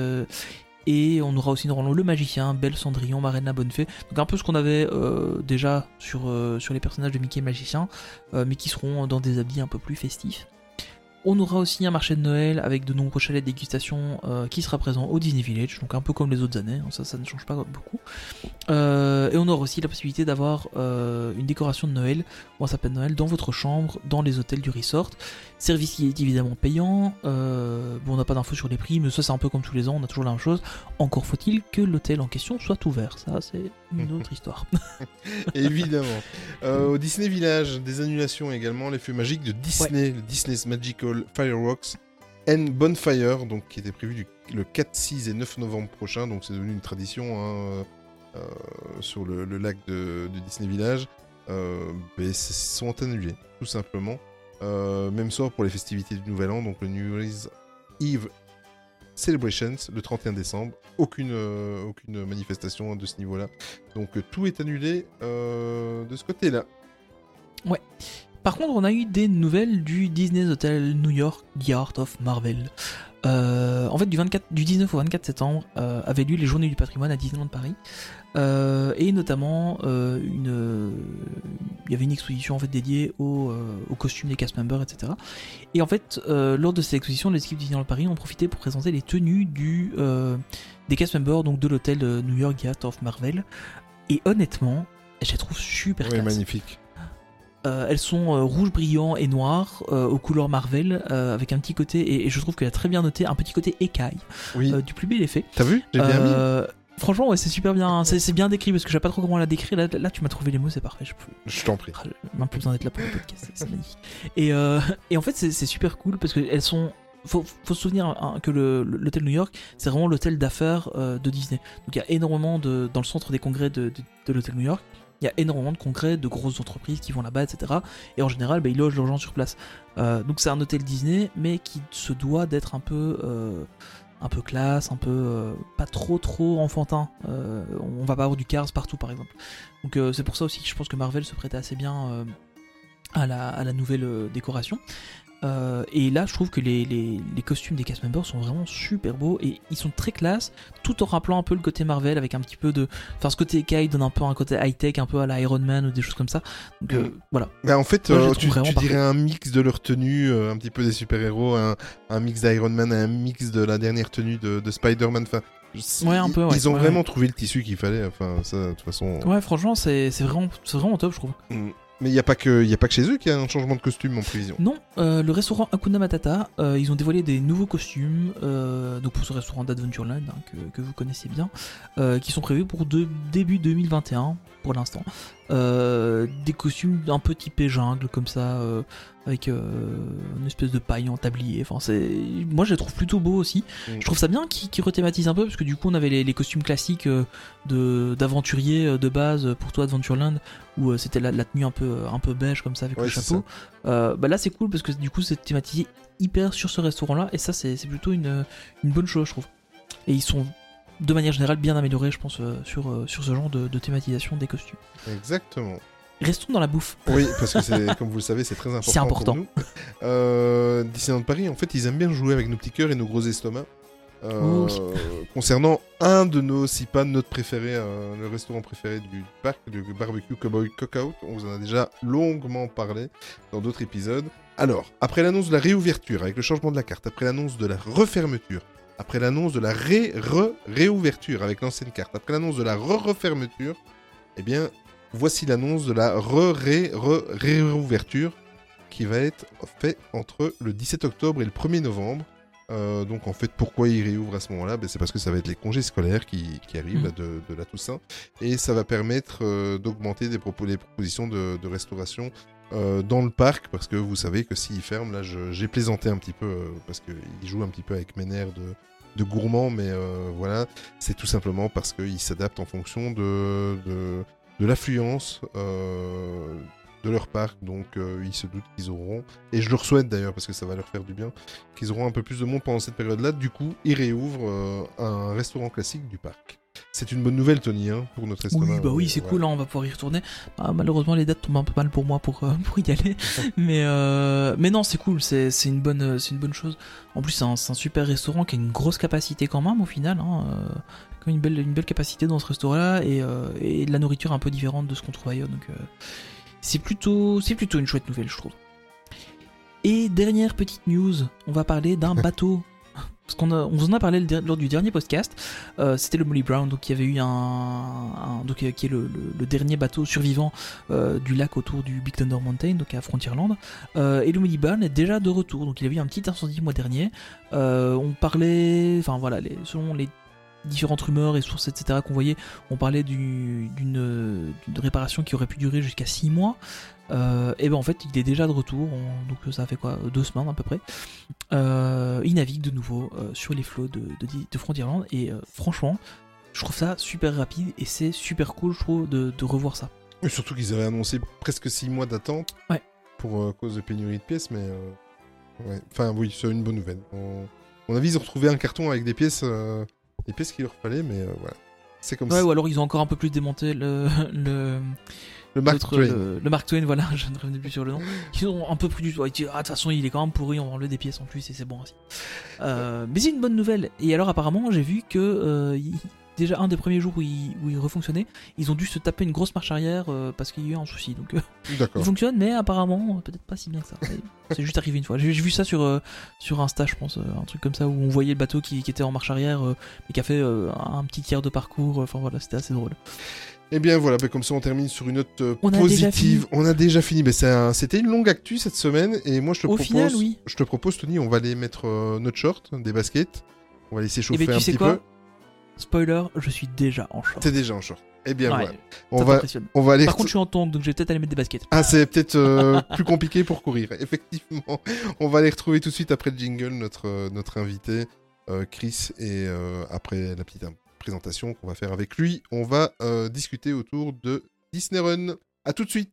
et on aura aussi normalement le magicien, Belle, Cendrillon, Marraine la Bonne Fée, donc un peu ce qu'on avait déjà sur les personnages de Mickey et Magicien, mais qui seront dans des habits un peu plus festifs. On aura aussi un marché de Noël avec de nombreux chalets de dégustation qui sera présent au Disney Village, donc un peu comme les autres années, ça ne change pas beaucoup. Et on aura aussi la possibilité d'avoir une décoration de Noël ou un sapin de Noël dans votre chambre, dans les hôtels du resort. Service qui est évidemment payant, on n'a pas d'infos sur les prix, mais ça c'est un peu comme tous les ans, on a toujours la même chose. Encore faut-il que l'hôtel en question soit ouvert, ça c'est une autre histoire. Évidemment. Au Disney Village, des annulations également, les feux magiques de Disney, le Disney's Magical Fireworks and Bonfire, donc qui était prévu le 4, 6 et 9 novembre prochain, donc c'est devenu une tradition sur le lac de Disney Village. Mais sont annulés, tout simplement. Même sort pour les festivités du Nouvel An, donc le New Year's Eve Celebrations, le 31 décembre. Aucune manifestation de ce niveau-là. Donc tout est annulé de ce côté-là. Ouais. Par contre, on a eu des nouvelles du Disney's Hotel New York, The Art of Marvel. En fait, du 19 au 24 septembre avaient lieu les Journées du Patrimoine à Disneyland Paris. Et notamment, il y avait une exposition en fait, dédiée aux costumes des cast members, etc. Et en fait, lors de cette exposition, les équipes de Disneyland Paris ont profité pour présenter les tenues des cast members donc de l'hôtel New York, The Art of Marvel. Et honnêtement, je les trouve super classe. Oui, magnifique. Elles sont rouge brillant et noir aux couleurs Marvel avec un petit côté et je trouve qu'elle a très bien noté un petit côté écaille du plus bel effet. T'as vu ? J'ai bien mis. Franchement, ouais, c'est super bien, c'est bien décrit parce que je sais pas trop comment la décrire. Là, tu m'as trouvé les mots, c'est parfait. Je t'en prie. J'ai même plus besoin d'être là pour le podcast, c'est magnifique. Et en fait, c'est super cool parce que elles sont. Faut se souvenir que l'hôtel New York, c'est vraiment l'hôtel d'affaires de Disney. Donc il y a énormément dans le centre des congrès de l'hôtel New York. Il y a énormément de congrès de grosses entreprises qui vont là-bas, etc. Et en général, ils logent leurs gens sur place. Donc c'est un hôtel Disney, mais qui se doit d'être un peu classe, un peu pas trop enfantin. On va pas avoir du Cars partout, par exemple. Donc c'est pour ça aussi que je pense que Marvel se prêtait assez bien à la nouvelle décoration. Et là je trouve que les costumes des cast members sont vraiment super beaux et ils sont très classe tout en rappelant un peu le côté Marvel avec un petit peu de... Enfin ce côté Kai donne un peu un côté high-tech un peu à la Iron Man ou des choses comme ça. Donc voilà. Bah, en fait moi, tu dirais un mix de leur tenue, un petit peu des super-héros, un mix d'Iron Man, un mix de la dernière tenue de Spider-Man. Enfin, ouais, un peu, ouais. Ils ont vraiment trouvé le tissu qu'il fallait. Enfin ça de toute façon... Ouais franchement c'est vraiment top je trouve. Mais il n'y a pas que chez eux qu'il y a un changement de costume en prévision. Non, le restaurant Hakuna Matata, ils ont dévoilé des nouveaux costumes, donc pour ce restaurant d'Adventureland que vous connaissez bien, qui sont prévus pour début 2021 pour l'instant. Des costumes un peu typés jungle comme ça, avec une espèce de paille en tablier. Enfin, moi je les trouve plutôt beaux aussi. Je trouve ça bien qu'ils rethématisent un peu parce que du coup on avait les costumes classiques d'aventuriers de base pour toi Adventureland où c'était la tenue un peu beige comme ça avec le chapeau. Là c'est cool parce que du coup c'est thématisé hyper sur ce restaurant là et ça c'est plutôt une bonne chose je trouve. Et ils sont de manière générale bien améliorés je pense sur ce genre de thématisation des costumes. Exactement. Restons dans la bouffe. Oui, parce que comme vous le savez, c'est très important. C'est important. Pour nous. Disneyland Paris, en fait, ils aiment bien jouer avec nos petits cœurs et nos gros estomacs. Oui. Concernant un de nos, si pas notre préféré, le restaurant préféré du parc, le barbecue Cowboy Cookout, on vous en a déjà longuement parlé dans d'autres épisodes. Alors, après l'annonce de la réouverture, avec le changement de la carte, après l'annonce de la refermeture, après l'annonce de la réouverture avec l'ancienne carte, après l'annonce de la refermeture, eh bien, voici l'annonce de la réouverture qui va être faite entre le 17 octobre et le 1er novembre. Donc en fait, pourquoi ils réouvrent à ce moment-là ? C'est parce que ça va être les congés scolaires qui arrivent là, de la Toussaint. Et ça va permettre d'augmenter les propositions de restauration dans le parc. Parce que vous savez que s'ils ferment, là j'ai plaisanté un petit peu parce qu'ils jouent un petit peu avec mes nerfs de gourmands. Mais voilà, c'est tout simplement parce qu'ils s'adaptent en fonction de l'affluence de leur parc, donc ils se doutent qu'ils auront, et je leur souhaite d'ailleurs parce que ça va leur faire du bien, qu'ils auront un peu plus de monde pendant cette période-là. Du coup, ils réouvrent un restaurant classique du parc. C'est une bonne nouvelle, Tony, hein, pour notre restaurant. Oui, c'est cool, hein, on va pouvoir y retourner. Malheureusement, les dates tombent un peu mal pour moi pour y aller, mais non, c'est cool, c'est une bonne chose. En plus, c'est un super restaurant qui a une grosse capacité quand même au final. Une belle capacité dans ce restaurant-là et de la nourriture un peu différente de ce qu'on trouve ailleurs. Donc c'est plutôt une chouette nouvelle, je trouve. Et dernière petite news, on va parler d'un bateau. Parce on vous en a parlé lors du dernier podcast. C'était le Molly Brown, donc il y avait eu qui est le dernier bateau survivant du lac autour du Big Thunder Mountain, donc à Frontierland. Et le Molly Brown est déjà de retour. Donc il y avait eu un petit incendie le mois dernier. On parlait, enfin voilà, selon les différentes rumeurs et sources etc qu'on voyait, on parlait d'une réparation qui aurait pu durer jusqu'à 6 mois. Et ben en fait il est déjà de retour, donc ça fait quoi, 2 semaines à peu près. Il navigue de nouveau sur les flots de Frontierland et franchement je trouve ça super rapide et c'est super cool je trouve de revoir ça. Et surtout qu'ils avaient annoncé presque 6 mois d'attente pour cause de pénurie de pièces, mais ouais. Enfin oui, c'est une bonne nouvelle. On a vu ils ont retrouvé un carton avec des pièces qu'il leur fallait, mais voilà. C'est comme ça. Ou alors ils ont encore un peu plus démonté le Mark Twain. Le Mark Twain, voilà, je ne revenais plus sur le nom. Ils ont un peu plus du tout. De toute façon, il est quand même pourri, on va enlever des pièces en plus et c'est bon ainsi. Mais c'est une bonne nouvelle. Et alors, apparemment, j'ai vu que déjà un des premiers jours où il refonctionnait, ils ont dû se taper une grosse marche arrière parce qu'il y a eu un souci. Donc, il fonctionne, mais apparemment, peut-être pas si bien que ça. C'est juste arrivé une fois. J'ai vu ça sur Insta, je pense, un truc comme ça où on voyait le bateau qui était en marche arrière, mais qui a fait un petit tiers de parcours. Enfin voilà, c'était assez drôle. Et bien voilà, comme ça on termine sur une note positive. On a déjà fini, mais c'était une longue actu cette semaine et moi je te propose Tony, on va aller mettre notre short, des baskets, on va laisser chauffer un petit peu. spoiler, je suis déjà en short. T'es déjà en short. Eh bien, Ouais, voilà. ça t'impressionne. On va aller. Par contre, je suis en tongue, donc je vais peut-être aller mettre des baskets. Ah, c'est peut-être plus compliqué pour courir. Effectivement, on va les retrouver tout de suite après le jingle, notre invité, Chris, et après la petite présentation qu'on va faire avec lui, on va discuter autour de Disney Run. À tout de suite.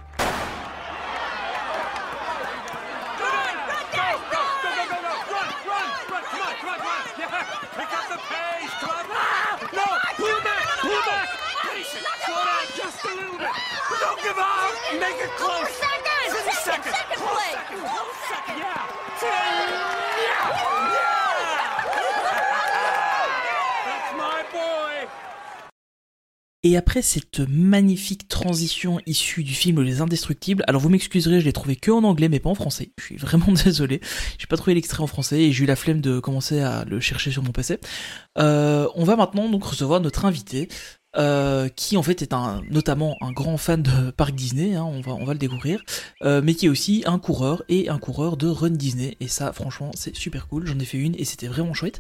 Et après cette magnifique transition issue du film Les Indestructibles, alors vous m'excuserez, je l'ai trouvé que en anglais mais pas en français, je suis vraiment désolé, j'ai pas trouvé l'extrait en français et j'ai eu la flemme de commencer à le chercher sur mon PC. On va maintenant donc recevoir notre invité, qui en fait est notamment un grand fan de parc Disney, hein, on va le découvrir, mais qui est aussi un coureur de Run Disney, et ça franchement c'est super cool, j'en ai fait une et c'était vraiment chouette.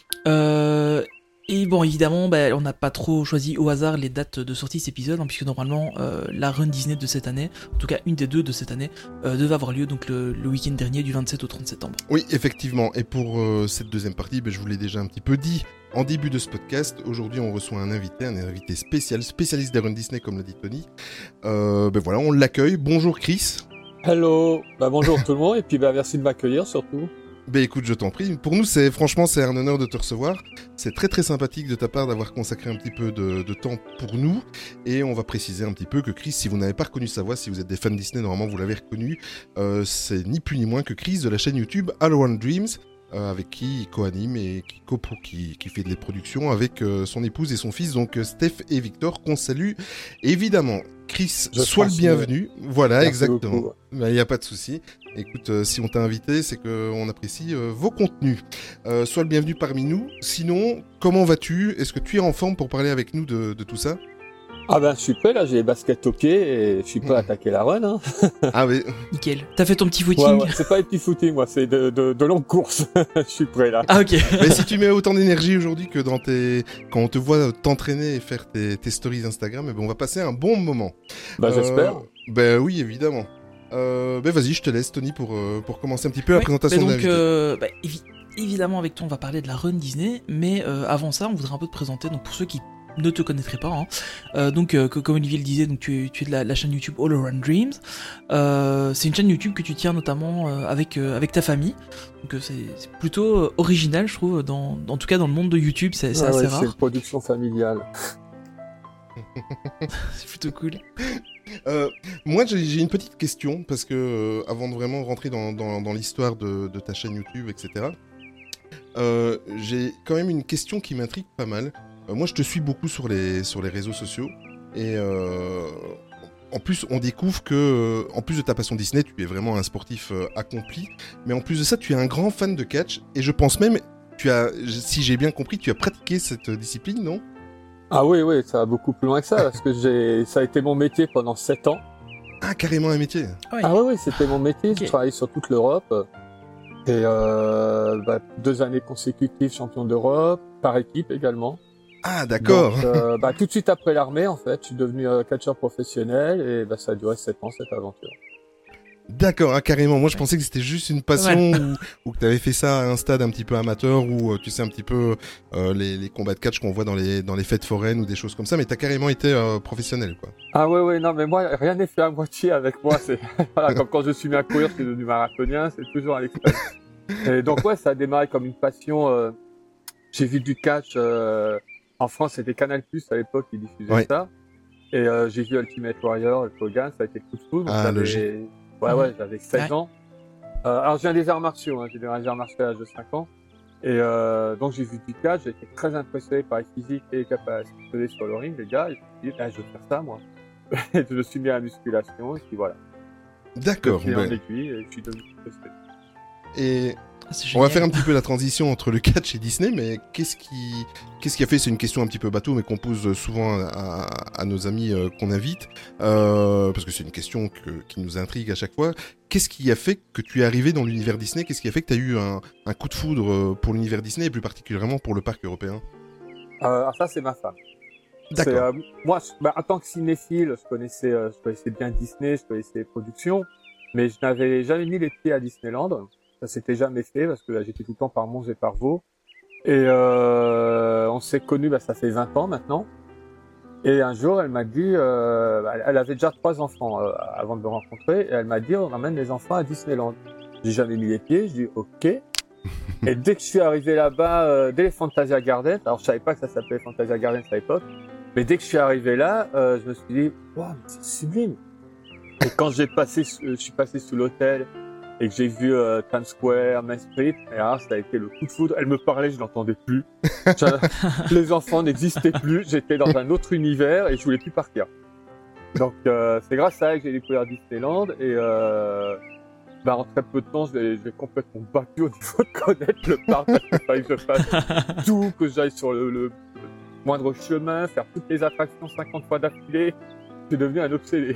Et bon, évidemment, on n'a pas trop choisi au hasard les dates de sortie de cet épisode, hein, puisque normalement, la Run Disney de cette année, en tout cas une des deux de cette année, devait avoir lieu donc le week-end dernier du 27 au 30 septembre. Oui, effectivement. Et pour cette deuxième partie, je vous l'ai déjà un petit peu dit en début de ce podcast. Aujourd'hui, on reçoit un invité spécialiste des Run Disney, comme l'a dit Tony. Voilà, on l'accueille. Bonjour Chris. Hello. Bonjour tout le monde, et puis merci de m'accueillir surtout. Écoute, je t'en prie. Pour nous, c'est un honneur de te recevoir. C'est très très sympathique de ta part d'avoir consacré un petit peu de temps pour nous. Et on va préciser un petit peu que Chris, si vous n'avez pas reconnu sa voix, si vous êtes des fans Disney, normalement vous l'avez reconnu, c'est ni plus ni moins que Chris de la chaîne YouTube All Around Dreams, avec qui il co-anime et qui fait des productions avec son épouse et son fils, donc Steph et Victor, qu'on salue évidemment. Chris, sois le bienvenu. Voilà, merci exactement. Il n'y a pas de souci. Écoute, si on t'a invité, c'est qu'on apprécie vos contenus. Sois le bienvenu parmi nous. Sinon, comment vas-tu ? Est-ce que tu es en forme pour parler avec nous de tout ça ? Ah je suis prêt, là, j'ai les baskets au pied et je suis prêt à attaquer la run. Hein. Ah oui. Nickel. T'as fait ton petit footing ? Ouais, c'est pas un petit footing, moi, c'est de longues courses. Je suis prêt, là. Ah ok. Mais si tu mets autant d'énergie aujourd'hui que quand on te voit t'entraîner et faire tes stories Instagram, on va passer un bon moment. J'espère. Oui, évidemment. Vas-y, je te laisse, Tony, pour commencer un petit peu la présentation de l'invité. Évidemment, avec toi, on va parler de la Run Disney, mais avant ça, on voudrait un peu te présenter. Donc, pour ceux qui ne te connaîtraient pas, comme Olivier le disait, donc tu es de la chaîne YouTube All Around Dreams. C'est une chaîne YouTube que tu tiens notamment avec ta famille. Donc, c'est plutôt original, je trouve, en tout cas dans le monde de YouTube, c'est assez rare. C'est une production familiale. C'est plutôt cool. Moi, j'ai une petite question, parce que avant de vraiment rentrer dans l'histoire de ta chaîne YouTube, etc., j'ai quand même une question qui m'intrigue pas mal. Moi, je te suis beaucoup sur les réseaux sociaux, et en plus, on découvre que, en plus de ta passion Disney, tu es vraiment un sportif accompli, mais en plus de ça, tu es un grand fan de catch, et je pense même, si j'ai bien compris, tu as pratiqué cette discipline, non ? Ah oui, ça va beaucoup plus loin que ça, parce que ça a été mon métier pendant 7 ans. Ah, carrément un métier. Ah oui, c'était mon métier, okay. J'ai travaillé sur toute l'Europe, et 2 années consécutives champion d'Europe, par équipe également. Ah, d'accord. Donc, tout de suite après l'armée, en fait, je suis devenu catcheur professionnel, et ça a duré 7 ans, cette aventure. D'accord, carrément. Moi, je pensais que c'était juste une passion ou que tu avais fait ça à un stade un petit peu amateur où tu sais un petit peu les combats de catch qu'on voit dans les fêtes foraines ou des choses comme ça, mais t'as carrément été professionnel, quoi. Ah ouais, non, mais moi, rien n'est fait à moitié avec moi. C'est voilà, comme quand je suis mis à courir, je suis devenu marathonien, c'est toujours à l'express. Et donc ça a démarré comme une passion. J'ai vu du catch en France, c'était Canal+ à l'époque qui diffusait ça. Et j'ai vu Ultimate Warrior, le Hogan, ça a été coup de foudre. Ouais, j'avais 16 ans. Alors, je viens des arts martiaux, j'ai démarré les arts martiaux à l'âge de 5 ans. Et donc, j'ai vu du catch, j'ai été très impressionné par les physiques et les capacités qu'ils faisaient sur le ring, les gars. Et je me suis dit, je veux faire ça, moi. Et je me suis mis à la musculation, et puis voilà. D'accord. Je suis en aiguille, et je suis devenu professionnel. Et on va faire un petit peu la transition entre le catch et Disney, mais qu'est-ce qui a fait, c'est une question un petit peu bateau, mais qu'on pose souvent à nos amis qu'on invite, parce que c'est une question qui nous intrigue à chaque fois. Qu'est-ce qui a fait que tu es arrivé dans l'univers Disney ? Qu'est-ce qui a fait que tu as eu un coup de foudre pour l'univers Disney, et plus particulièrement pour le parc européen ? Alors ça, c'est ma femme. D'accord. Moi, en tant que cinéphile, je connaissais bien Disney, je connaissais les productions, mais je n'avais jamais mis les pieds à Disneyland. Ça s'était jamais fait parce que là, j'étais tout le temps par Mons et par Vaux. Et on s'est connus, ça fait 20 ans maintenant. Et un jour, elle m'a dit, elle avait déjà 3 enfants avant de me rencontrer, et elle m'a dit, on emmène les enfants à Disneyland. J'ai jamais mis les pieds, je dis ok. Et dès que je suis arrivé là-bas, dès les Fantasia Gardens, alors je savais pas que ça s'appelait Fantasia Gardens à l'époque, mais dès que je suis arrivé là, je me suis dit, waouh, c'est sublime. Et quand je suis passé sous l'hôtel et que j'ai vu Times Square, Main Street, et là, ça a été le coup de foudre. Elle me parlait, je n'entendais plus. Les enfants n'existaient plus. J'étais dans un autre univers et je voulais plus partir. Donc c'est grâce à elle que j'ai découvert Disneyland et en très peu de temps, je vais complètement battu au niveau de connaître le parc. Parce qu'il fallait que je fasse tout, que j'aille sur le moindre chemin, faire toutes les attractions 50 fois d'affilée. Je suis devenu un obsédé.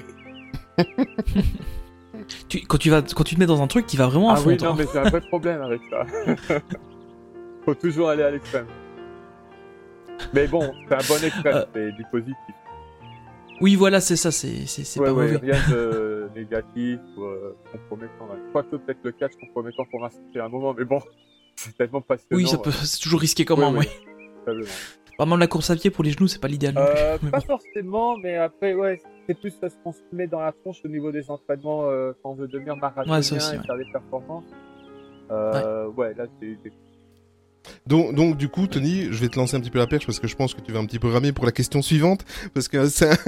Quand tu te mets dans un truc, tu vas vraiment à fond. Ah oui, non, mais j'ai un vrai problème avec ça. Faut toujours aller à l'extrême. Mais bon, c'est un bon extrême, c'est du positif. Oui, voilà, c'est ça, c'est pas mauvais. Rien de négatif ou compromettant. Quoique peut-être le catch compromettant pour m'insulter à un moment, mais bon, c'est tellement passionnant. Oui, c'est toujours risqué quand même, oui. Vraiment, la course à pied pour les genoux, c'est pas l'idéal non plus. Pas forcément, mais après, c'est plus ce qu'on se met dans la tronche au niveau des entraînements quand on veut devenir marathonien et faire des performances. Là, c'est... Donc du coup, Tony, je vais te lancer un petit peu la perche parce que je pense que tu vas un petit peu ramer pour la question suivante parce que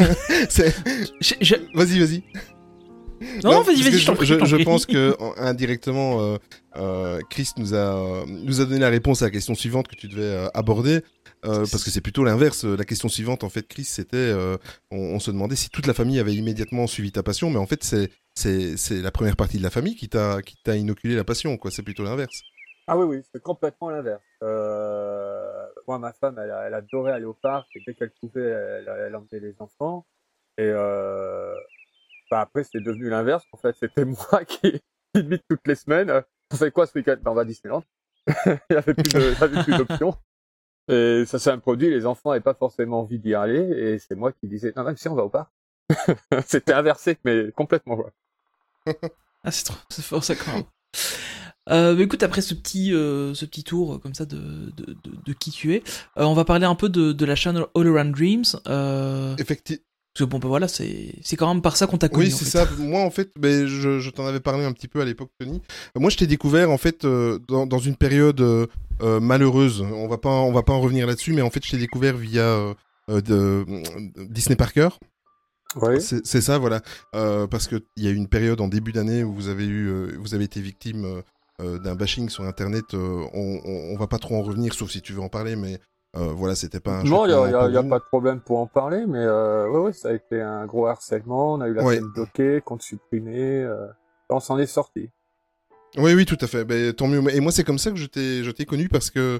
Vas-y. Non, vas-y, je pense que indirectement, Chris nous a donné la réponse à la question suivante que tu devais aborder. Parce que c'est plutôt l'inverse. La question suivante, en fait, Chris, c'était, on se demandait si toute la famille avait immédiatement suivi ta passion, mais en fait, c'est la première partie de la famille qui t'a inoculé la passion, quoi. C'est plutôt l'inverse. Ah oui, c'est complètement l'inverse. Moi, ma femme, elle adorait aller au parc, et dès qu'elle pouvait, elle emmenait les enfants. Et après, c'est devenu l'inverse. En fait, c'était moi qui limite toutes les semaines. On fait quoi ce week-end? On va à Disneyland. Il n'y avait plus d'options. Et ça s'est introduit, les enfants n'avaient pas forcément envie d'y aller, et c'est moi qui disais, non, même si on va au parc. C'était inversé, mais complètement, Ah, c'est fort, ça, quand même. Mais écoute, après ce petit tour, comme ça, de qui tu es, on va parler un peu de la chaîne All Around Dreams. Effectivement. Parce que voilà, c'est quand même par ça qu'on t'a connu. Oui, c'est ça. Moi, en fait, je t'en avais parlé un petit peu à l'époque, Tony. Moi, je t'ai découvert, en fait, dans une période malheureuse. On va pas en revenir là-dessus, mais en fait, je t'ai découvert via Disney Parker. Oui. C'est ça, voilà. Parce que il y a eu une période en début d'année où vous avez été victime d'un bashing sur Internet. On va pas trop en revenir, sauf si tu veux en parler, mais voilà, c'était pas un... Non, il y a pas de problème pour en parler, mais ça a été un gros harcèlement. On a eu la chaîne bloquée, compte supprimé. On s'en est sorti. Oui, tout à fait. Tant mieux. Et moi, c'est comme ça que je t'ai connu parce que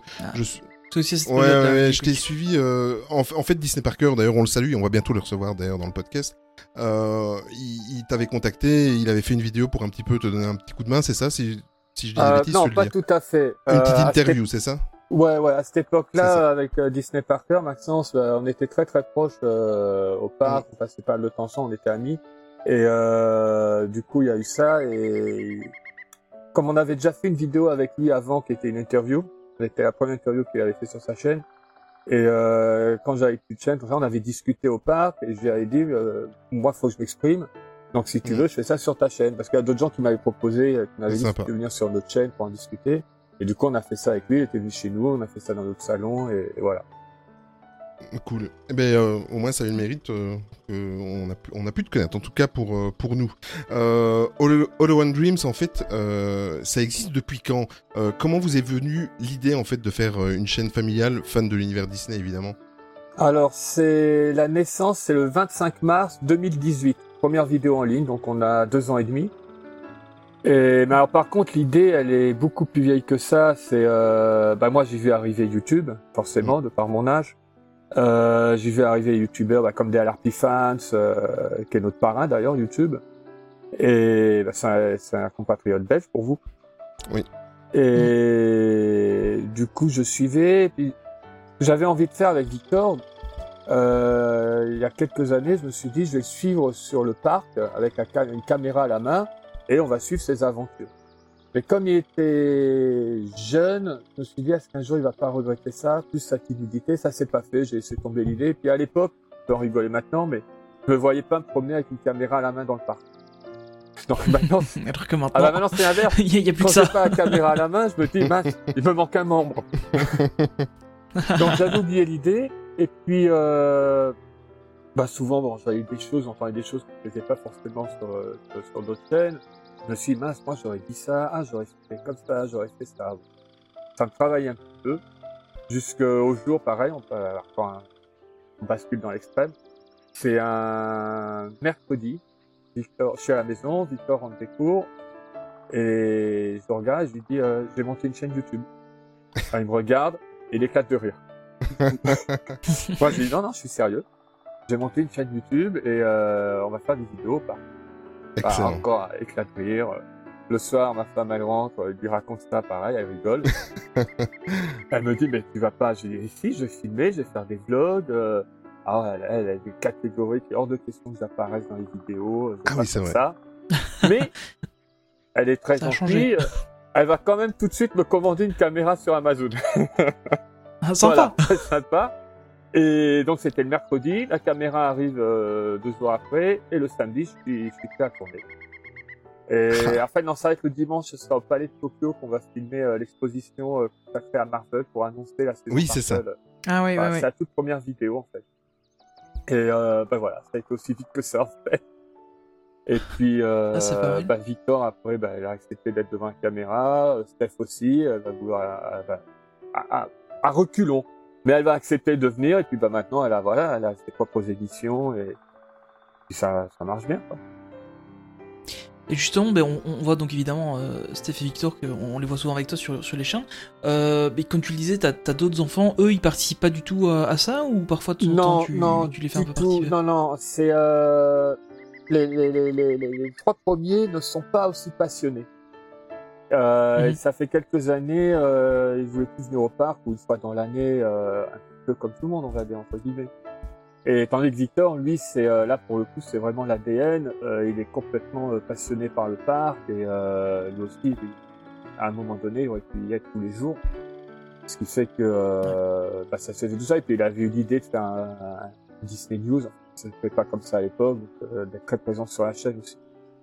je t'ai suivi. En fait, Disney Parker, d'ailleurs, on le salue, on va bientôt le recevoir d'ailleurs dans le podcast. Il t'avait contacté, il avait fait une vidéo pour un petit peu te donner un petit coup de main, c'est ça, si je dis des bêtises? Non, pas tout à fait. Une petite interview, c'est ça? Ouais, à cette époque-là, avec Disney Parker, Maxence, on était très très proches au parc, on passait pas le temps ensemble, on était amis. Et du coup, il y a eu ça, et comme on avait déjà fait une vidéo avec lui avant, qui était une interview, c'était la première interview qu'il avait fait sur sa chaîne, et quand j'avais plus de chaîne, on avait discuté au parc, et je lui avais dit, moi, faut que je m'exprime, donc si tu veux, je fais ça sur ta chaîne, parce qu'il y a d'autres gens qui m'avaient proposé, qui m'avaient dit de venir sur notre chaîne pour en discuter. Et du coup, on a fait ça avec lui, il était venu chez nous, on a fait ça dans notre salon, et voilà. Cool. Au moins, ça a eu le mérite qu'on a pu te connaître, en tout cas pour nous. All Around Dreams, en fait, ça existe depuis quand? Comment vous est venue l'idée, en fait, de faire une chaîne familiale, fan de l'univers Disney, évidemment? Alors, la naissance, c'est le 25 mars 2018. Première vidéo en ligne, donc on a 2 ans et demi. Mais alors par contre l'idée elle est beaucoup plus vieille que ça, c'est moi j'ai vu arriver YouTube, forcément, de par mon âge. J'ai vu arriver youtubeurs comme des LRP Fans, qui est notre parrain d'ailleurs, YouTube. Et c'est un compatriote belge pour vous. Oui. Et du coup je suivais, et puis j'avais envie de faire avec Victor. Il y a quelques années, je me suis dit, je vais le suivre sur le parc avec une caméra à la main et on va suivre ses aventures. Mais comme il était jeune, je me suis dit, est-ce qu'un jour il va pas regretter ça, plus sa timidité, ça s'est pas fait, j'ai laissé tomber l'idée. Et puis à l'époque, je peux en rigoler maintenant, mais je me voyais pas me promener avec une caméra à la main dans le parc. Donc maintenant, Alors que maintenant, maintenant c'est l'inverse. il y a plus Quand que ça. j'ai pas la caméra à la main, je me dis, mince, il me manque un membre. Donc j'avais oublié l'idée. Et puis, souvent, bon, j'avais des choses, j'entendais des choses que je faisais pas forcément sur d'autres chaînes. Je me suis dit, mince, moi j'aurais dit ça, j'aurais fait comme ça, j'aurais fait ça. Ça me travaillait un petit peu. Jusqu'au jour, pareil, on bascule dans l'extrême. C'est un mercredi. Victor, je suis à la maison, Victor rentre des cours. Et je le regarde et je lui dis, j'ai monté une chaîne YouTube. Alors, il me regarde et il éclate de rire. Moi, je lui dis, non, je suis sérieux. J'ai monté une chaîne YouTube et on va faire des vidéos. Excellent. Encore éclat de rire. Le soir, ma femme, elle rentre, elle lui raconte ça, pareil, elle rigole. Elle me dit, mais tu vas pas, je dis, si, je vais filmer, je vais faire des vlogs. Elle a des catégories qui est hors de question que j'apparaisse dans les vidéos. Ah oui, c'est vrai. Ça. Mais, elle est très Ça a gentille. Elle va quand même tout de suite me commander une caméra sur Amazon. Ah, sympa. Voilà, très sympa. Et donc c'était le mercredi, la caméra arrive 2 jours après, et le samedi, je suis prêt à tourner. Et en fait, non, c'est vrai que le dimanche, ce sera au Palais de Tokyo qu'on va filmer l'exposition consacrée à Marvel pour annoncer la saison Oui, c'est ça. Marvel. Ah oui, C'est la toute première vidéo, en fait. Et voilà, ça a été aussi vite que ça, en fait. Et puis, c'est pas mal. Victor, après, elle a accepté d'être devant la caméra, Steph aussi, elle va vouloir, à reculons. Mais elle va accepter de venir, et puis maintenant, elle a ses propres éditions, et puis ça marche bien, quoi. Et justement, on voit donc évidemment Steph et Victor, on les voit souvent avec toi sur les chaînes. Mais comme tu le disais, t'as d'autres enfants, eux ils participent pas du tout à ça, ou parfois de temps en temps tu les fais un peu participer? Non, c'est les 3 premiers ne sont pas aussi passionnés. Et ça fait quelques années, ils voulaient plus venir au parc, ou une fois dans l'année, un peu comme tout le monde, on va dire, entre guillemets. Et tandis que Victor, lui, c'est là pour le coup, c'est vraiment l'ADN. Il est complètement passionné par le parc, et lui aussi, à un moment donné, il aurait pu y être tous les jours. Ce qui fait que ça se faisait tout ça. Et puis il avait eu l'idée de faire un Disney News. Ça ne se fait pas comme ça à l'époque, donc d'être très présent sur la chaîne aussi.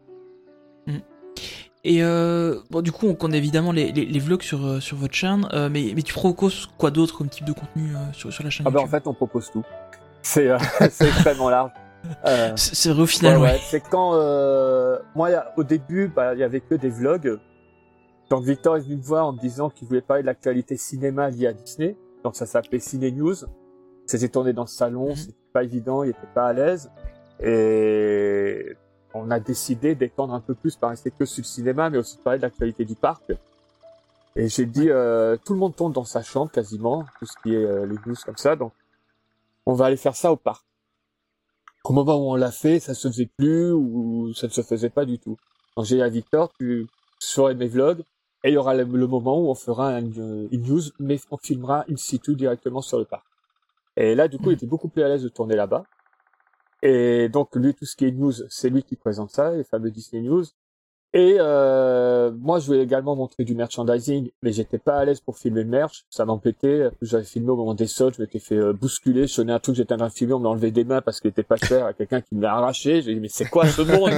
Et du coup, on connaît évidemment les vlogs sur votre chaîne, mais tu proposes quoi d'autre comme type de contenu sur la chaîne YouTube? En fait, on propose tout. C'est extrêmement large. C'est vrai au final, ouais. C'est quand moi, au début, il y avait que des vlogs. Donc Victor est venu me voir en me disant qu'il voulait parler de l'actualité cinéma liée à Disney. Donc ça s'appelait Ciné News. C'était tourné dans le salon, c'était pas évident, il était pas à l'aise. Et on a décidé d'étendre un peu plus, pas rester que sur le cinéma, mais aussi de parler de l'actualité du parc. Et j'ai dit, tout le monde tourne dans sa chambre quasiment, tout ce qui est les news comme ça, donc on va aller faire ça au parc. Au moment où on l'a fait, ça se faisait plus, ou ça ne se faisait pas du tout. Donc j'ai dit à Victor, tu feras mes vlogs, et il y aura le moment où on fera une news, mais on filmera in situ directement sur le parc. Et là, du coup, il était beaucoup plus à l'aise de tourner là-bas. Et donc, lui, tout ce qui est news, c'est lui qui présente ça, les fameux Disney News. Et moi, je voulais également montrer du merchandising, mais j'étais pas à l'aise pour filmer le merch. Ça m'embêtait. J'avais filmé au moment des soldes, je m'étais fait bousculer. Je sonnais un truc, j'étais en train de filmer, on me l'a enlevé des mains parce qu'il était pas cher à quelqu'un qui me l'a arraché. J'ai dit, mais c'est quoi ce monde?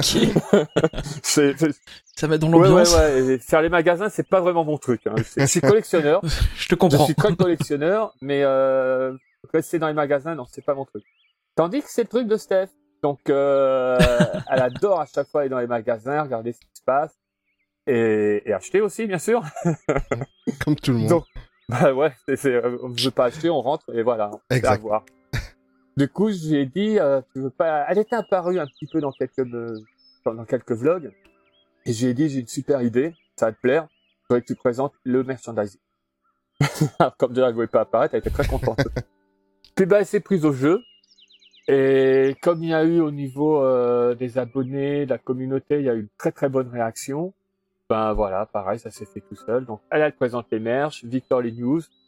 Ça met dans l'ambiance. Ouais. Et faire les magasins, c'est pas vraiment mon truc. Hein. Je suis collectionneur. Je te comprends. Je suis très collectionneur, mais rester dans les magasins, non, c'est pas mon truc. Tandis que c'est le truc de Steph. Donc, elle adore à chaque fois aller dans les magasins, regarder ce qui se passe, et acheter aussi, bien sûr. Comme tout le monde. Donc, ouais, on ne veut pas acheter, on rentre, et voilà, c'est à voir. Du coup, je lui ai dit, tu veux pas... Elle était apparue un petit peu dans quelques vlogs, et je lui ai dit, j'ai une super idée, ça va te plaire, je voudrais que tu présentes le merchandising. Comme déjà, elle ne voulait pas apparaître, elle était très contente. Puis, elle s'est prise au jeu. Et comme il y a eu au niveau des abonnés, de la communauté, il y a eu une très très bonne réaction. Voilà, pareil, ça s'est fait tout seul. Donc elle présente les merch, Victor les news.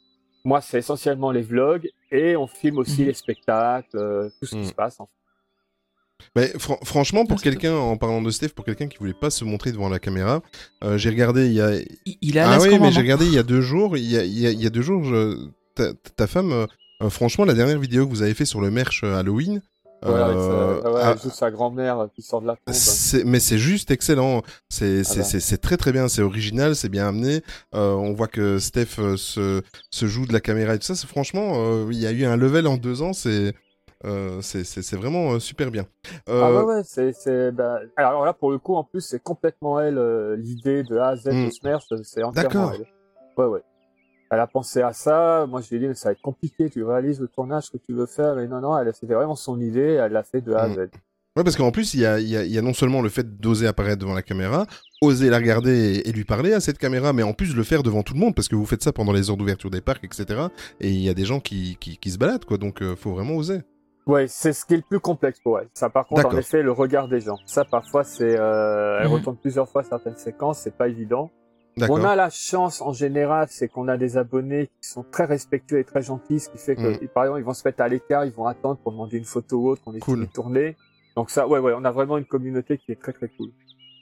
moi, c'est essentiellement les vlogs et on filme aussi les spectacles, tout ce qui se passe. En fait. Mais franchement, pour Ah, c'est quelqu'un, en parlant de Steph, pour quelqu'un qui voulait pas se montrer devant la caméra, j'ai regardé il y a... Il a Ah oui, mais moment. j'ai regardé il y a 2 jours, il y a 2 jours, ta femme, franchement, la dernière vidéo que vous avez fait sur le merch Halloween, Voilà, avec juste sa grand-mère qui sort de la tombe. mais c'est juste excellent. C'est très très bien. C'est original, c'est bien amené. On voit que Steph se joue de la caméra et tout ça. Franchement, il y a eu un level en 2 ans. C'est vraiment super bien. Ah ouais, alors là, pour le coup, en plus, c'est complètement elle, l'idée de A à Z de Smersh, c'est entièrement elle. Ouais. Elle a pensé à ça, moi je lui ai dit, mais ça va être compliqué, tu réalises le tournage que tu veux faire, et non, c'était vraiment son idée, elle l'a fait de A à Z. Ouais, parce qu'en plus, il y a non seulement le fait d'oser apparaître devant la caméra, oser la regarder et lui parler à cette caméra, mais en plus le faire devant tout le monde, parce que vous faites ça pendant les heures d'ouverture des parcs, etc. Et il y a des gens qui se baladent, quoi, donc faut vraiment oser. Ouais, c'est ce qui est le plus complexe pour elle. Ça, par contre, en effet, le regard des gens. Ça, parfois, elle retourne plusieurs fois certaines séquences, c'est pas évident. On a la chance, en général, c'est qu'on a des abonnés qui sont très respectueux et très gentils, ce qui fait que, par exemple, ils vont se mettre à l'écart, ils vont attendre pour demander une photo ou autre, qu'on est fini de tourner. Donc ça, ouais, on a vraiment une communauté qui est très très cool.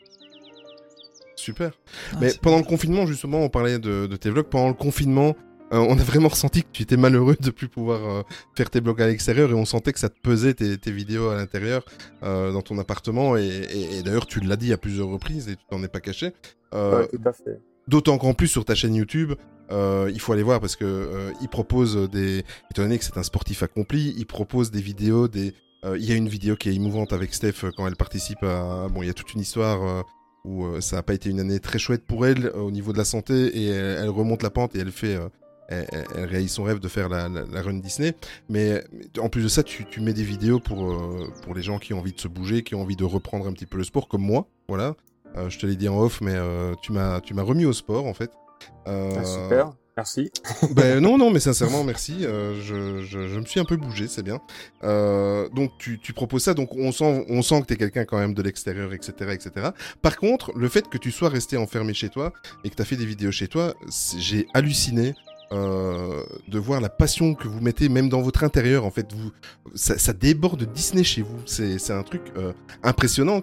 Super. Mais pendant le confinement, justement, on parlait de tes vlogs. Pendant le confinement, on a vraiment ressenti que tu étais malheureux de plus pouvoir faire tes vlogs à l'extérieur, et on sentait que ça te pesait tes vidéos à l'intérieur, dans ton appartement, et d'ailleurs tu l'as dit à plusieurs reprises et tu t'en es pas caché. Ouais, tout à fait. D'autant qu'en plus sur ta chaîne YouTube, il faut aller voir parce que il propose étant donné que c'est un sportif accompli, il propose des vidéos, il y a une vidéo qui est émouvante avec Steph quand elle participe à... Bon, il y a toute une histoire où ça n'a pas été une année très chouette pour elle au niveau de la santé, et elle remonte la pente et elle fait... Elle réalise son rêve de faire la run Disney, mais en plus de ça, tu mets des vidéos pour les gens qui ont envie de se bouger, qui ont envie de reprendre un petit peu le sport, comme moi, voilà. Je te l'ai dit en off, mais tu m'as remis au sport, en fait. Super, merci. Ben non, mais sincèrement, merci. Je me suis un peu bougé, c'est bien. Donc tu proposes ça, donc on sent que t'es quelqu'un quand même de l'extérieur, etc. Par contre, le fait que tu sois resté enfermé chez toi et que t'as fait des vidéos chez toi, j'ai halluciné. De voir la passion que vous mettez même dans votre intérieur, en fait, ça déborde Disney chez vous, c'est un truc impressionnant.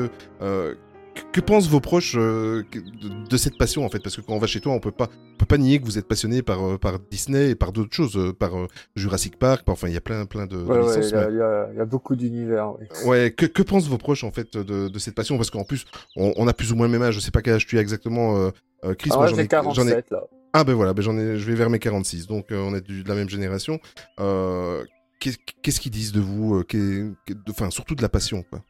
Que pensent vos proches de cette passion, en fait, parce que quand on va chez toi, on peut pas nier que vous êtes passionné par Disney et par d'autres choses, par Jurassic Park, enfin il y a plein de licences. Il y a beaucoup d'univers. Ouais, que pensent vos proches en fait de cette passion, parce qu'en plus on a plus ou moins le même âge, je sais pas quel âge tu as exactement, Chris. Moi j'ai 47 là. Ah ben voilà, je vais vers mes 46, donc on est de la même génération. Qu'est-ce qu'ils disent de vous, enfin surtout de la passion, quoi.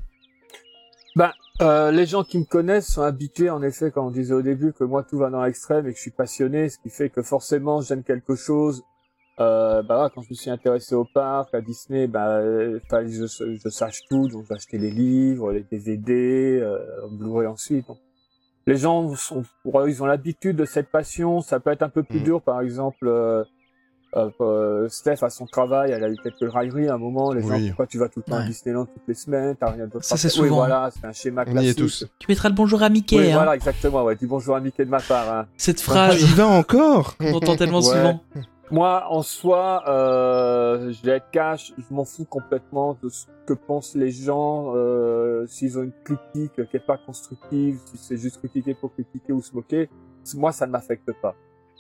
Les gens qui me connaissent sont habitués, en effet, comme on disait au début, que moi tout va dans l'extrême et que je suis passionné, ce qui fait que forcément j'aime quelque chose. Quand je me suis intéressé au parc, à Disney, fallait que je sache tout, donc j'ai acheté les livres, les DVD, Blu-ray ensuite. Donc. Les gens ils ont l'habitude de cette passion. Ça peut être un peu plus dur, par exemple. Steph à son travail, elle a eu quelques railleries à un moment. Les gens, pourquoi tu vas tout le temps à Disneyland toutes les semaines, t'as rien d'autre. Ça c'est souvent. Oui, voilà, c'est un schéma classique. On y est tous. Tu mettras le bonjour à Mickey. Oui, hein. voilà, exactement. Ouais, dis bonjour à Mickey de ma part. Hein. Cette phrase. Il va encore. On entend tellement souvent. Moi, en soi, je vais être cash. Je m'en fous complètement de ce que pensent les gens. S'ils ont une critique qui est pas constructive, si c'est juste critiquer pour critiquer ou se moquer, moi, ça ne m'affecte pas.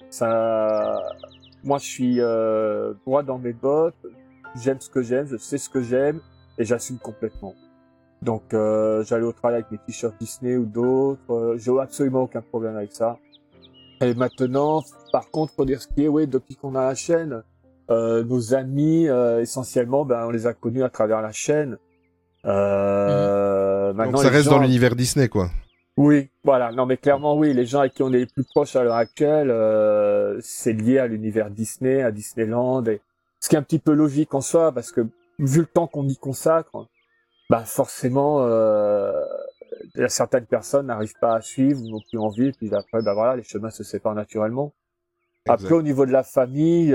Moi, je suis droit dans mes bottes. J'aime ce que j'aime, je sais ce que j'aime et j'assume complètement. Donc, j'allais au travail avec mes t-shirts Disney ou d'autres. J'ai absolument aucun problème avec ça. Et maintenant, par contre, pour dire ce qui est, depuis qu'on a la chaîne, nos amis, essentiellement, on les a connus à travers la chaîne. Maintenant, donc ça reste dans l'univers Disney, quoi. Oui, voilà. Non, mais clairement, oui. Les gens avec qui on est les plus proches à l'heure actuelle, c'est lié à l'univers Disney, à Disneyland. Et ce qui est un petit peu logique en soi, parce que vu le temps qu'on y consacre, forcément, certaines personnes n'arrivent pas à suivre, n'ont plus envie. Puis après, les chemins se séparent naturellement. Exact. Après, au niveau de la famille,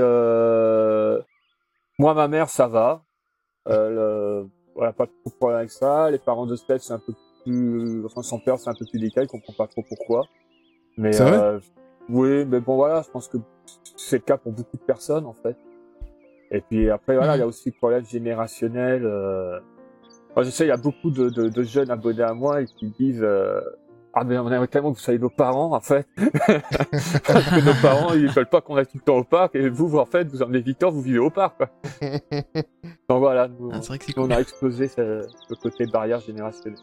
moi, ma mère, ça va. Pas trop de problème avec ça. Les parents de Steph, c'est un peu son père, c'est un peu plus délicat, il comprend pas trop pourquoi. Mais c'est vrai Oui, mais bon voilà, je pense que c'est le cas pour beaucoup de personnes en fait. Et puis après voilà, il y a aussi le problème générationnel. Moi, je sais, il y a beaucoup de jeunes abonnés à moi et qui disent ah mais on aimerait tellement que vous soyez nos parents en fait. Parce que nos parents ils veulent pas qu'on aille tout le temps au parc et vous en fait vous emmenez Victor, vous vivez au parc quoi. Donc voilà, nous, Ah, c'est vrai que c'est on cool. a explosé le côté barrière générationnelle.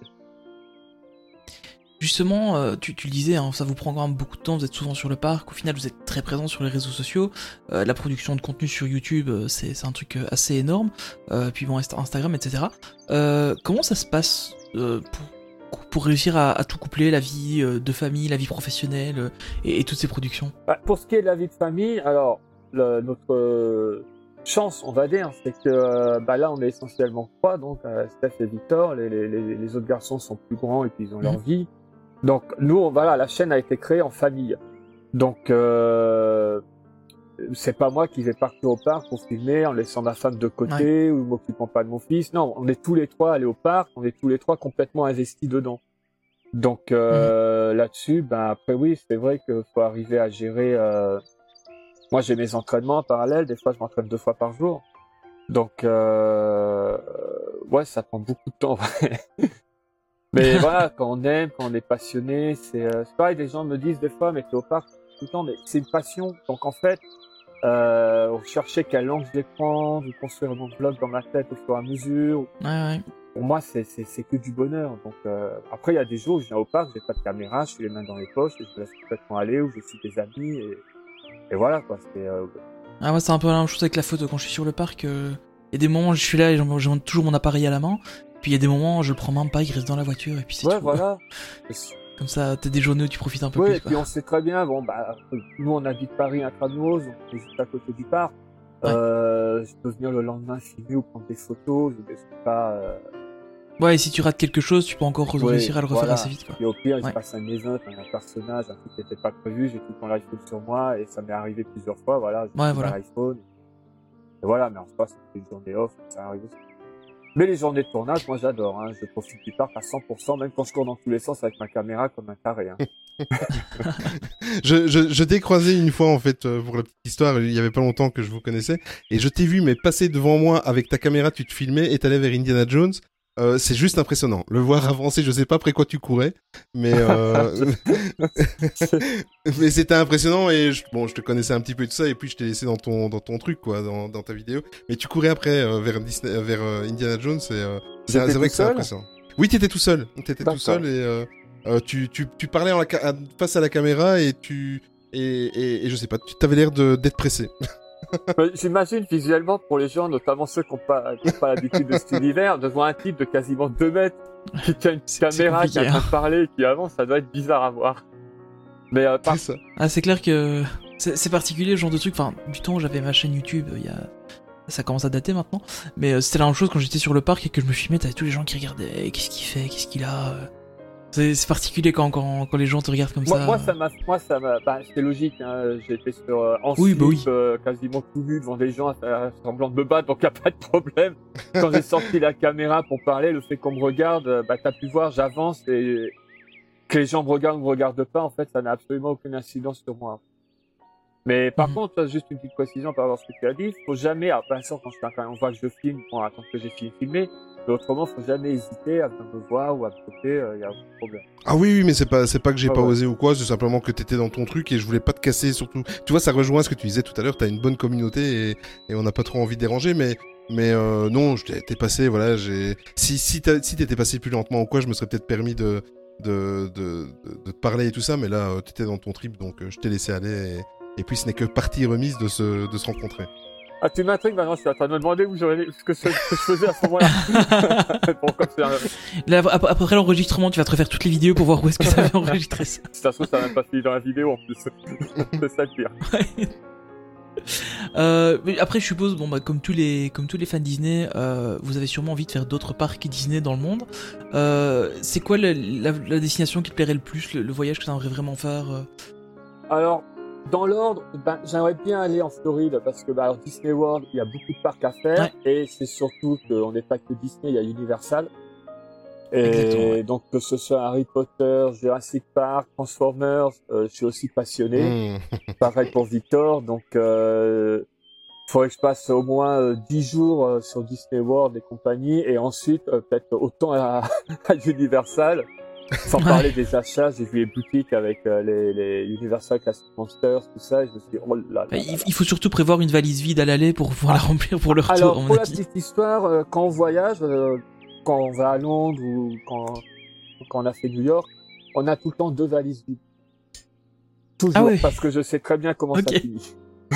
Justement, tu le disais, hein, ça vous prend quand même beaucoup de temps, vous êtes souvent sur le parc, au final vous êtes très présent sur les réseaux sociaux, la production de contenu sur YouTube, c'est un truc assez énorme, puis bon, Instagram, etc. Comment ça se passe pour réussir à tout coupler, la vie de famille, la vie professionnelle et toutes ces productions? Pour ce qui est de la vie de famille, alors notre chance, on va dire, c'est que là on est essentiellement 3, donc Steph et Victor, les autres garçons sont plus grands et puis ils ont leur vie. Donc nous, voilà, la chaîne a été créée en famille. Donc c'est pas moi qui vais partir au parc pour filmer en laissant ma femme de côté ou m'occupant pas de mon fils. Non, on est tous les 3 allés au parc, on est tous les 3 complètement investis dedans. Donc là-dessus, après oui, c'est vrai qu'il faut arriver à gérer. Moi, j'ai mes entraînements en parallèle. Des fois, je m'entraîne 2 fois par jour. Donc ouais, ça prend beaucoup de temps. Mais voilà, quand on aime, quand on est passionné, c'est pareil. Des gens me disent des fois, mais t'es au parc tout le temps, mais c'est une passion. Donc en fait, on cherchait quelle langue je vais prendre, je construire mon vlog dans ma tête au fur et à mesure. Ouais. Pour moi, c'est que du bonheur. Donc après, il y a des jours où je viens au parc, j'ai pas de caméra, je suis les mains dans les poches et je me laisse complètement aller, ou je suis des amis et voilà quoi. Ah ouais, c'est un peu la même chose avec la photo. Quand je suis sur le parc, il y a des moments où je suis là et j'ai toujours mon appareil à la main. Puis il y a des moments où je le prends même pas, il reste dans la voiture et puis c'est tout. Voilà. Comme ça, t'as des journées où tu profites un peu Oui, plus. et puis on sait très bien, nous on habite Paris intramuros, donc on est juste à côté du parc. Je peux venir le lendemain filmer ou prendre des photos, je ne suis pas... Ouais, et si tu rates quelque chose, tu peux encore réussir à le refaire assez vite, quoi. Et au pire, il se passe un event, un personnage, un truc qui n'était pas prévu, j'ai tout mon iPhone sur moi et ça m'est arrivé plusieurs fois, voilà. J'ai pris l'iPhone. Et voilà, mais en soi, c'est une journée off, ça arrive aussi. Mais les journées de tournage, moi j'adore, je profite du parc à 100%, même quand je cours dans tous les sens avec ma caméra comme un taré. Je t'ai croisé une fois en fait pour la petite histoire, il y avait pas longtemps que je vous connaissais, et je t'ai vu mais passer devant moi avec ta caméra, tu te filmais et t'allais vers Indiana Jones. C'est juste impressionnant. Le voir avancer, je sais pas après quoi tu courais, mais mais c'était impressionnant et je te connaissais un petit peu de ça et puis je t'ai laissé dans ton truc quoi, dans ta vidéo. Mais tu courais après vers Indiana Jones et c'est vrai que c'est impressionnant. Oui, t'étais tout seul. Tout seul et tu parlais face à la caméra et et je sais pas, tu t'avais l'air d'être pressé. J'imagine visuellement pour les gens, notamment ceux qui n'ont pas l'habitude de cet univers, de voir un type de quasiment 2 mètres qui tient une caméra, qui est en train de parler, qui avance, ça doit être bizarre à voir. Mais ça. Ah, c'est clair que c'est particulier, le genre de truc. Enfin, du temps où j'avais ma chaîne YouTube, ça commence à dater maintenant, mais c'était la même chose quand j'étais sur le parc et que je me filmais, t'avais tous les gens qui regardaient, qu'est-ce qu'il fait, qu'est-ce qu'il a. C'est particulier quand les gens te regardent comme ça. Moi, ça m'a, c'était logique, j'étais en slip, quasiment tout nu devant des gens à faire semblant de me battre, donc y a pas de problème. Quand j'ai sorti la caméra pour parler, le fait qu'on me regarde, t'as pu voir, j'avance et que les gens me regardent ou me regardent pas, en fait, ça n'a absolument aucune incidence sur moi. Mais par contre, juste une petite précision par rapport à ce que tu as dit, faut jamais, quand on voit que je filme, bon, attends que j'ai filmé, mais autrement, faut jamais hésiter à venir me voir ou à me toquer, y a aucun problème. Ah oui, mais c'est pas que j'ai pas osé ou quoi, c'est simplement que t'étais dans ton truc et je voulais pas te casser surtout. Tu vois, ça rejoint ce que tu disais tout à l'heure, t'as une bonne communauté et on n'a pas trop envie de déranger, mais non, t'es passé, voilà, si t'étais passé plus lentement ou quoi, je me serais peut-être permis de te parler et tout ça, mais là, t'étais dans ton trip, donc je t'ai laissé aller et puis ce n'est que partie remise de se rencontrer. Ah, tu m'intrigues maintenant, je suis en train de me demander où ce que je faisais à ce moment-là. Bon, comme c'est Là, après l'enregistrement, tu vas te refaire toutes les vidéos pour voir où est-ce que ça avait enregistré ça. Si ça se trouve, ça n'a même pas fini dans la vidéo en plus. C'est ça le pire. Mais après, je suppose, comme tous les fans Disney, vous avez sûrement envie de faire d'autres parcs Disney dans le monde. C'est quoi la destination qui te plairait le plus, le voyage que tu aimerais vraiment faire Alors, dans l'ordre, j'aimerais bien aller en Floride parce que alors Disney World, il y a beaucoup de parcs à faire et c'est surtout qu'on n'est pas que Disney, il y a Universal. Et Exactement, ouais. donc, que ce soit Harry Potter, Jurassic Park, Transformers, je suis aussi passionné. Pareil pour Victor. Donc, faudrait que je passe au moins 10 jours sur Disney World et compagnie. Et ensuite, peut-être autant à Universal. Sans parler des achats, j'ai vu les boutiques avec les Universal Classic Monsters, tout ça, et je me suis dit, oh là là. Il faut surtout prévoir une valise vide à l'aller pour pouvoir la remplir pour le retour. Alors, à mon pour la avis. petite histoire, quand on voyage, quand on va à Londres ou quand on a fait New York, on a tout le temps 2 valises vides. Toujours, Ah ouais. parce que je sais très bien comment Ok. ça finit.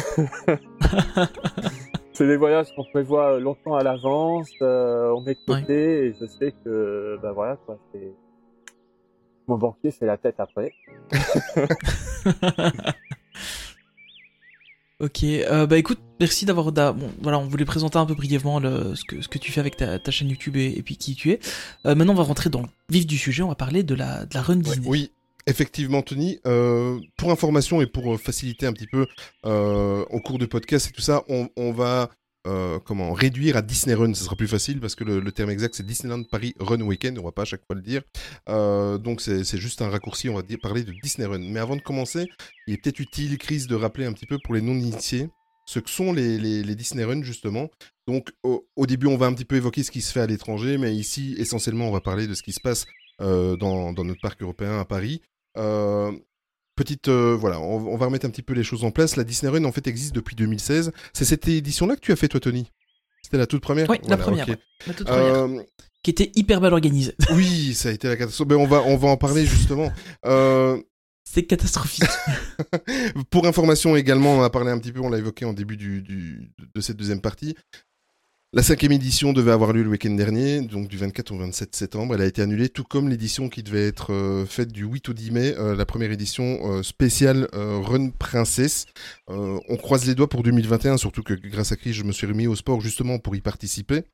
C'est des voyages qu'on prévoit longtemps à l'avance, on met de côté, et je sais que, ben voilà, quoi, c'est... Mon banquier fait la tête après. Ok, bah écoute, merci d'avoir... Bon, voilà, on voulait présenter un peu brièvement ce que tu fais avec ta chaîne YouTube et puis qui tu es. Maintenant, on va rentrer dans le vif du sujet, on va parler de la run Disney. Oui, effectivement, Tony. Pour information et pour faciliter un petit peu au cours du podcast et tout ça, on va réduire à Disney Run. Ce sera plus facile parce que le terme exact, c'est Disneyland Paris Run Weekend. On va pas à chaque fois le dire. Donc, c'est juste un raccourci. On va parler de Disney Run. Mais avant de commencer, il est peut-être utile, Chris, de rappeler un petit peu pour les non-initiés ce que sont les Disney Run, justement. Donc, au début, on va un petit peu évoquer ce qui se fait à l'étranger, mais ici, essentiellement, on va parler de ce qui se passe dans notre parc européen à Paris. Voilà, on va remettre un petit peu les choses en place. La Disney Run, en fait, existe depuis 2016. C'est cette édition-là que tu as fait, toi, Tony? C'était la toute première? Oui, Voilà, la première. ok. Ouais. La toute première. Qui était hyper mal organisée. Oui, ça a été la catastrophe. Ben, on va en parler, justement. C'est catastrophique. Pour information également, on en a parlé un petit peu, on l'a évoqué en début de cette deuxième partie. La 5e édition devait avoir lieu le week-end dernier, donc du 24 au 27 septembre. Elle a été annulée, tout comme l'édition qui devait être faite du 8 au 10 mai, la première édition spéciale Run Princess. On croise les doigts pour 2021, surtout que grâce à Chris, je me suis remis au sport justement pour y participer.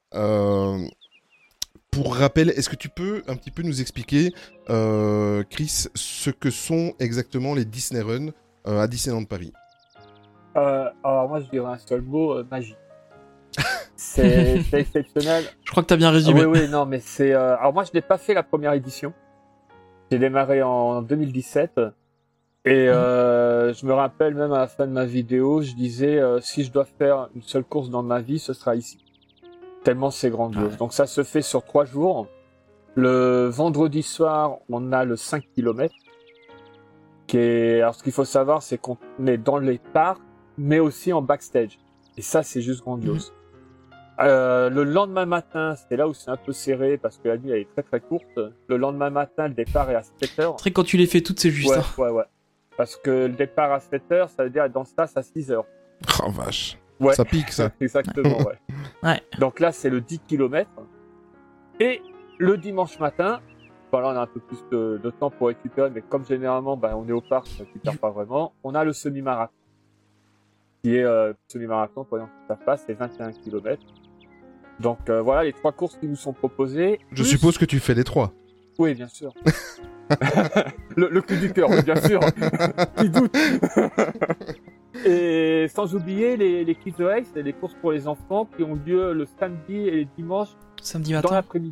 Pour rappel, est-ce que tu peux un petit peu nous expliquer, Chris, ce que sont exactement les Disney Run à Disneyland Paris? Alors moi, je dirais un seul mot, magie. C'est exceptionnel. Je crois que t'as bien résumé. Oui, non, mais c'est... Alors moi, je n'ai pas fait la première édition. J'ai démarré en 2017. Et je me rappelle même à la fin de ma vidéo, je disais, si je dois faire une seule course dans ma vie, ce sera ici. Tellement c'est grandiose. Ouais. Donc ça se fait sur 3 jours. Le vendredi soir, on a le 5 km. Alors ce qu'il faut savoir, c'est qu'on est dans les parcs, mais aussi en backstage. Et ça, c'est juste grandiose. Le lendemain matin, c'est là où c'est un peu serré parce que la nuit elle est très très courte. Le lendemain matin, le départ est à 7h. Très quand tu les fais toutes, c'est juste. Ouais. Parce que le départ à 7h, ça veut dire être dans ce tas à 6h. Oh vache. Ouais. Ça pique, ça. Exactement, ouais. Ouais. Donc là, c'est le 10 km. Et le dimanche matin, là, on a un peu plus de temps pour récupérer, mais comme généralement, on est au parc, on ne récupère pas vraiment. On a le semi-marathon. Qui est semi-marathon, pour les gens qui ne savent pas, c'est 21 km. Donc voilà les 3 courses qui nous sont proposées. Je suppose que tu fais les 3. Oui, bien sûr. le coup du cœur, bien sûr. Qui doute. Et sans oublier les Kids Race, les courses pour les enfants qui ont lieu le samedi et les dimanches Samedi matin. dans l'après-midi.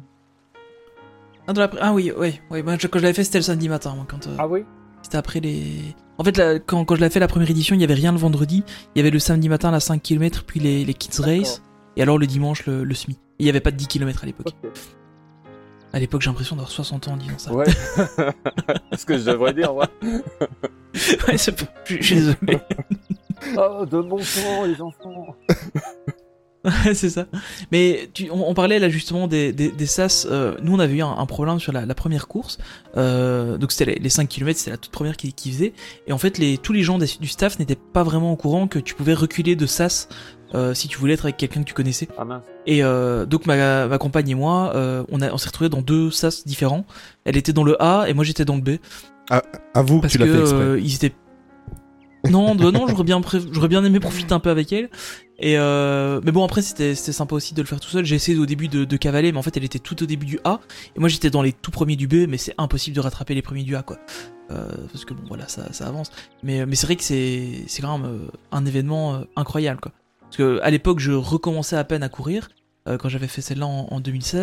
Ah oui. Moi, quand je l'avais fait, c'était le samedi matin. Moi, quand, Ah oui. c'était après les... En fait, là, quand je l'avais fait la première édition, il n'y avait rien le vendredi. Il y avait le samedi matin, la 5 km, puis les Kids Race. Et alors le dimanche, le semi. Et il n'y avait pas de 10 km à l'époque. Okay. À l'époque, j'ai l'impression d'avoir 60 ans en disant ça. Ouais. Ce que je devrais dire, ouais. Ouais, je suis désolé. Oh, de bon temps, les enfants. Ouais, c'est ça. Mais on parlait là justement des SAS. Nous, on avait eu un problème sur la première course. Donc c'était les 5 km, c'était la toute première qui faisait. Et en fait, tous les gens du staff n'étaient pas vraiment au courant que tu pouvais reculer de SAS si tu voulais être avec quelqu'un que tu connaissais. Ah mince. Et donc ma compagne et moi, on s'est retrouvés dans 2 SAS différents. Elle était dans le A et moi j'étais dans le B. Avoue que tu l'as fait exprès. Ils étaient... Non, j'aurais bien aimé profiter un peu avec elle. Et mais bon, après c'était sympa aussi de le faire tout seul. J'ai essayé au début de cavaler, mais en fait elle était tout au début du A et moi j'étais dans les tout premiers du B, mais c'est impossible de rattraper les premiers du A, quoi. Parce que bon, voilà, ça avance. Mais c'est vrai que c'est quand même un événement incroyable, quoi. Parce que à l'époque je recommençais à peine à courir quand j'avais fait celle-là en 2016.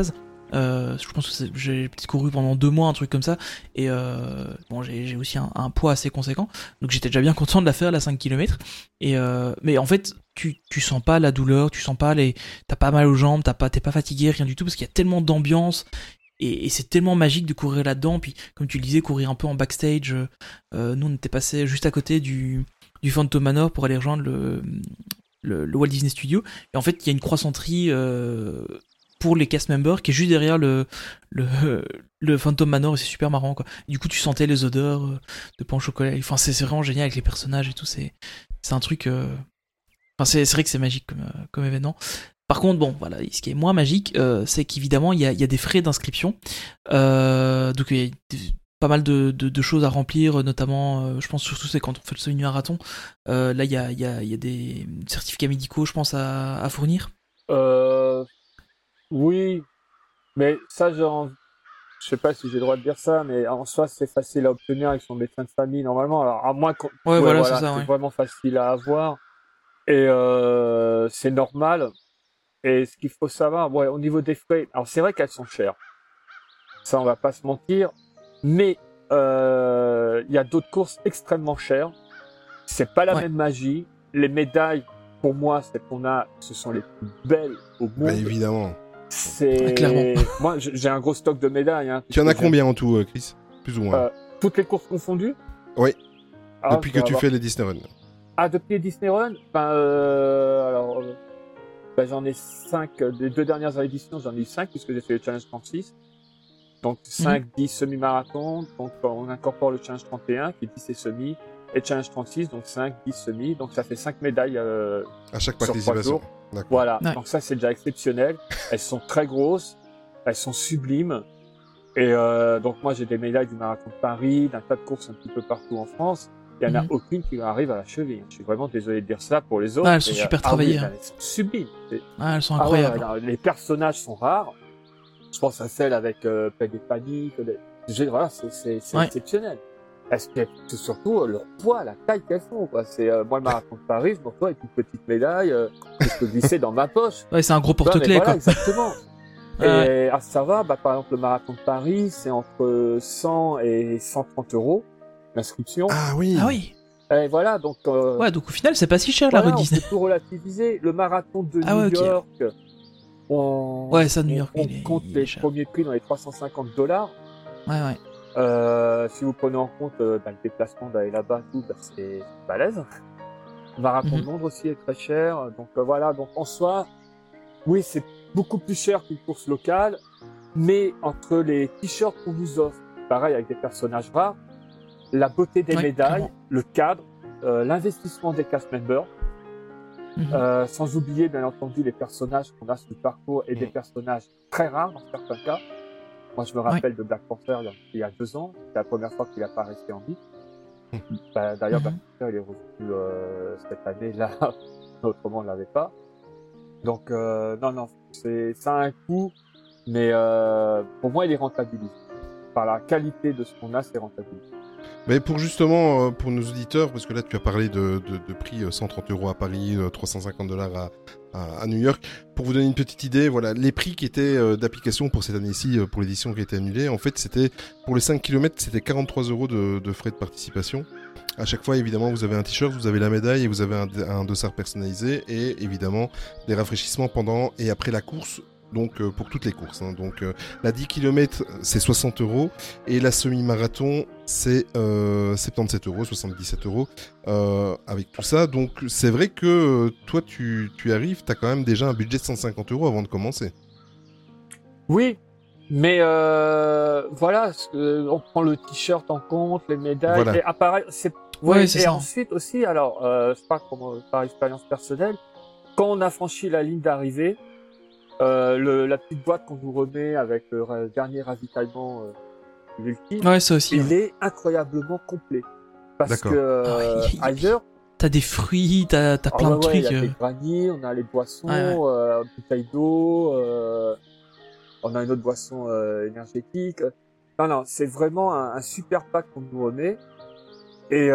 Je pense que j'ai peut-être couru pendant 2 mois, un truc comme ça. Et bon, j'ai aussi un poids assez conséquent. Donc j'étais déjà bien content de la faire, la 5 km. Mais en fait, tu sens pas la douleur, tu sens pas t'as pas mal aux jambes, t'es pas fatigué, rien du tout, parce qu'il y a tellement d'ambiance. Et c'est tellement magique de courir là-dedans. Puis, comme tu le disais, courir un peu en backstage. Nous, on était passé juste à côté du Phantom Manor pour aller rejoindre le Walt Disney Studio. Et en fait, il y a une croissanterie pour les cast members qui est juste derrière le Phantom Manor. Et c'est super marrant, quoi. Du coup, tu sentais les odeurs de pain au chocolat. Enfin, c'est vraiment génial avec les personnages et tout. C'est un truc... Enfin, c'est vrai que c'est magique comme événement. Par contre, bon, voilà, ce qui est moins magique, c'est qu'évidemment, il y a des frais d'inscription. Donc, il y a pas mal de choses à remplir, notamment, je pense surtout c'est quand on fait le semi-marathon. Là, il y a des certificats médicaux, je pense, à fournir. Oui, mais ça, je sais pas si j'ai le droit de dire ça, mais en soi, c'est facile à obtenir avec son médecin de famille, normalement. Alors, à moins qu'on... Ouais, voilà, c'est ça, c'est ouais. vraiment facile à avoir. Et c'est normal. Et ce qu'il faut savoir, au niveau des frais, alors c'est vrai qu'elles sont chères. Ça, on va pas se mentir. Mais il y a d'autres courses extrêmement chères. C'est pas la même magie. Les médailles, pour moi, ce sont les plus belles au monde. Bah, évidemment. C'est clairement. Moi, j'ai un gros stock de médailles. Hein, Tu en as combien en tout, Chris? Plus ou moins. Toutes les courses confondues? Oui. Ah, Depuis que tu fais les Disney Run. Ah, depuis les Disney Run? J'en ai 5. Les 2 dernières éditions, j'en ai eu 5 puisque j'ai fait le Challenge 36. Donc 5, 10 semi-marathons. Donc on incorpore le Challenge 31 qui est 10 et semi. Et Challenge 36, donc 5, 10 semi. Donc ça fait 5 médailles à chaque sur 3 participation. jours. D'accord. Voilà. Ouais. Donc ça, c'est déjà exceptionnel. Elles sont très grosses. Elles sont sublimes. Et donc moi, j'ai des médailles du marathon de Paris, d'un tas de courses un petit peu partout en France. Il n'y en a aucune qui arrive à la cheville. Je suis vraiment désolé de dire ça pour les autres. Ah, elles sont super travaillées. Oui, elles sont sublimes. Ah, elles sont incroyables. Les personnages sont rares. Je pense à celle avec Peg et Panic. Voilà, c'est exceptionnel. Surtout leur poids, la taille qu'elles font. Quoi. Moi, le marathon de Paris, je me retrouve avec une petite médaille que je peux glisser dans ma poche. Ouais, c'est un gros porte-clés, voilà, quoi. Exactement. Et ça va, par exemple, le marathon de Paris, c'est entre 100 et 130 euros l'inscription. Ah oui. Ah oui. Et voilà, donc. Ouais, donc au final, c'est pas si cher la voilà, rue Disney. On peut tout relativiser. Le marathon de Ah ouais, New ok. York, New York, on compte les premiers prix dans les $350. Ouais. Si vous prenez en compte le déplacement d'aller là-bas, tout, c'est balèze. Le marathon de Londres aussi est très cher. Donc voilà, donc en soi, oui, c'est beaucoup plus cher qu'une course locale, mais entre les t-shirts qu'on nous offre, pareil avec des personnages rares, la beauté des médailles, clairement. le cadre, l'investissement des cast members, sans oublier bien entendu les personnages qu'on a sur le parcours et des personnages très rares dans certains cas. Moi je me rappelle de Black Panther il y a 2 ans, c'était la première fois qu'il apparaissait en vie. D'ailleurs Black Panther il est revenu cette année là, autrement on ne l'avait pas. Donc non, ça a un coût, mais pour moi il est rentabilisé. Par la qualité de ce qu'on a, c'est rentabilisé. Mais pour justement, pour nos auditeurs, parce que là tu as parlé de prix 130 euros à Paris, $350 à New York. Pour vous donner une petite idée, voilà, les prix qui étaient d'application pour cette année-ci, pour l'édition qui a été annulée, en fait c'était, pour les 5 km, c'était 43 euros de frais de participation. À chaque fois, évidemment, vous avez un t-shirt, vous avez la médaille et vous avez un dossard personnalisé et évidemment des rafraîchissements pendant et après la course. Donc pour toutes les courses. Hein. Donc la 10 km c'est 60 euros et la semi-marathon c'est 77 euros, 77 euros avec tout ça. Donc c'est vrai que toi tu arrives, tu as quand même déjà un budget de 150 euros avant de commencer. Oui, mais voilà, on prend le t-shirt en compte, les médailles, voilà. et appareil, c'est Ouais, c'est et ça. ensuite aussi, alors je parle par expérience personnelle, quand on a franchi la ligne d'arrivée, la petite boîte qu'on vous remet avec le dernier ravitaillement ultime, Ouais, ça aussi. il est incroyablement complet. Parce D'accord. que ailleurs, T'as des fruits, t'as plein de trucs. il y a des graniers, on a les boissons, bouteilles d'eau, on a une autre boisson énergétique. Non, c'est vraiment un super pack qu'on nous remet. Et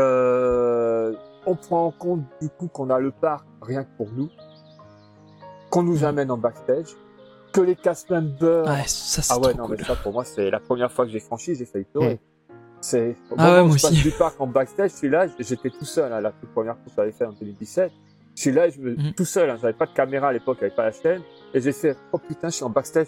on prend en compte du coup qu'on a le parc rien que pour nous, qu'on nous amène en backstage, que les cast members. Ouais, ça c'est Ah ouais, trop non, cool. mais ça, pour moi, c'est la première fois que j'ai franchi, j'ai failli pleurer. C'est, au Ah moment ouais, où moi je passe aussi. du parc en backstage, je suis là, j'étais tout seul, hein, la toute première course que j'avais fait en 2017. Je suis là, tout seul, hein, j'avais pas de caméra à l'époque, j'avais pas la chaîne, et j'ai fait, oh putain, je suis en backstage.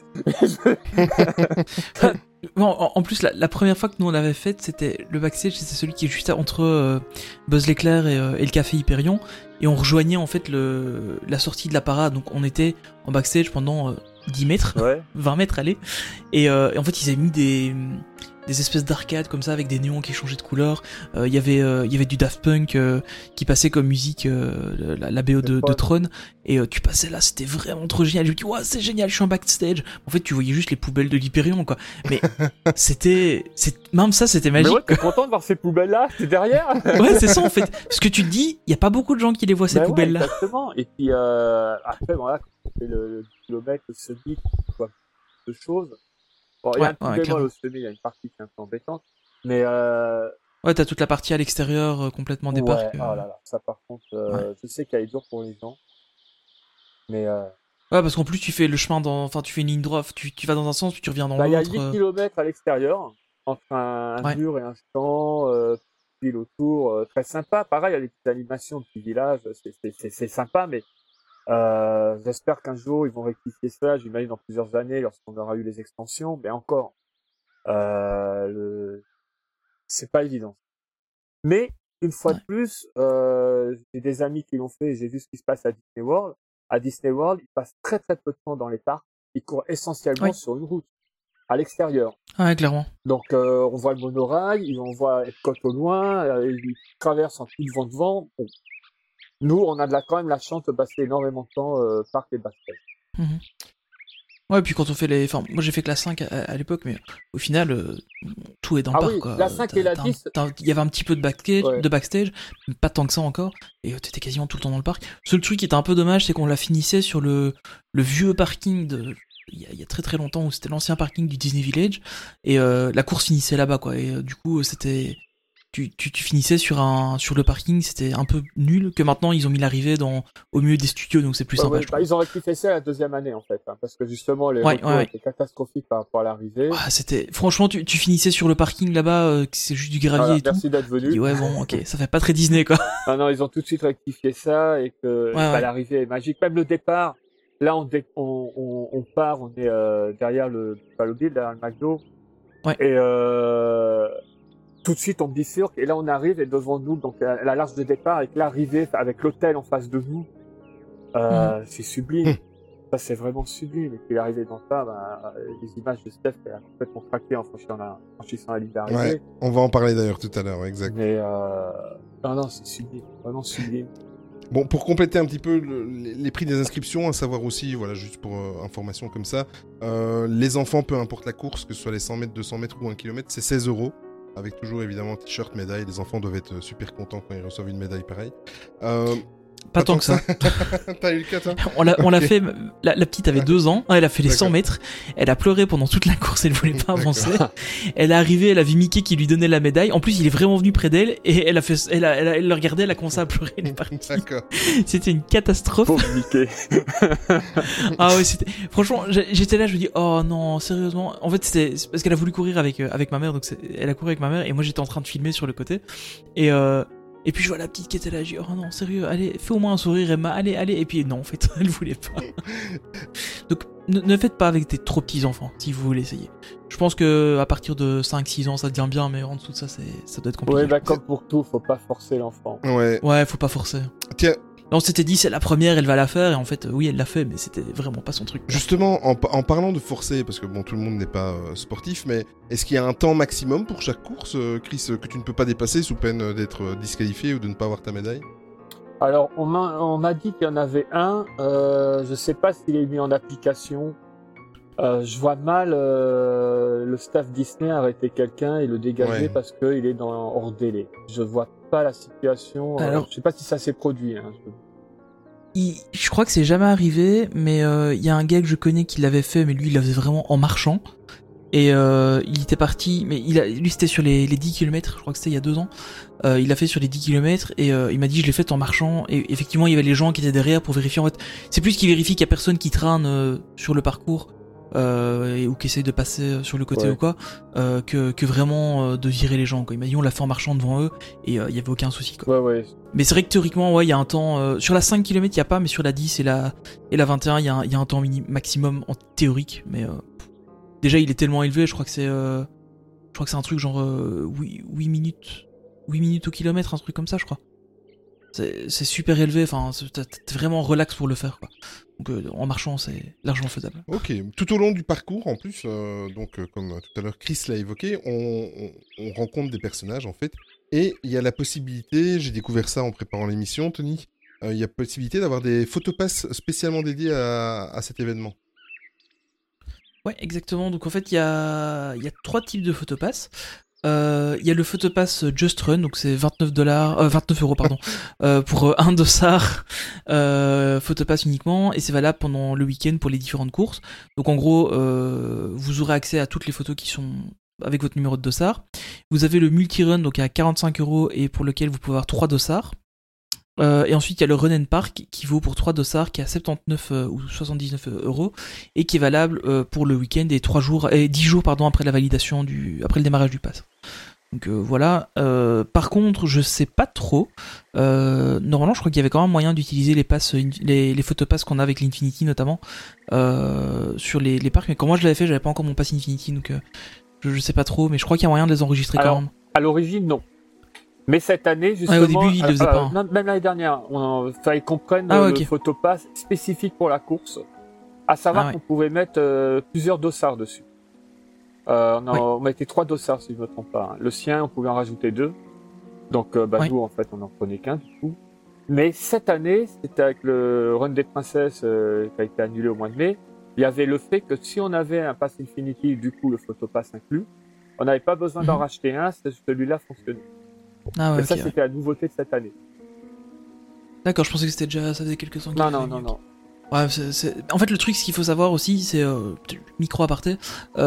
Non, en plus, la première fois que nous on l'avait faite, c'était le backstage, c'était celui qui est juste entre Buzz l'éclair et le café Hyperion, et on rejoignait en fait la sortie de la parade, donc on était en backstage pendant 10 mètres, Ouais. 20 mètres, allez, et en fait ils avaient mis des espèces d'arcades comme ça avec des néons qui changeaient de couleur. Il y avait du Daft Punk qui passait comme musique la BO de Tron, et tu passais là, c'était vraiment trop génial. Je me dis ouais, c'est génial, je suis en backstage. En fait, tu voyais juste les poubelles de l'Hyperion quoi. Mais même ça c'était magique. Mais ouais, t'es content de voir ces poubelles-là, t'es derrière. Ouais, c'est ça en fait. Parce que tu te dis, il y a pas beaucoup de gens qui les voient ces Ben ouais, poubelles là. exactement. Et puis après, voilà, quand on fait le kilomètre, le semi, tu vois, de choses. Bon, il y a un petit bémol clairement. au semi, il y a une partie qui est un peu embêtante, mais Ouais, t'as toute la partie à l'extérieur complètement des parcs. oh là là, ça par contre, je sais qu'elle est dure pour les gens, mais Ouais, parce qu'en plus tu fais le chemin enfin tu fais une ligne droite, tu vas dans un sens puis tu reviens dans il y a l'autre. 8 km à l'extérieur, entre un mur et un champ, puis autour, très sympa. Pareil, il y a des petites animations de petits villages, c'est sympa, mais j'espère qu'un jour ils vont rectifier ça. J'imagine dans plusieurs années, lorsqu'on aura eu les extensions, mais encore, c'est pas évident. Mais une fois de plus, j'ai des amis qui l'ont fait et j'ai vu ce qui se passe à Disney World. À Disney World, ils passent très très peu de temps dans les parcs. Ils courent essentiellement sur une route, à l'extérieur. Ouais, clairement. Donc on voit le monorail, on voit Epcot au loin, ils traversent en tout vent de vent. Bon. Nous, on a quand même la chance de passer énormément de temps parc et backstage. Mhm. Ouais, puis quand on fait enfin, moi j'ai fait que la 5 à l'époque, mais au final, tout est dans le parc, oui, quoi. la 5 et la 10. Il y avait un petit peu de Ouais. backstage, mais pas tant que ça encore, et t'étais quasiment tout le temps dans le parc. Seul truc qui était un peu dommage, c'est qu'on la finissait sur le vieux parking il y a très très longtemps, où c'était l'ancien parking du Disney Village, et la course finissait là-bas, quoi. Et du coup, c'était... Tu finissais sur le parking, c'était un peu nul, que maintenant ils ont mis l'arrivée au milieu des studios, donc c'est plus sympa, je trouve. Ils ont rectifié ça la deuxième année en fait, hein, parce que justement les retours étaient catastrophiques par rapport à l'arrivée. C'était franchement, tu finissais sur le parking là-bas, c'est juste du gravier, Voilà, et tout. merci d'être venu. Tu dis, ouais bon, ok, ça fait pas très Disney quoi. Non, ils ont tout de suite rectifié ça et que l'arrivée est magique. Même le départ, là on part, on est derrière le Buffalo Bill, derrière le McDo, et tout de suite on bifurque et là on arrive et devant nous, donc la large de départ avec l'arrivée, avec l'hôtel en face de nous, c'est sublime. Ça c'est vraiment sublime. Et puis l'arrivée dans ça, les images de Steph, elle a complètement craqué en franchissant la ligne d'arrivée. Ouais, on va en parler d'ailleurs tout à l'heure, exact. Mais non, c'est sublime, vraiment sublime. Bon, pour compléter un petit peu les prix des inscriptions, à savoir aussi, voilà, juste pour information comme ça, les enfants, peu importe la course, que ce soit les 100 mètres, 200 mètres ou 1 km, c'est 16 €. Avec toujours évidemment t-shirt, médaille. Les enfants doivent être super contents quand ils reçoivent une médaille pareille. Pas tant que ça. T'as eu le cas, toi? On l'a fait, la petite avait 2 ans, elle a fait les 100 mètres, elle a pleuré pendant toute la course, elle voulait pas avancer. Elle est arrivée, elle a vu Mickey qui lui donnait la médaille, en plus il est vraiment venu près d'elle, et elle le regardait, elle a commencé à pleurer, elle est partie. D'accord. C'était une catastrophe. Pauvre Mickey. Ah ouais, franchement, j'étais là, je me dis, oh non, sérieusement. En fait, c'est parce qu'elle a voulu courir avec ma mère, donc elle a couru avec ma mère, et moi j'étais en train de filmer sur le côté, et puis je vois la petite qui était là, je dis, oh non, sérieux, allez, fais au moins un sourire, Emma, allez, et puis non, en fait, elle voulait pas. Donc, ne faites pas avec des trop petits enfants, si vous voulez essayer. Je pense que à partir de 5-6 ans, ça devient bien, mais en dessous de ça, ça doit être compliqué. Ouais, comme pour tout, faut pas forcer l'enfant. Ouais, faut pas forcer. Tiens. On s'était dit, c'est la première, elle va la faire, et en fait, oui, elle l'a fait, mais c'était vraiment pas son truc. Justement, en parlant de forcer, parce que bon, tout le monde n'est pas sportif, mais est-ce qu'il y a un temps maximum pour chaque course, Chris, que tu ne peux pas dépasser sous peine d'être disqualifié ou de ne pas avoir ta médaille? Alors, on m'a dit qu'il y en avait un, je sais pas s'il est mis en application. Je vois mal le staff Disney arrêter quelqu'un et le dégager parce qu'il est hors délai. Je vois pas la situation. Alors, je sais pas si ça s'est produit. Hein. Je crois que c'est jamais arrivé, mais il y a un gars que je connais qui l'avait fait, mais lui il l'avait vraiment en marchant. Et il était parti, mais lui c'était sur les 10 km, je crois que c'était il y a 2 ans. Il l'a fait sur les 10 km et il m'a dit je l'ai fait en marchant. Et effectivement il y avait les gens qui étaient derrière pour vérifier. En fait, c'est plus qu'il vérifie qu'il y a personne qui traîne sur le parcours ou qui essayent de passer sur le côté Ouais. ou quoi, que vraiment de virer les gens, quoi. Il m'a dit on l'a fait en marchant devant eux et il y avait aucun souci, quoi. Ouais. Mais c'est vrai que théoriquement, ouais, il y a un temps. Sur la 5 km, il n'y a pas, mais sur la 10 et la 21, il y a un temps maximum en théorique. Mais déjà, il est tellement élevé, je crois que c'est un truc genre 8 minutes. 8 minutes au kilomètre, un truc comme ça, je crois. C'est super élevé, enfin, t'es vraiment relax pour le faire, quoi. Donc en marchant, c'est largement faisable. Ok, tout au long du parcours, en plus, comme tout à l'heure Chris l'a évoqué, on rencontre des personnages, en fait, et il y a la possibilité, j'ai découvert ça en préparant l'émission, Tony, il y a possibilité d'avoir des photopasses spécialement dédiées à cet événement. Ouais, exactement. Donc en fait, il y a 3 types de photopasses. Il y a le photopass Just Run, donc c'est 29 euros pardon, pour un dossard photopass uniquement, et c'est valable pendant le week-end pour les différentes courses. Donc en gros, vous aurez accès à toutes les photos qui sont avec votre numéro de dossard. Vous avez le multi-run, donc à 45 euros, et pour lequel vous pouvez avoir 3 dossards. Et ensuite il y a le Run and Park qui vaut pour 3 dossards, qui est à 79 ou 79 euros, et qui est valable pour le week-end et 10 jours après la validation après le démarrage du pass. Donc voilà. Par contre, je sais pas trop. Normalement, je crois qu'il y avait quand même moyen d'utiliser les photopasses qu'on a avec l'Infinity notamment sur les parcs. Mais quand moi je l'avais fait, j'avais pas encore mon pass Infinity, donc je sais pas trop. Mais je crois qu'il y a moyen de les enregistrer quand même. À l'origine, non. Mais cette année, justement, au début, il le faisait pas. non, même l'année dernière, fallait qu'on prenne ok. le photopass spécifique pour la course. À savoir qu'on pouvait mettre plusieurs dossards dessus. On mettait 3 dossards, si je me trompe pas. Le sien, on pouvait en rajouter 2. Donc, nous, en fait, on en prenait qu'un, du coup. Mais cette année, c'était avec le Run des Princesses qui a été annulé au mois de mai. Il y avait le fait que si on avait un pass Infinity, du coup, le photopass inclus, on n'avait pas besoin d'en racheter un, celui-là fonctionnait. Ah ouais, et ça, c'était la nouveauté de cette année. D'accord, je pensais que c'était déjà, ça faisait quelques temps. Non. Ouais, en fait, le truc, ce qu'il faut savoir aussi, c'est micro aparté.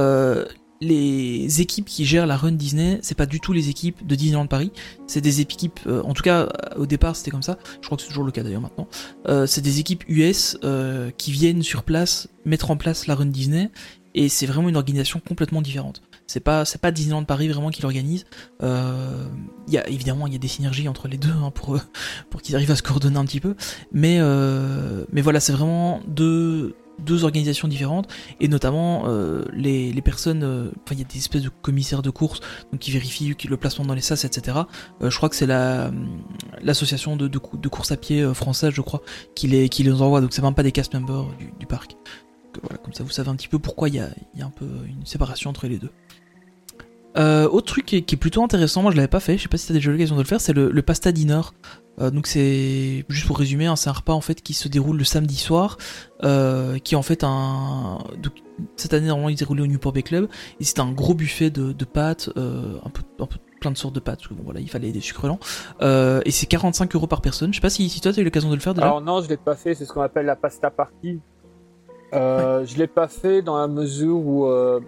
Les équipes qui gèrent la Run Disney, c'est pas du tout les équipes de Disneyland Paris. C'est des équipes, en tout cas au départ c'était comme ça. Je crois que c'est toujours le cas d'ailleurs maintenant. C'est des équipes US qui viennent sur place mettre en place la Run Disney, et c'est vraiment une organisation complètement différente. C'est pas Disneyland Paris vraiment qui l'organise. Évidemment il y a des synergies entre les deux pour qu'ils arrivent à se coordonner un petit peu. Mais voilà, c'est vraiment deux organisations différentes, et notamment les personnes, il y a des espèces de commissaires de course donc qui vérifient le placement dans les sas, etc. Je crois que c'est l'association de course à pied française, je crois, qui les envoie, donc c'est même pas des cast members du parc. Donc, voilà, comme ça vous savez un petit peu pourquoi il y a un peu une séparation entre les deux. Autre truc qui est plutôt intéressant, moi je l'avais pas fait, je sais pas si t'as déjà eu l'occasion de le faire, c'est le pasta dinner. Donc c'est, juste pour résumer, c'est un repas en fait qui se déroule le samedi soir, qui est en fait donc, cette année normalement il se déroulait au Newport Bay Club, et c'est un gros buffet de pâtes, un peu plein de sortes de pâtes, parce que bon voilà, il fallait des sucres lents, et c'est 45 euros par personne. Je sais pas si toi t'as eu l'occasion de le faire déjà. Alors non, je l'ai pas fait, c'est ce qu'on appelle la pasta party. Je l'ai pas fait dans la mesure où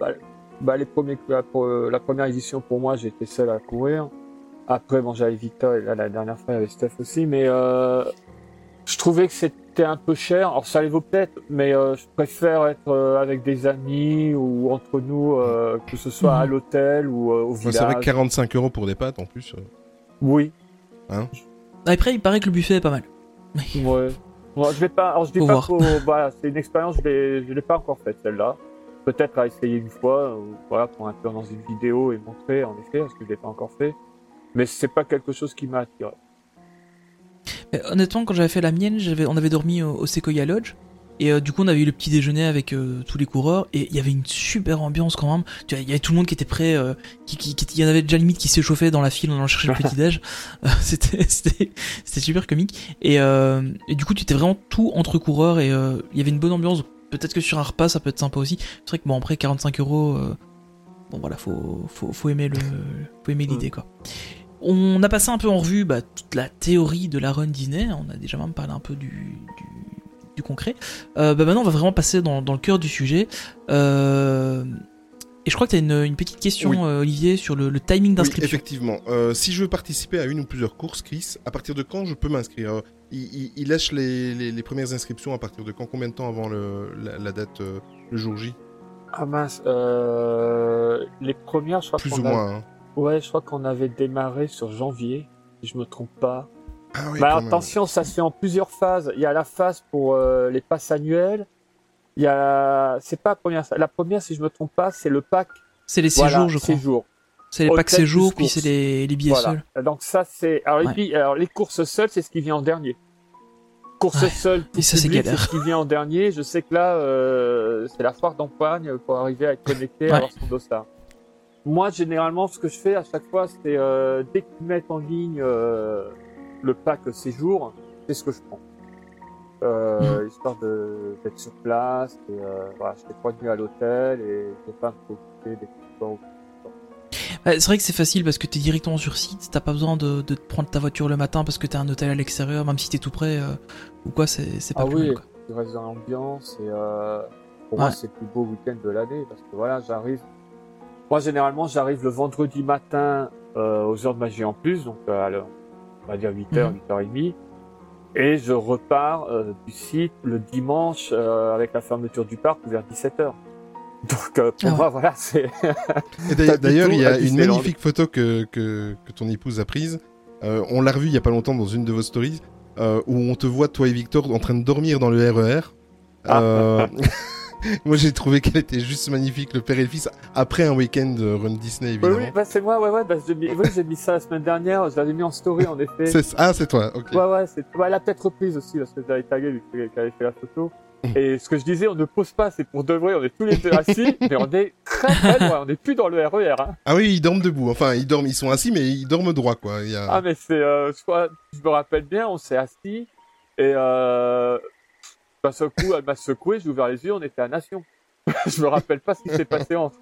la première édition pour moi j'étais seul à courir. Après j'avais Victor, et là, la dernière fois il y avait Steph aussi, mais je trouvais que c'était un peu cher. Alors ça les vaut peut-être, mais je préfère être avec des amis ou entre nous, que ce soit à l'hôtel ou au village. C'est vrai que 45 euros pour des pâtes en plus. Oui. Hein. Après il paraît que le buffet est pas mal. Ouais. Bon, je vais pas. Alors je dis pas. Voilà, c'est une expérience. Je l'ai pas encore faite celle-là. Peut-être à essayer une fois, voilà, pour un peu dans une vidéo et montrer en effet, parce que je l'ai pas encore fait. Mais c'est pas quelque chose qui m'a attiré. Mais honnêtement, quand j'avais fait la mienne, on avait dormi au Sequoia Lodge, et du coup on avait eu le petit déjeuner avec tous les coureurs, et il y avait une super ambiance quand même. Tu vois, il y avait tout le monde qui était prêt, il y en avait déjà limite qui s'échauffaient dans la file en allant chercher le petit déj. C'était super comique, et du coup tu étais vraiment tout entre coureurs, et il y avait une bonne ambiance. Peut-être que sur un repas ça peut être sympa aussi. C'est vrai que bon, après 45 euros, bon voilà, faut aimer l'idée quoi. On a passé un peu en revue toute la théorie de la Run Disney, on a déjà même parlé un peu du concret. Maintenant on va vraiment passer dans le cœur du sujet. Et je crois que tu as une petite question, oui. Olivier, sur le timing d'inscription. Oui, effectivement. Si je veux participer à une ou plusieurs courses, Chris, à partir de quand je peux m'inscrire ? Il lâche les premières inscriptions à partir de quand ? Combien de temps avant la date, le jour J ? Ah mince, les premières, je crois Plus qu'on ou moins. Hein. Ouais, je crois qu'on avait démarré sur janvier, si je me trompe pas. Ah oui, Bah quand même. attention, ça se fait en plusieurs phases. Il y a la phase pour les passes annuelles. Il y a, c'est pas la première. La première, si je me trompe pas, c'est le pack. C'est les séjours, Voilà, je crois. séjours. C'est les packs Hôtel séjours, plus puis course. c'est les billets Voilà. seuls. Donc ça, c'est. Alors, et Ouais. puis, alors, les courses seules, c'est ce qui vient en dernier. Courses Ouais. seules, tout Et ça, c'est public, galère. c'est ce qui vient en dernier. Je sais que là, c'est la foire d'Empagne pour arriver à être connecté, Ouais. à avoir son dossard. Moi, généralement, ce que je fais à chaque fois, c'est dès qu'ils mettent en ligne le pack séjour, c'est ce que je prends. Histoire d'être sur place. Et, voilà, je fais 3 nuits à l'hôtel et je vais pas me préoccuper des transports. Ouais, c'est vrai que c'est facile parce que t'es directement sur site, t'as pas besoin de te prendre ta voiture le matin parce que t'as un hôtel à l'extérieur, même si t'es tout près ou quoi, c'est pas Ah plus oui, mal, quoi. tu restes dans l'ambiance et pour Ouais. moi c'est le plus beau week-end de l'année parce que voilà, j'arrive. Moi généralement j'arrive le vendredi matin aux heures de magie en plus, donc à l'heure, on va dire 8h, 8h30, et je repars du site le dimanche avec la fermeture du parc vers 17h. Donc pour moi voilà, c'est Et T'as d'ailleurs, du il y tout à a une Disneyland. magnifique photo que ton épouse a prise. On l'a revue il y a pas longtemps dans une de vos stories où on te voit, toi et Victor, en train de dormir dans le RER. Moi, j'ai trouvé qu'elle était juste magnifique, le père et le fils, après un week-end Run Disney, Oui, évidemment. oui, bah c'est moi, ouais, bah j'ai mis ça la semaine dernière, je l'avais mis en story en effet. C'est toi, ok. Ouais, elle a peut-être reprise aussi, parce que j'avais tagué vu qu'elle avait fait la photo. Et ce que je disais, on ne pose pas, c'est pour de vrai, on est tous les deux assis, mais on est très très loin, on n'est plus dans le RER, hein. Ah oui, ils dorment debout. Enfin, ils sont assis, mais ils dorment droit, quoi. Il y a... Ah, mais c'est, je me rappelle bien, on s'est assis, et d'un seul coup, elle m'a secoué, j'ai ouvert les yeux, on était à Nation. Je me rappelle pas ce qui s'est passé entre.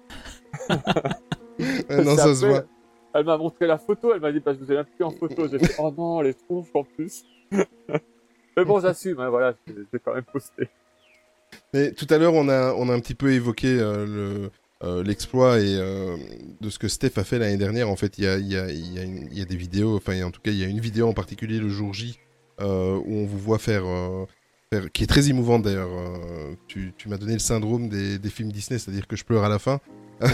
non, ça se Après, voit. Elle m'a montré la photo, elle m'a dit, bah, je vous ai même plus en photo. J'ai fait, oh non, elle est trop en plus. Mais bon, j'assume, hein, voilà, j'ai quand même posté. Mais tout à l'heure, on a un petit peu évoqué l'exploit et de ce que Steph a fait l'année dernière. En fait, il y a des vidéos, enfin, en tout cas, il y a une vidéo en particulier le jour J où on vous voit faire qui est très émouvante d'ailleurs. Tu m'as donné le syndrome des films Disney, c'est-à-dire que je pleure à la fin.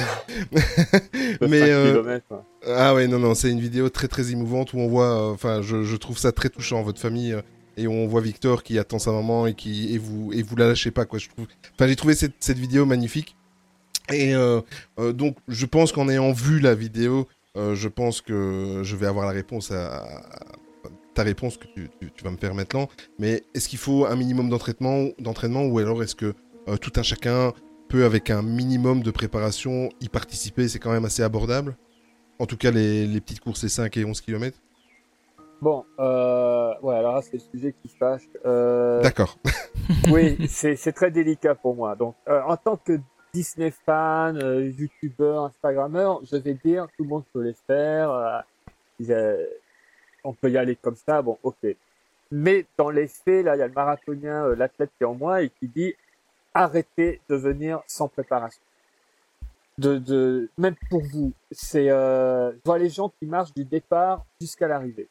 Mais 5 kilomètres, ouais. ah ouais, non, c'est une vidéo très très émouvante où on voit, enfin, je trouve ça très touchant, votre famille. Et on voit Victor qui attend sa maman et vous la lâchez pas, quoi. J'ai trouvé cette vidéo magnifique. Et donc, je pense qu'en ayant vu la vidéo, je pense que je vais avoir la réponse à ta réponse que tu vas me faire maintenant. Mais est-ce qu'il faut un minimum d'entraînement ou alors est-ce que tout un chacun peut, avec un minimum de préparation, y participer? C'est quand même assez abordable. En tout cas, les petites courses, les 5 et 11 km. Bon, ouais, alors là, c'est le sujet qui fâche. D'accord. Oui, c'est très délicat pour moi. Donc, en tant que Disney fan, youtubeur, instagrammeur, je vais dire, tout le monde peut les faire. On peut y aller comme ça, bon, ok. Mais dans les faits, là, il y a le marathonien, l'athlète qui est en moi et qui dit, arrêtez de venir sans préparation. Même pour vous, c'est, je vois les gens qui marchent du départ jusqu'à l'arrivée.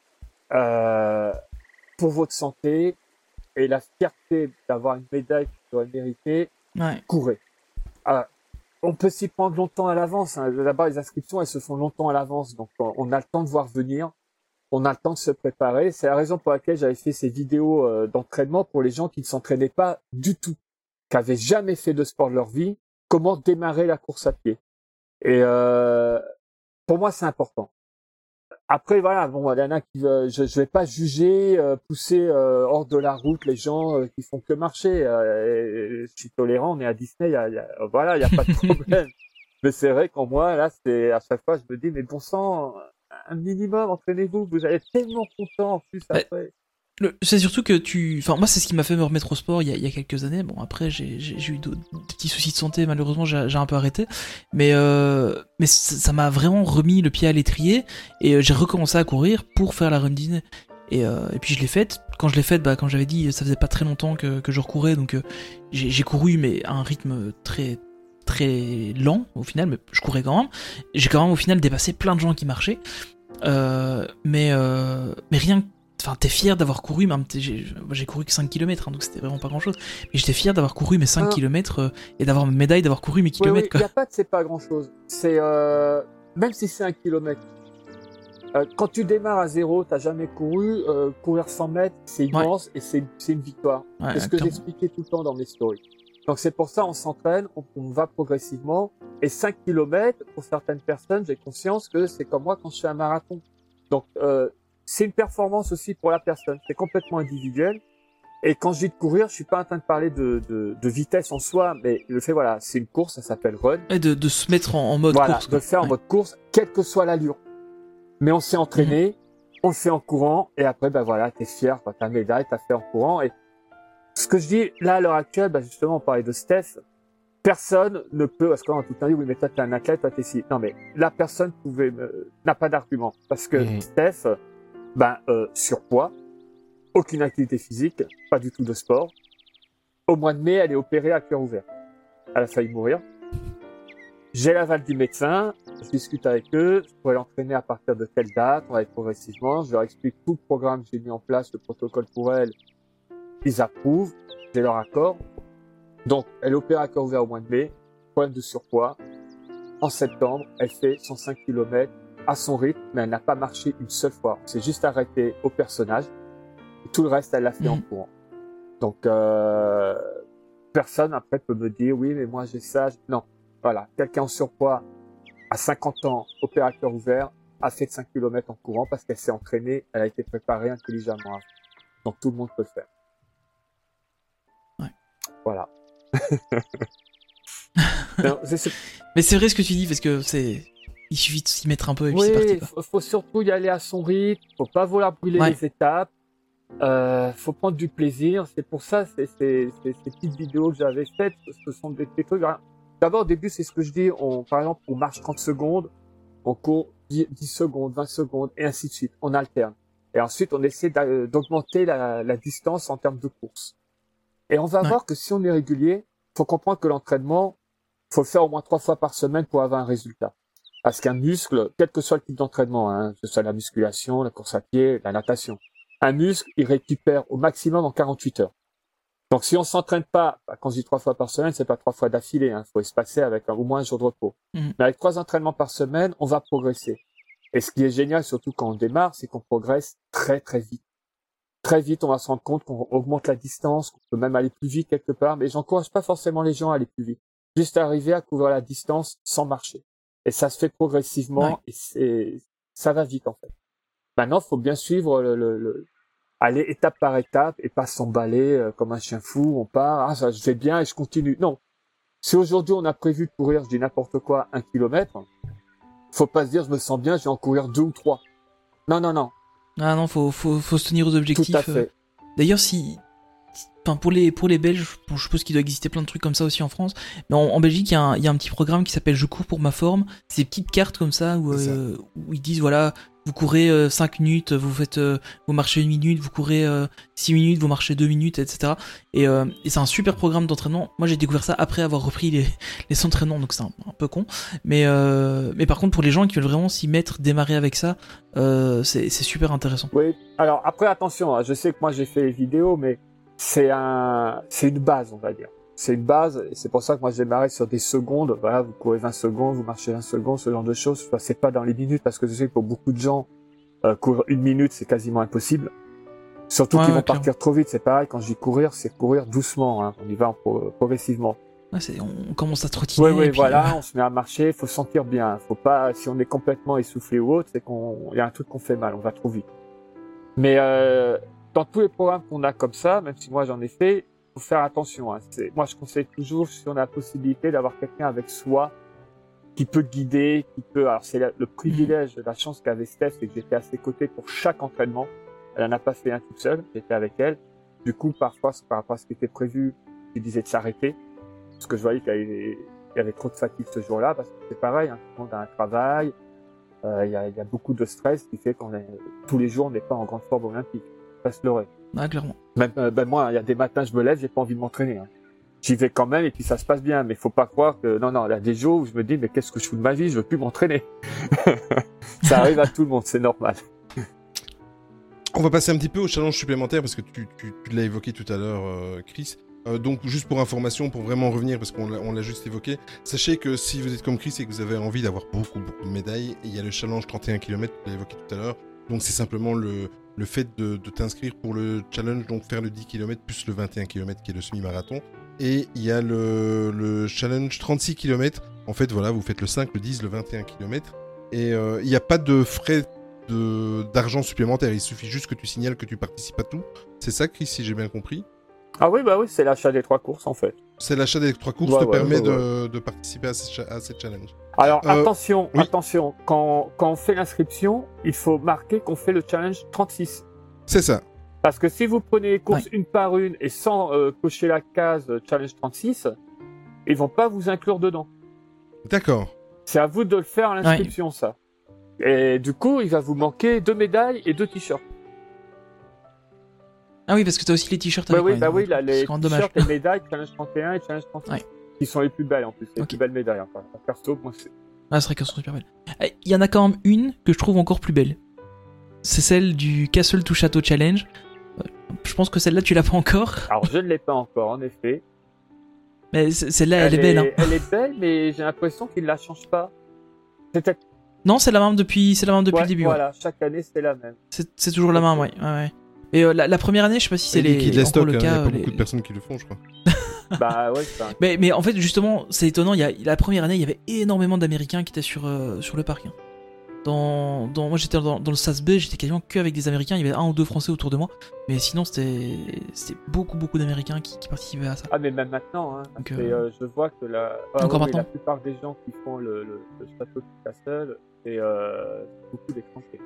Pour votre santé et la fierté d'avoir une médaille que tu dois mériter, Ouais. courez. On peut s'y prendre longtemps à l'avance. Hein. D'abord, les inscriptions, elles se font longtemps à l'avance. Donc, on a le temps de voir venir. On a le temps de se préparer. C'est la raison pour laquelle j'avais fait ces vidéos d'entraînement pour les gens qui ne s'entraînaient pas du tout, qui n'avaient jamais fait de sport de leur vie. Comment démarrer la course à pied. Et pour moi, c'est important. Après, voilà, bon, il y en a qui, je vais pas juger, pousser hors de la route les gens qui font que marcher. Je suis tolérant, on est à Disney, voilà, il y a pas de problème. Mais c'est vrai qu'en moi, là, c'est à chaque fois, je me dis, mais bon sang, un minimum, entraînez-vous, vous allez être tellement content en plus après. C'est surtout que enfin moi c'est ce qui m'a fait me remettre au sport il y a quelques années. Bon après j'ai eu des petits soucis de santé, malheureusement j'ai un peu arrêté, mais ça m'a vraiment remis le pied à l'étrier et j'ai recommencé à courir pour faire la Run Disney et puis je l'ai faite. Quand je l'ai faite, comme j'avais dit, ça faisait pas très longtemps que je recourais, donc j'ai couru mais à un rythme très très lent au final, mais je courais quand même. J'ai quand même au final dépassé plein de gens qui marchaient, mais rien Enfin, t'es fier d'avoir couru, même j'ai couru que 5 km, donc c'était vraiment pas grand chose. Mais j'étais fier d'avoir couru mes 5 km et d'avoir ma médaille d'avoir couru mes kilomètres. Il n'y a pas de c'est pas grand chose. C'est, même si c'est 1 kilomètre. Quand tu démarres à zéro, t'as jamais couru, courir 100 mètres, c'est immense et c'est une victoire. C'est ce que j'expliquais tout le temps dans mes stories. Donc c'est pour ça on s'entraîne, on va progressivement. Et 5 km, pour certaines personnes, j'ai conscience que c'est comme moi quand je fais un marathon. Donc c'est une performance aussi pour la personne. C'est complètement individuel. Et quand je dis de courir, je suis pas en train de parler de vitesse en soi, mais le fait, voilà, c'est une course, ça s'appelle run. Et de se mettre en mode course. De le faire en mode course, quelle que soit l'allure. Mais on s'est entraîné, on le fait en courant, et après, ben voilà, t'es fier, quand ta médaille, t'as fait en courant. Et ce que je dis, là, à l'heure actuelle, ben justement, on parlait de Steph, personne ne peut, parce qu'on a tout le temps dit, oui, mais toi, t'es un athlète, toi, t'es si. Non, mais la personne n'a pas d'argument. Parce que Steph, surpoids, aucune activité physique, pas du tout de sport. Au mois de mai, elle est opérée à cœur ouvert. Elle a failli mourir. J'ai l'aval du médecin, je discute avec eux, je pourrais l'entraîner à partir de telle date, on va aller progressivement, je leur explique tout le programme que j'ai mis en place, le protocole pour elle, ils approuvent, j'ai leur accord. Donc, elle est opérée à cœur ouvert au mois de mai, problème de surpoids. En septembre, elle fait 105 km à son rythme, mais elle n'a pas marché une seule fois. C'est juste arrêté au personnage. Et tout le reste, elle l'a fait en courant. Donc, personne après peut me dire, oui, mais moi j'ai ça. Non, voilà. Quelqu'un en surpoids, à 50 ans, opéré à cœur ouvert, a fait 5 km en courant parce qu'elle s'est entraînée, elle a été préparée intelligemment avant. Donc, tout le monde peut le faire. Ouais. Voilà. Non, mais c'est vrai ce que tu dis, parce que il suffit de s'y mettre un peu et puis c'est parti. Oui, faut surtout y aller à son rythme, faut pas vouloir brûler les étapes. Faut prendre du plaisir. C'est pour ça, ces petites vidéos que j'avais faites, ce sont des trucs. D'abord, au début, c'est ce que je dis. Par exemple, on marche 30 secondes, on court 10 secondes, 20 secondes, et ainsi de suite. On alterne. Et ensuite, on essaie d'augmenter la distance en termes de course. Et on va voir que si on est régulier, faut comprendre que l'entraînement, faut le faire au moins 3 fois par semaine pour avoir un résultat. Parce qu'un muscle, quel que soit le type d'entraînement, que ce soit la musculation, la course à pied, la natation, un muscle, il récupère au maximum en 48 heures. Donc, si on s'entraîne pas, quand je dis 3 fois par semaine, c'est pas 3 fois d'affilée, faut espacer avec au moins un jour de repos. Mais avec 3 entraînements par semaine, on va progresser. Et ce qui est génial, surtout quand on démarre, c'est qu'on progresse très, très vite. Très vite, on va se rendre compte qu'on augmente la distance, qu'on peut même aller plus vite quelque part, mais j'encourage pas forcément les gens à aller plus vite. Juste arriver à couvrir la distance sans marcher. Et ça se fait progressivement, et ça va vite, en fait. Maintenant, faut bien suivre aller étape par étape et pas s'emballer comme un chien fou. On part, ça je vais bien et je continue. Non. Si aujourd'hui on a prévu de courir, je dis n'importe quoi, 1 kilomètre, faut pas se dire je me sens bien, je vais en courir 2 ou 3. Non. Ah non, faut se tenir aux objectifs. Tout à fait. D'ailleurs, pour les Belges, je suppose qu'il doit exister plein de trucs comme ça aussi en France. Mais en Belgique, il y a un petit programme qui s'appelle Je cours pour ma forme. C'est des petites cartes comme ça où ils disent voilà, vous courez 5 minutes, vous marchez 1 minute, vous courez 6 minutes, vous marchez 2 minutes, etc. Et c'est un super programme d'entraînement. Moi, j'ai découvert ça après avoir repris les entraînements, donc c'est un peu con. Mais par contre, pour les gens qui veulent vraiment s'y mettre, démarrer avec ça, c'est super intéressant. Oui. Alors après, attention, je sais que moi j'ai fait les vidéos, mais c'est une base, on va dire. C'est une base, et c'est pour ça que moi j'ai démarré sur des secondes. Voilà, vous courez 20 secondes, vous marchez 20 secondes, ce genre de choses. Enfin, c'est pas dans les minutes, parce que je sais que pour beaucoup de gens, courir 1 minute, c'est quasiment impossible. Surtout qu'ils vont partir trop vite, c'est pareil. Quand je dis courir, c'est courir doucement, on y va progressivement. On commence à trottiner. Oui, voilà, on se met à marcher, faut se sentir bien. Faut pas, si on est complètement essoufflé ou autre, c'est il y a un truc qu'on fait mal, on va trop vite. Mais dans tous les programmes qu'on a comme ça, même si moi j'en ai fait, faut faire attention. Moi je conseille toujours, si on a la possibilité d'avoir quelqu'un avec soi qui peut guider, alors c'est le privilège, la chance qu'avait Steph, c'est que j'étais à ses côtés pour chaque entraînement. Elle en a pas fait un toute seule, j'étais avec elle. Du coup, parfois, par rapport à ce qui était prévu, je disais de s'arrêter. Parce que je voyais qu'il y avait trop de fatigue ce jour-là, parce que c'est pareil, tout le monde a un travail, il y a beaucoup de stress qui fait tous les jours, on n'est pas en grande forme olympique. Pas se leurrer. Ah, clairement. Même, moi, il y a des matins, je me lève, j'ai pas envie de m'entraîner. J'y vais quand même et puis ça se passe bien, mais faut pas croire que, non, il y a des jours où je me dis, mais qu'est-ce que je fous de ma vie, je veux plus m'entraîner. Ça arrive à tout le monde, c'est normal. On va passer un petit peu au challenge supplémentaire parce que tu l'as évoqué tout à l'heure, Chris. Donc, juste pour information, pour vraiment revenir, parce qu'on l'a juste évoqué, sachez que si vous êtes comme Chris et que vous avez envie d'avoir beaucoup de médailles, il y a le challenge 31 km, tu l'as évoqué tout à l'heure. Donc, c'est simplement le fait de t'inscrire pour le challenge, donc faire le 10 km plus le 21 km qui est le semi-marathon. Et il y a le challenge 36 km. En fait, voilà, vous faites le 5, le 10, le 21 km. Et il n'y a pas de frais d'argent supplémentaire. Il suffit juste que tu signales que tu participes à tout. C'est ça, Chris, si j'ai bien compris? Ah oui, c'est l'achat des 3 courses en fait. C'est l'achat des 3 courses Ouais, te ouais, permet ouais. de participer à ces challenges. Alors attention, oui. attention, quand on fait l'inscription, il faut marquer qu'on fait le challenge 36. C'est ça. Parce que si vous prenez les courses une par une et sans cocher la case challenge 36, ils vont pas vous inclure dedans. D'accord. C'est à vous de le faire à l'inscription, ça. Et du coup, il va vous manquer 2 médailles et 2 t-shirts. Ah oui, parce que t'as aussi les t-shirts Bah avec. oui, là, les quand même dommage. t-shirts et médailles, challenge 31 et challenge 36. Ouais. Qui sont les plus belles en plus, les Ok. plus belles médailles. Enfin, perso, moi c'est... Ah, c'est vrai qu'elles sont super belles. Il y en a quand même une que je trouve encore plus belle. C'est celle du Castle to Château Challenge. Je pense que celle-là, tu l'as pas encore. Alors, je ne l'ai pas encore, en effet. Mais celle-là, elle est belle. Hein. Elle est belle, mais j'ai l'impression qu'ils ne la changent pas. C'est peut-être... Non, c'est la même depuis le début. Voilà, Ouais. chaque année, c'est la même. C'est toujours la même, ouais. Et la première année, je sais pas si c'est Liquid encore stock, le il y a cas. pas beaucoup de personnes qui le font, je crois. Bah ouais, c'est un... Mais en fait, justement, c'est étonnant. La première année, il y avait énormément d'Américains qui étaient sur le parc. Hein. Moi, j'étais dans le SAS B, j'étais quasiment que avec des Américains. Il y avait 1 ou 2 Français autour de moi. Mais sinon, c'était beaucoup d'Américains qui participaient à ça. Ah, mais même maintenant, hein. Donc, je vois que Encore maintenant. la plupart des gens qui font le château de Castle, c'est beaucoup d'étrangers.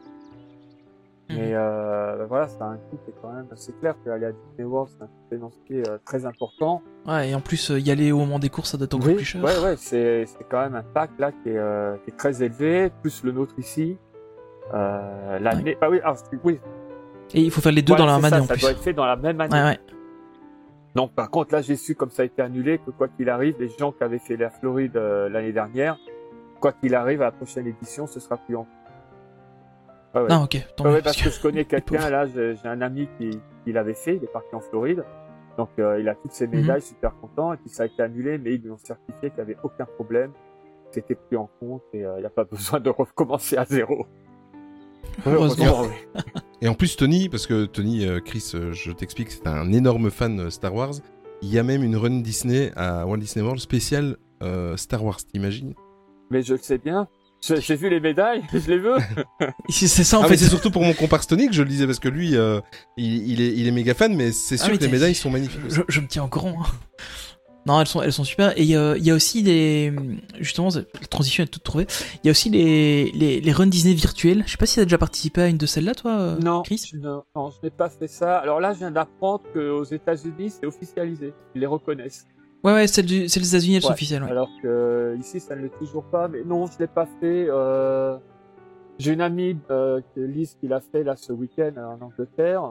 Mais voilà, c'est un coût qui est quand même assez clair qu'aller à Disney World, c'est un coût financier très important. Ouais, et en plus, y aller au moment des courses, ça doit être encore plus cher. Ouais, c'est quand même un pack là qui est très élevé, plus le nôtre ici. L'année, bah oui, oui. Et il faut faire les deux dans la même année en ça plus. doit être fait dans la même année. Ouais. Donc par contre, là, j'ai su, comme ça a été annulé, que quoi qu'il arrive, les gens qui avaient fait la Floride l'année dernière, quoi qu'il arrive, à la prochaine édition, ce sera plus en cours. Ouais. Ah ok, tant mieux. Parce que je connais quelqu'un, là, j'ai un ami qui l'avait fait, il est parti en Floride. Donc il a toutes ses médailles, super content, et puis ça a été annulé, mais ils lui ont certifié qu'il n'y avait aucun problème, c'était pris en compte, et il n'y a pas besoin de recommencer à zéro. Heureusement. Oui. Et en plus, Tony, parce que Tony, Chris, je t'explique, c'est un énorme fan Star Wars. Il y a même une run Disney à Walt Disney World spéciale Star Wars, t'imagines? Mais je le sais bien. J'ai vu les médailles, je les veux. C'est ça en fait. Mais c'est surtout pour mon comparse Tony que je le disais, parce que lui, il est méga fan, mais c'est sûr que les médailles sont magnifiques. Je me tiens au courant. Hein. Non, elles sont super. Et il y a aussi justement, la transition est toute trouvée. Il y a aussi les runs Disney virtuels. Je sais pas si t'as déjà participé à une de celles-là, toi, non, Chris. Non, je n'ai pas fait ça. Alors là, je viens d'apprendre qu'aux États-Unis, c'est officialisé. Ils les reconnaissent. Ouais, celles des États-Unis, elles sont officielles. Ouais. Alors que ici, ça ne l'est toujours pas. Mais non, je l'ai pas fait. J'ai une amie, Lise, qui l'a fait là ce week-end en Angleterre.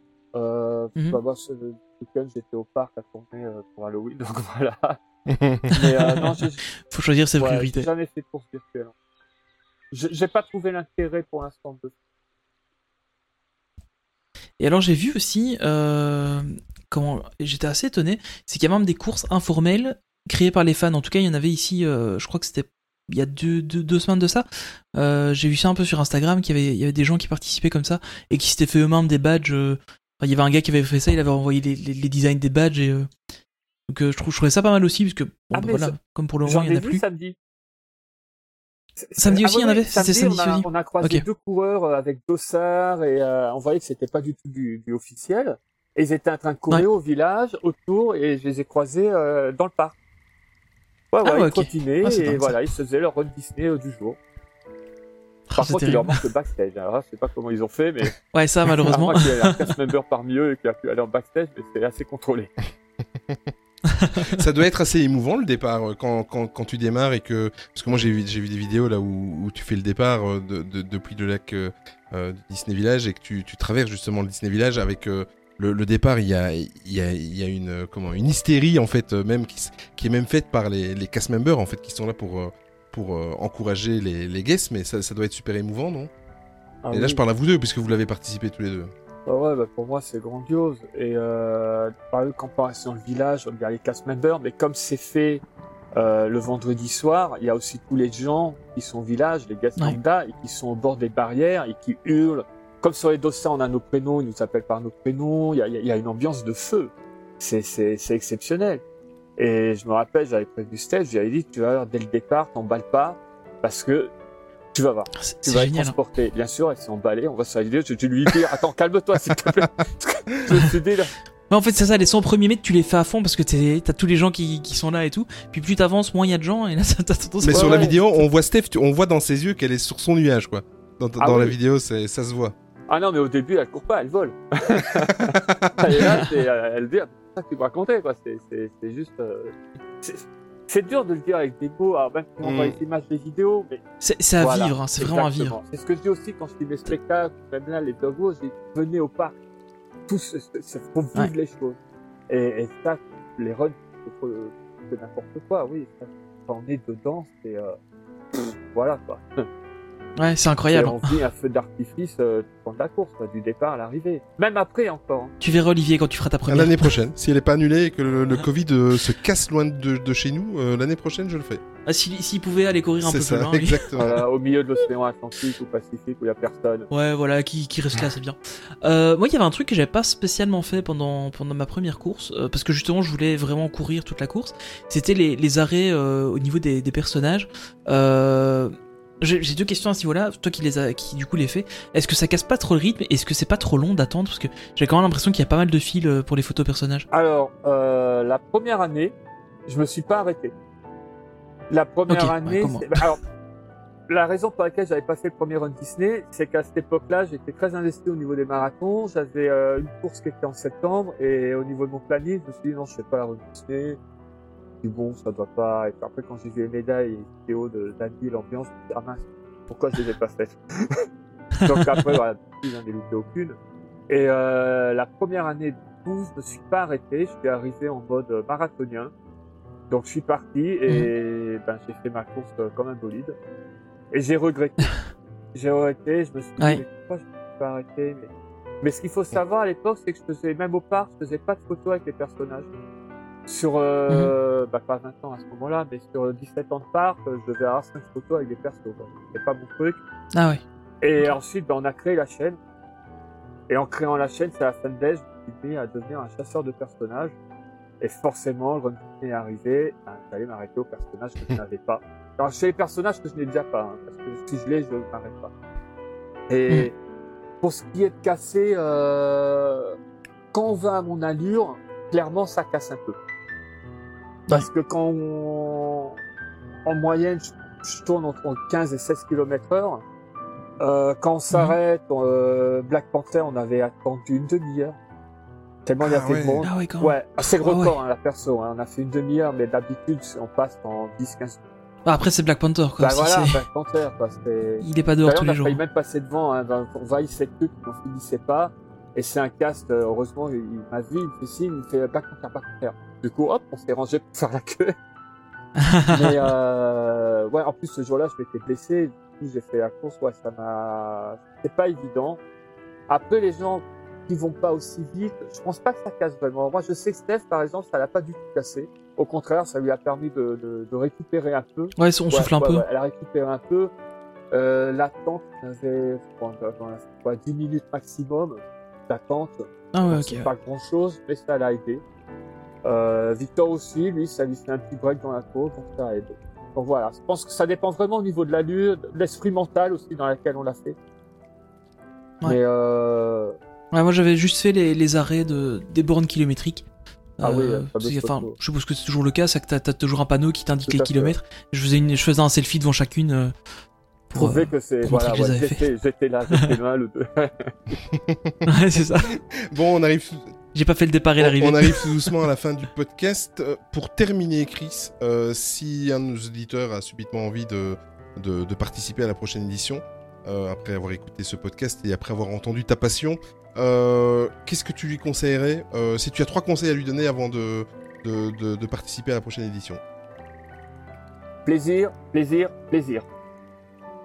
Moi, ce week-end, j'étais au parc à tourner pour Halloween, donc voilà. Mais non, faut choisir ses priorités. J'ai jamais fait de course virtuelle. J'ai pas trouvé l'intérêt pour l'instant de. Et alors j'ai vu aussi, j'étais assez étonné, c'est qu'il y a même des courses informelles créées par les fans. En tout cas, il y en avait ici, je crois que c'était il y a deux semaines de ça. J'ai vu ça un peu sur Instagram, qu'il y avait des gens qui participaient comme ça et qui s'étaient fait eux-mêmes des badges. Il y avait un gars qui avait fait ça, il avait envoyé les designs des badges et donc je trouvais ça pas mal aussi parce que voilà, comme pour le moment il y en a plus. Samedi. Samedi aussi, il y en avait. C'était samedi aussi. On a croisé 2 coureurs avec Dossard et on voyait que c'était pas du tout du officiel. Et ils étaient en train de courir au village, autour, et je les ai croisés dans le parc. Ils trottinaient et voilà, ils se faisaient leur run Disney du jour. Par contre, il leur manque le backstage. Alors, je sais pas comment ils ont fait, mais. Ouais, ça, malheureusement. À moins qu'il y ait un cast member parmi eux et qui a pu aller en backstage, mais c'est assez contrôlé. Ça doit être assez émouvant le départ quand tu démarres et que parce que moi j'ai vu des vidéos là où tu fais le départ depuis le lac Disney Village et que tu traverses justement le Disney Village avec le départ. Il y a une hystérie en fait même qui est même faite par les cast members en fait qui sont là pour encourager les guests, mais ça doit être super émouvant, non? Ah Et là, oui. je parle à vous deux, puisque vous l'avez participé tous les deux. Ouais, bah, pour moi, c'est grandiose. Et par exemple, quand on passe dans le village, on regarde les cast members, mais comme c'est fait le vendredi soir, il y a aussi tous les gens qui sont au village, les guest lambda, et qui sont au bord des barrières et qui hurlent. Comme sur les dossards, on a nos prénoms, ils nous appellent par nos prénoms, il y a une ambiance de feu. C'est exceptionnel. Et je me rappelle, j'avais prévu Steph, j'avais dit, tu vas voir, dès le départ, t'emballes pas, parce que tu vas voir. Tu C'est vas être génial. transporté. Bien sûr, elle s'est emballée, on va sur la vidéo, tu lui dis, attends, calme-toi, s'il te plaît. Je me suis dit, là, Ouais, en fait, c'est ça, les 100 premiers mètres, tu les fais à fond parce que t'as tous les gens qui sont là et tout. Puis plus t'avances, moins il y a de gens et là, t'as tendance Mais à- sur la ouais. vidéo, on voit Steph, on voit dans ses yeux qu'elle est sur son nuage, quoi. Dans Ah la oui. vidéo, ça se voit. Ah non, mais au début, elle court pas, elle vole. Elle est là, elle dit, c'est ça que tu me racontais, quoi. C'est juste, c'est dur de le dire avec des mots, alors même si on voit les images des vidéos, mais C'est à voilà, vivre, hein, c'est vraiment à vivre. exactement. C'est ce que je dis aussi quand je fais mes spectacles, même là, les dogos, je dis, venez au parc. Tous, faut vivre Ouais. les choses. Et ça, les runs, c'est n'importe quoi, oui. Ça, quand on est dedans, c'est, voilà, quoi. Ouais, c'est incroyable. Et on vit un feu d'artifice pendant la course, quoi, du départ à l'arrivée. Même après encore. Hein. Tu verras Olivier quand tu feras ta À première. l'année prochaine. Si elle est pas annulée et que le Covid se casse loin de chez nous, l'année prochaine, je le fais. Ah, s'il pouvait aller courir un peu C'est plus ça, loin. lui. exactement. Voilà, au milieu de l'océan Atlantique ou Pacifique où il n'y a personne. Ouais, voilà, qui reste là, c'est bien. Moi, il y avait un truc que j'avais pas spécialement fait pendant ma première course, parce que justement, je voulais vraiment courir toute la course. C'était les arrêts au niveau des personnages. J'ai deux questions à ce niveau-là. Toi qui du coup les fait, est-ce que ça casse pas trop le rythme? Est-ce que c'est pas trop long d'attendre? Parce que j'ai quand même l'impression qu'il y a pas mal de fils pour les photos personnages. Alors, la première année, je me suis pas arrêté. La première Ok, ouais, année, comment alors, la raison pour laquelle j'avais pas fait le premier run Disney, c'est qu'à cette époque-là, j'étais très investi au niveau des marathons. J'avais une course qui était en septembre et au niveau de mon planning, je me suis dit non, je fais pas la run Disney. Je me suis dit, bon, ça doit pas. Et puis après, quand j'ai vu les médailles et les vidéos d'Andy, l'ambiance, je me suis dit, ah mince, pourquoi je les ai pas faites? Donc après, voilà, je n'en ai loupé aucune. Et la première année de 12, je me suis pas arrêté. Je suis arrivé en mode marathonien. Donc je suis parti et j'ai fait ma course comme un bolide. Et j'ai regretté. J'ai regretté, je me suis dit, Ouais. mais pourquoi je me suis pas arrêté? Mais ce qu'il faut savoir à l'époque, c'est que je faisais, même au parc, je faisais pas de photos avec les personnages. Sur, pas 20 ans à ce moment-là, mais sur 17 ans de parc, je devais avoir 5 photos avec des persos, quoi. C'est pas mon truc. Ah ouais. Et ensuite, on a créé la chaîne. Et en créant la chaîne, c'est la fin de je me suis mis à devenir un chasseur de personnages. Et forcément, le run est arrivé, j'allais m'arrêter aux personnages que je n'avais pas. Alors, chez les personnages que je n'ai déjà pas, hein, parce que si je l'ai, je ne m'arrête pas. Et pour ce qui est de casser, quand on va à mon allure, clairement, ça casse un peu. Parce que quand en moyenne, je tourne entre 15 et 16 km/h, quand on s'arrête, Black Panther, on avait attendu une demi-heure. Tellement il y a fait de monde. Ah ouais, quand même. Ouais, c'est le record, ouais. hein, la perso, hein. On a fait une demi-heure, mais d'habitude, on passe en 10-15. Ah, après, c'est Black Panther, quoi. Bah Si voilà, c'est- Black Panther, quoi. Il est pas dehors D'ailleurs, tous on les a jours. failli même passer devant, hein, on envahit cette truc, on finissait pas. Et c'est un cast, heureusement, il m'a vu, il me fait signe, il me fait Black Panther. Du coup, hop, on s'est rangé pour faire la queue. Mais ouais, en plus, ce jour-là, je m'étais blessé, du coup, j'ai fait la course, ouais, c'est pas évident. Après, les gens qui vont pas aussi vite, je pense pas que ça casse vraiment. Moi, je sais que Steph, par exemple, ça l'a pas du tout cassé. Au contraire, ça lui a permis de récupérer un peu. Ouais, on souffle un peu. Ouais, elle a récupéré un peu. L'attente, on avait 10 minutes maximum d'attente. Ah ouais, C'est ok. pas grand chose, mais ça l'a aidé. Victor aussi, lui, ça lui fait un petit break dans la course, donc ça aide. Donc voilà, je pense que ça dépend vraiment au niveau de l'allure, de l'esprit mental aussi dans lequel on l'a fait. Ouais. Mais Ouais, moi j'avais juste fait les arrêts des bornes kilométriques. Ah oui, parce que, fameuse enfin, photo. je suppose que c'est toujours le cas, c'est que t'as toujours un panneau qui t'indique Tout les à fait. kilomètres. Je faisais un selfie devant chacune pour prouver que c'est, pour voilà, montrer que je les avais j'étais là, j'étais loin, le deux. Ouais, c'est ça. Bon, on arrive J'ai pas fait le départ et l'arrivée. On arrive tout doucement à la fin du podcast. Pour terminer, Chris, si un de nos auditeurs a subitement envie de participer à la prochaine édition, après avoir écouté ce podcast et après avoir entendu ta passion, qu'est-ce que tu lui conseillerais si tu as 3 conseils à lui donner avant de participer à la prochaine édition? Plaisir, plaisir, plaisir.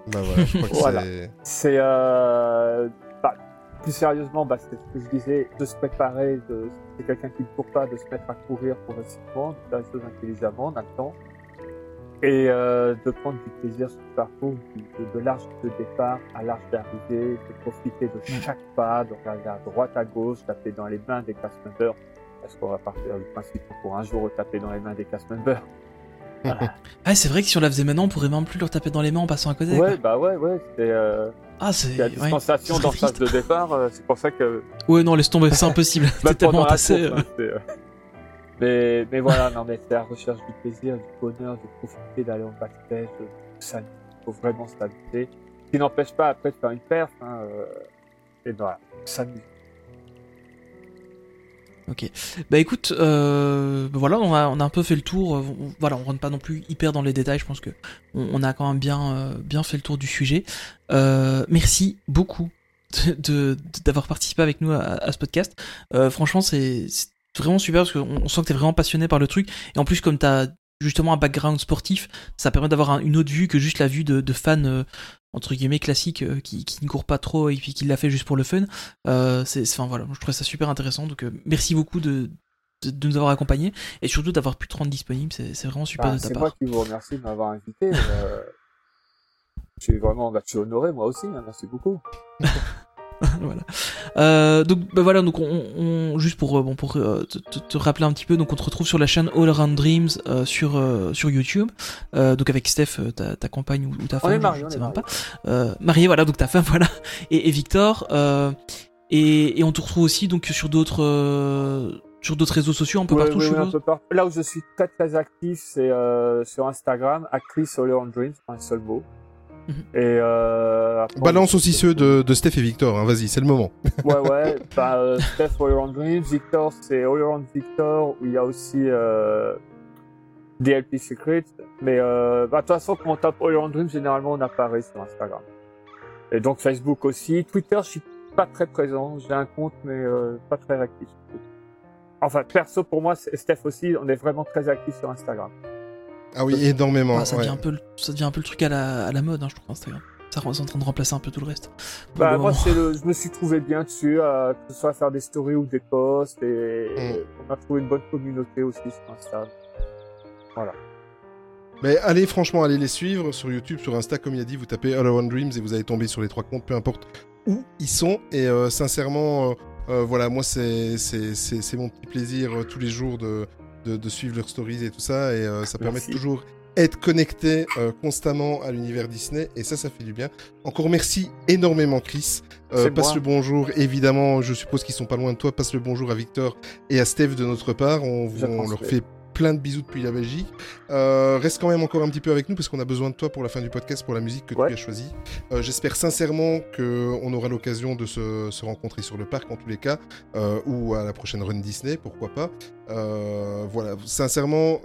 Bah voilà, je crois que Voilà. c'est... C'est plus sérieusement, c'est ce que je disais, de se préparer, c'est quelqu'un qui ne court pas, de se mettre à courir progressivement, de faire les choses intelligemment, dans le temps, et de prendre du plaisir sur le parcours, de l'arche de départ à l'arche d'arrivée, de profiter de chaque pas, de regarder à droite, à gauche, taper dans les mains des cast members, parce qu'on va partir du principe pour un jour taper dans les mains des cast members. Voilà. Ah, c'est vrai que si on la faisait maintenant, on pourrait même plus leur taper dans les mains en passant à côté. Ouais, quoi. ouais, c'est c'est la distanciation ouais, dans le c'est sas de départ, c'est pour ça que Ouais, non, laisse tomber, c'est impossible. T'es même tellement pendant la entassé. course, mais voilà, non, mais c'est la recherche du plaisir, du bonheur, de profiter d'aller en backstage, de s'amuser. Il faut vraiment s'amuser. Ce qui n'empêche pas après de faire une perf, et voilà, s'amuser. Ok. Bah écoute, voilà, on a un peu fait le tour. Voilà, on rentre pas non plus hyper dans les détails. Je pense que on a quand même bien fait le tour du sujet. Merci beaucoup d'avoir participé avec nous à ce podcast. Franchement, c'est vraiment super parce qu'on sent que t'es vraiment passionné par le truc. Et en plus, comme t'as justement un background sportif, ça permet d'avoir une autre vue que juste la vue de fan entre guillemets classique qui ne court pas trop et puis qui l'a fait juste pour le fun. Enfin voilà, je trouvais ça super intéressant. Donc merci beaucoup de nous avoir accompagnés et surtout d'avoir pu te rendre disponible. C'est vraiment super de ta part. C'est moi qui vous remercie de m'avoir invité. Je suis vraiment honoré moi aussi. Merci beaucoup. Voilà. Donc voilà, donc on juste pour te rappeler un petit peu, donc on te retrouve sur la chaîne All Around Dreams sur YouTube. Donc avec Steph, ta compagne ou ta femme, on est mariés, je ne sais même pas. Marié, voilà, donc ta femme, voilà, et Victor. Et on te retrouve aussi donc sur d'autres réseaux sociaux, un peu partout, je suppose. Un peu partout. Là où je suis très très actif, c'est sur Instagram, à Chris All Around Dreams, un seul mot. Et Balance aussi ceux de Steph et Victor, hein, vas-y, c'est le moment. Ouais, Steph All Around Dreams, Victor c'est All Around Victor, où il y a aussi DLP Secret, mais de toute façon quand on tape All Around Dreams, généralement on apparaît sur Instagram. Et donc Facebook aussi, Twitter je suis pas très présent, j'ai un compte mais pas très actif. Enfin perso pour moi, Steph aussi, on est vraiment très actif sur Instagram. Ah oui, énormément. Ça devient un peu le truc à la mode, hein, je trouve, Instagram. Ça est en train de remplacer un peu tout le reste. Moi, je me suis trouvé bien dessus, que ce soit à faire des stories ou des posts, et on a trouvé une bonne communauté aussi sur Instagram. Voilà. Mais allez les suivre sur YouTube, sur Insta, comme il a dit, vous tapez All Around Dreams et vous allez tomber sur les 3 comptes, peu importe où ils sont. Et sincèrement, voilà, moi c'est mon petit plaisir tous les jours de suivre leurs stories et tout ça, et ça permet de toujours être connecté constamment à l'univers Disney, et ça fait du bien. Encore merci énormément Chris. Passe le bonjour, évidemment, je suppose qu'ils sont pas loin de toi, passe le bonjour à Victor et à Steph de notre part, on leur fait plein de bisous depuis la Belgique. Reste quand même encore un petit peu avec nous parce qu'on a besoin de toi pour la fin du podcast, pour la musique que tu as choisie. J'espère sincèrement qu'on aura l'occasion de se rencontrer sur le parc en tous les cas, ou à la prochaine Run Disney, pourquoi pas. Voilà, sincèrement,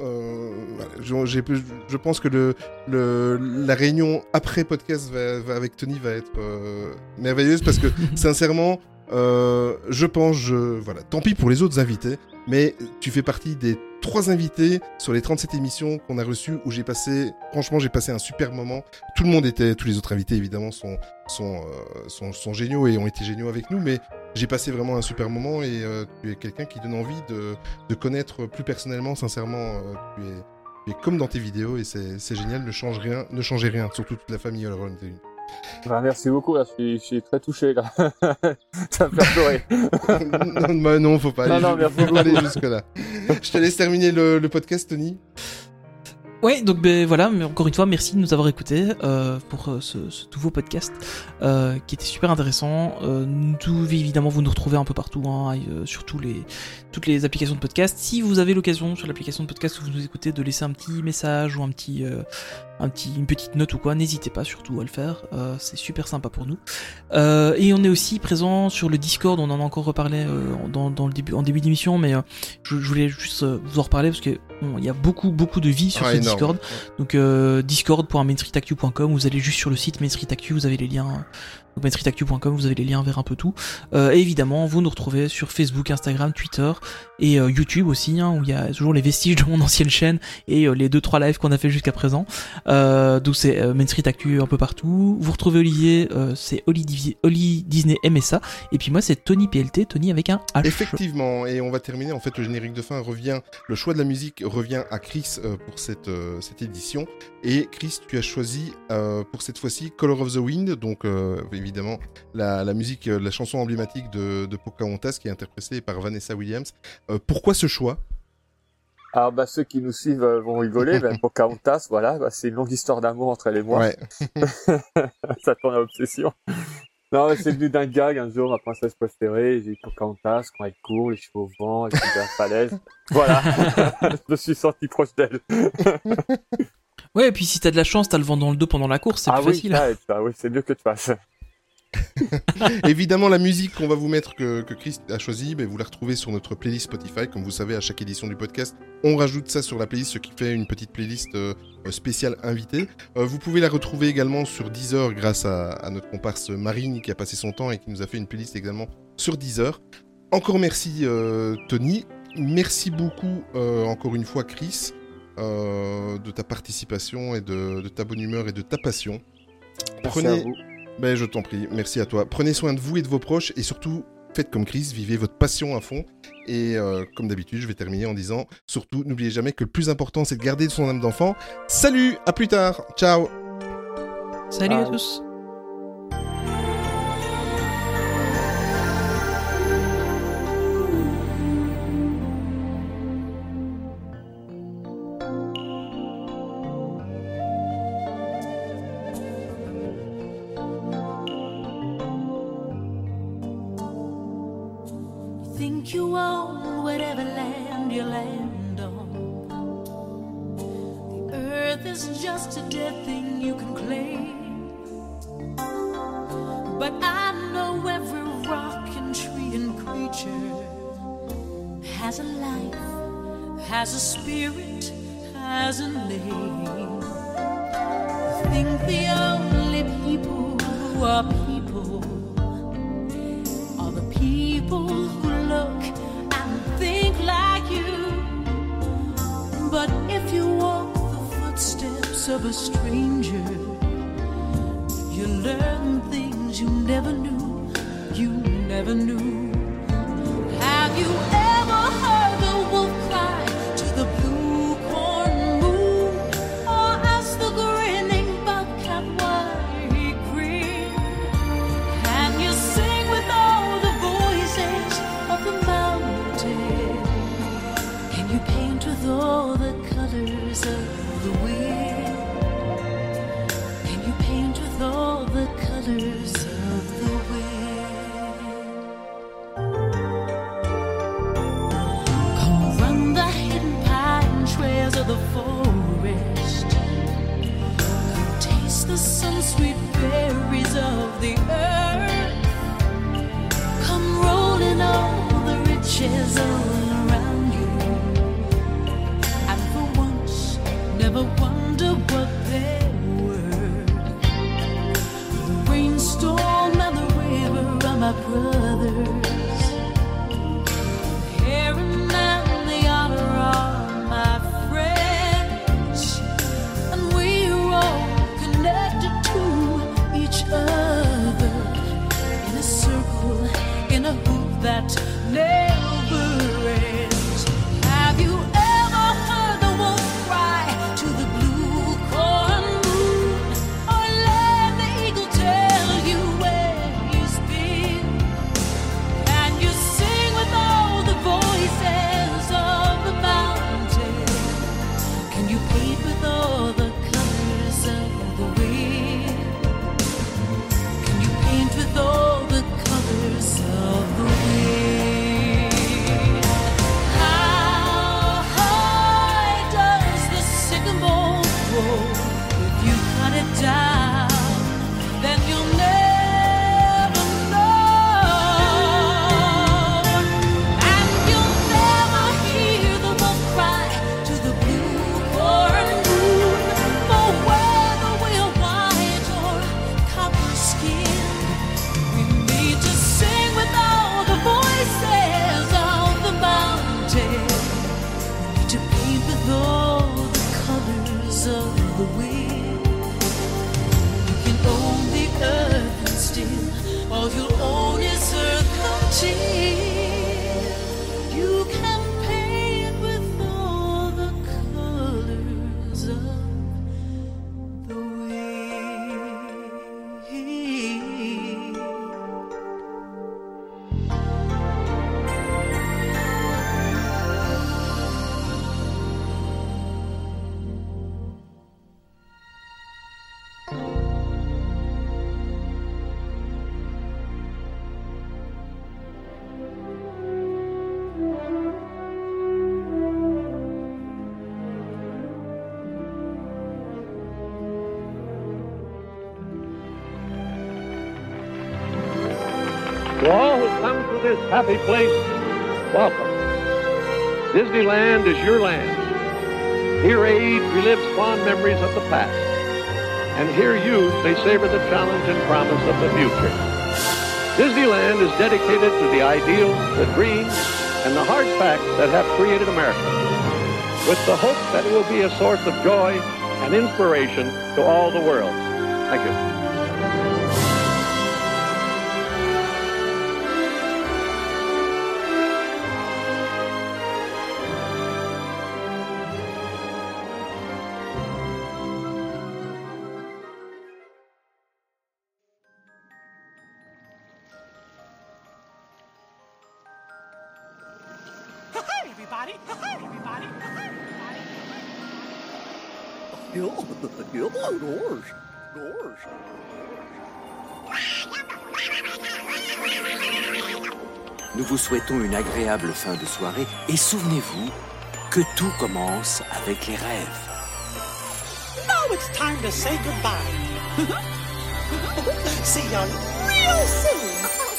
je pense que la réunion après podcast avec Tony va être merveilleuse parce que sincèrement, je pense, voilà, tant pis pour les autres invités, mais tu fais partie des 3 invités sur les 37 émissions qu'on a reçues où j'ai passé un super moment. Tous les autres invités évidemment sont géniaux et ont été géniaux avec nous, mais j'ai passé vraiment un super moment et tu es quelqu'un qui donne envie de connaître plus personnellement, sincèrement. Tu es comme dans tes vidéos et c'est génial, ne changez rien, surtout toute la famille All Around Dreams. Merci beaucoup, là, je suis très touché là. Ça me fait pleurer. non, faut pas aller jusque-là. Je te laisse terminer le podcast, Tony. Ouais, donc voilà, mais encore une fois, merci de nous avoir écoutés pour ce nouveau podcast qui était super intéressant. Évidemment, vous nous retrouvez un peu partout, hein, sur toutes les applications de podcast. Si vous avez l'occasion sur l'application de podcast que vous nous écoutez de laisser un petit message ou une petite note ou quoi, n'hésitez pas surtout à le faire, c'est super sympa pour nous. Et on est aussi présent sur le Discord, on en a encore reparlé en début d'émission, mais je voulais juste vous en reparler parce que il y a beaucoup de vie sur ce Discord. Donc discord.mainstreetactu.com, vous allez juste sur le site Main Street Actu, vous avez les liens. mainstreetactu.com, vous avez les liens vers un peu tout. Et évidemment, vous nous retrouvez sur Facebook, Instagram, Twitter et YouTube aussi, où il y a toujours les vestiges de mon ancienne chaîne et les 2-3 lives qu'on a fait jusqu'à présent. Donc c'est Main Street Actu un peu partout. Vous retrouvez Olivier, c'est Oli Disney MSA, et puis moi c'est Tony PLT, Tony avec un H. Effectivement, et on va terminer, en fait le générique de fin revient, le choix de la musique revient à Chris pour cette édition, et Chris, tu as choisi pour cette fois-ci Color of the Wind, donc évidemment la musique, la chanson emblématique de Pocahontas qui est interprétée par Vanessa Williams. Pourquoi ce choix ? Alors ceux qui nous suivent vont rigoler, Pocahontas, voilà, c'est une longue histoire d'amour entre elle et moi. Ouais. Ça tourne à obsession. Non, mais c'est venu d'un gag, un jour, ma princesse préférée, j'ai eu Pocahontas, quand elle court, les cheveux au vent, elle est à la falaise. Voilà. Je me suis senti proche d'elle. Ouais, et puis si t'as de la chance, t'as le vent dans le dos pendant la course, c'est plus facile. Oui, c'est mieux que tu fasses. Évidemment, la musique qu'on va vous mettre que Chris a choisie, vous la retrouvez sur notre playlist Spotify. Comme vous savez, à chaque édition du podcast, on rajoute ça sur la playlist, ce qui fait une petite playlist spéciale invitée. Vous pouvez la retrouver également sur Deezer grâce à notre comparse Marine qui a passé son temps et qui nous a fait une playlist également sur Deezer. Encore merci Tony. Merci beaucoup encore une fois Chris de ta participation et de ta bonne humeur et de ta passion. Merci à vous. Je t'en prie, merci à toi. Prenez soin de vous et de vos proches et surtout, faites comme Chris, vivez votre passion à fond. Et comme d'habitude, je vais terminer en disant, surtout, n'oubliez jamais que le plus important, c'est de garder son âme d'enfant. Salut, à plus tard, ciao. Salut à tous. Think you own whatever land you land on. The earth is just a dead thing you can claim. But I know every rock and tree and creature has a life, has a spirit, has a name. I think the only people who are people are the people who look and think like you. But if you walk the footsteps of a stranger, you learn things you never knew, Have you ever heard the wolf cry to the blue corn moon, or ask the grinning bobcat why he grinned? Can you sing with all the voices of the mountain? Can you paint with all the colors of the wind? Can you paint with all the colors of the wind? Come run the hidden pine trails of the forest. Come taste the sun-sweet berries of the earth. Come roll in all the riches all around you, and for once never wonder what they're worth. The rainstorm and the river are my brothers. The heron and the otter are my friends, and we're all connected to each other in a circle, in a hoop that never ends. Have you ever heard the wolf cry to the blue corn moon, or let the eagle tell you where he's been? To all who come to this happy place, welcome. Disneyland is your land. Here age relives fond memories of the past. And here youth may savor the challenge and promise of the future. Disneyland is dedicated to the ideals, the dreams, and the hard facts that have created America, with the hope that it will be a source of joy and inspiration to all the world. Thank you. Nous vous souhaitons une agréable fin de soirée et souvenez-vous que tout commence avec les rêves. Now it's time to say goodbye. See you real soon.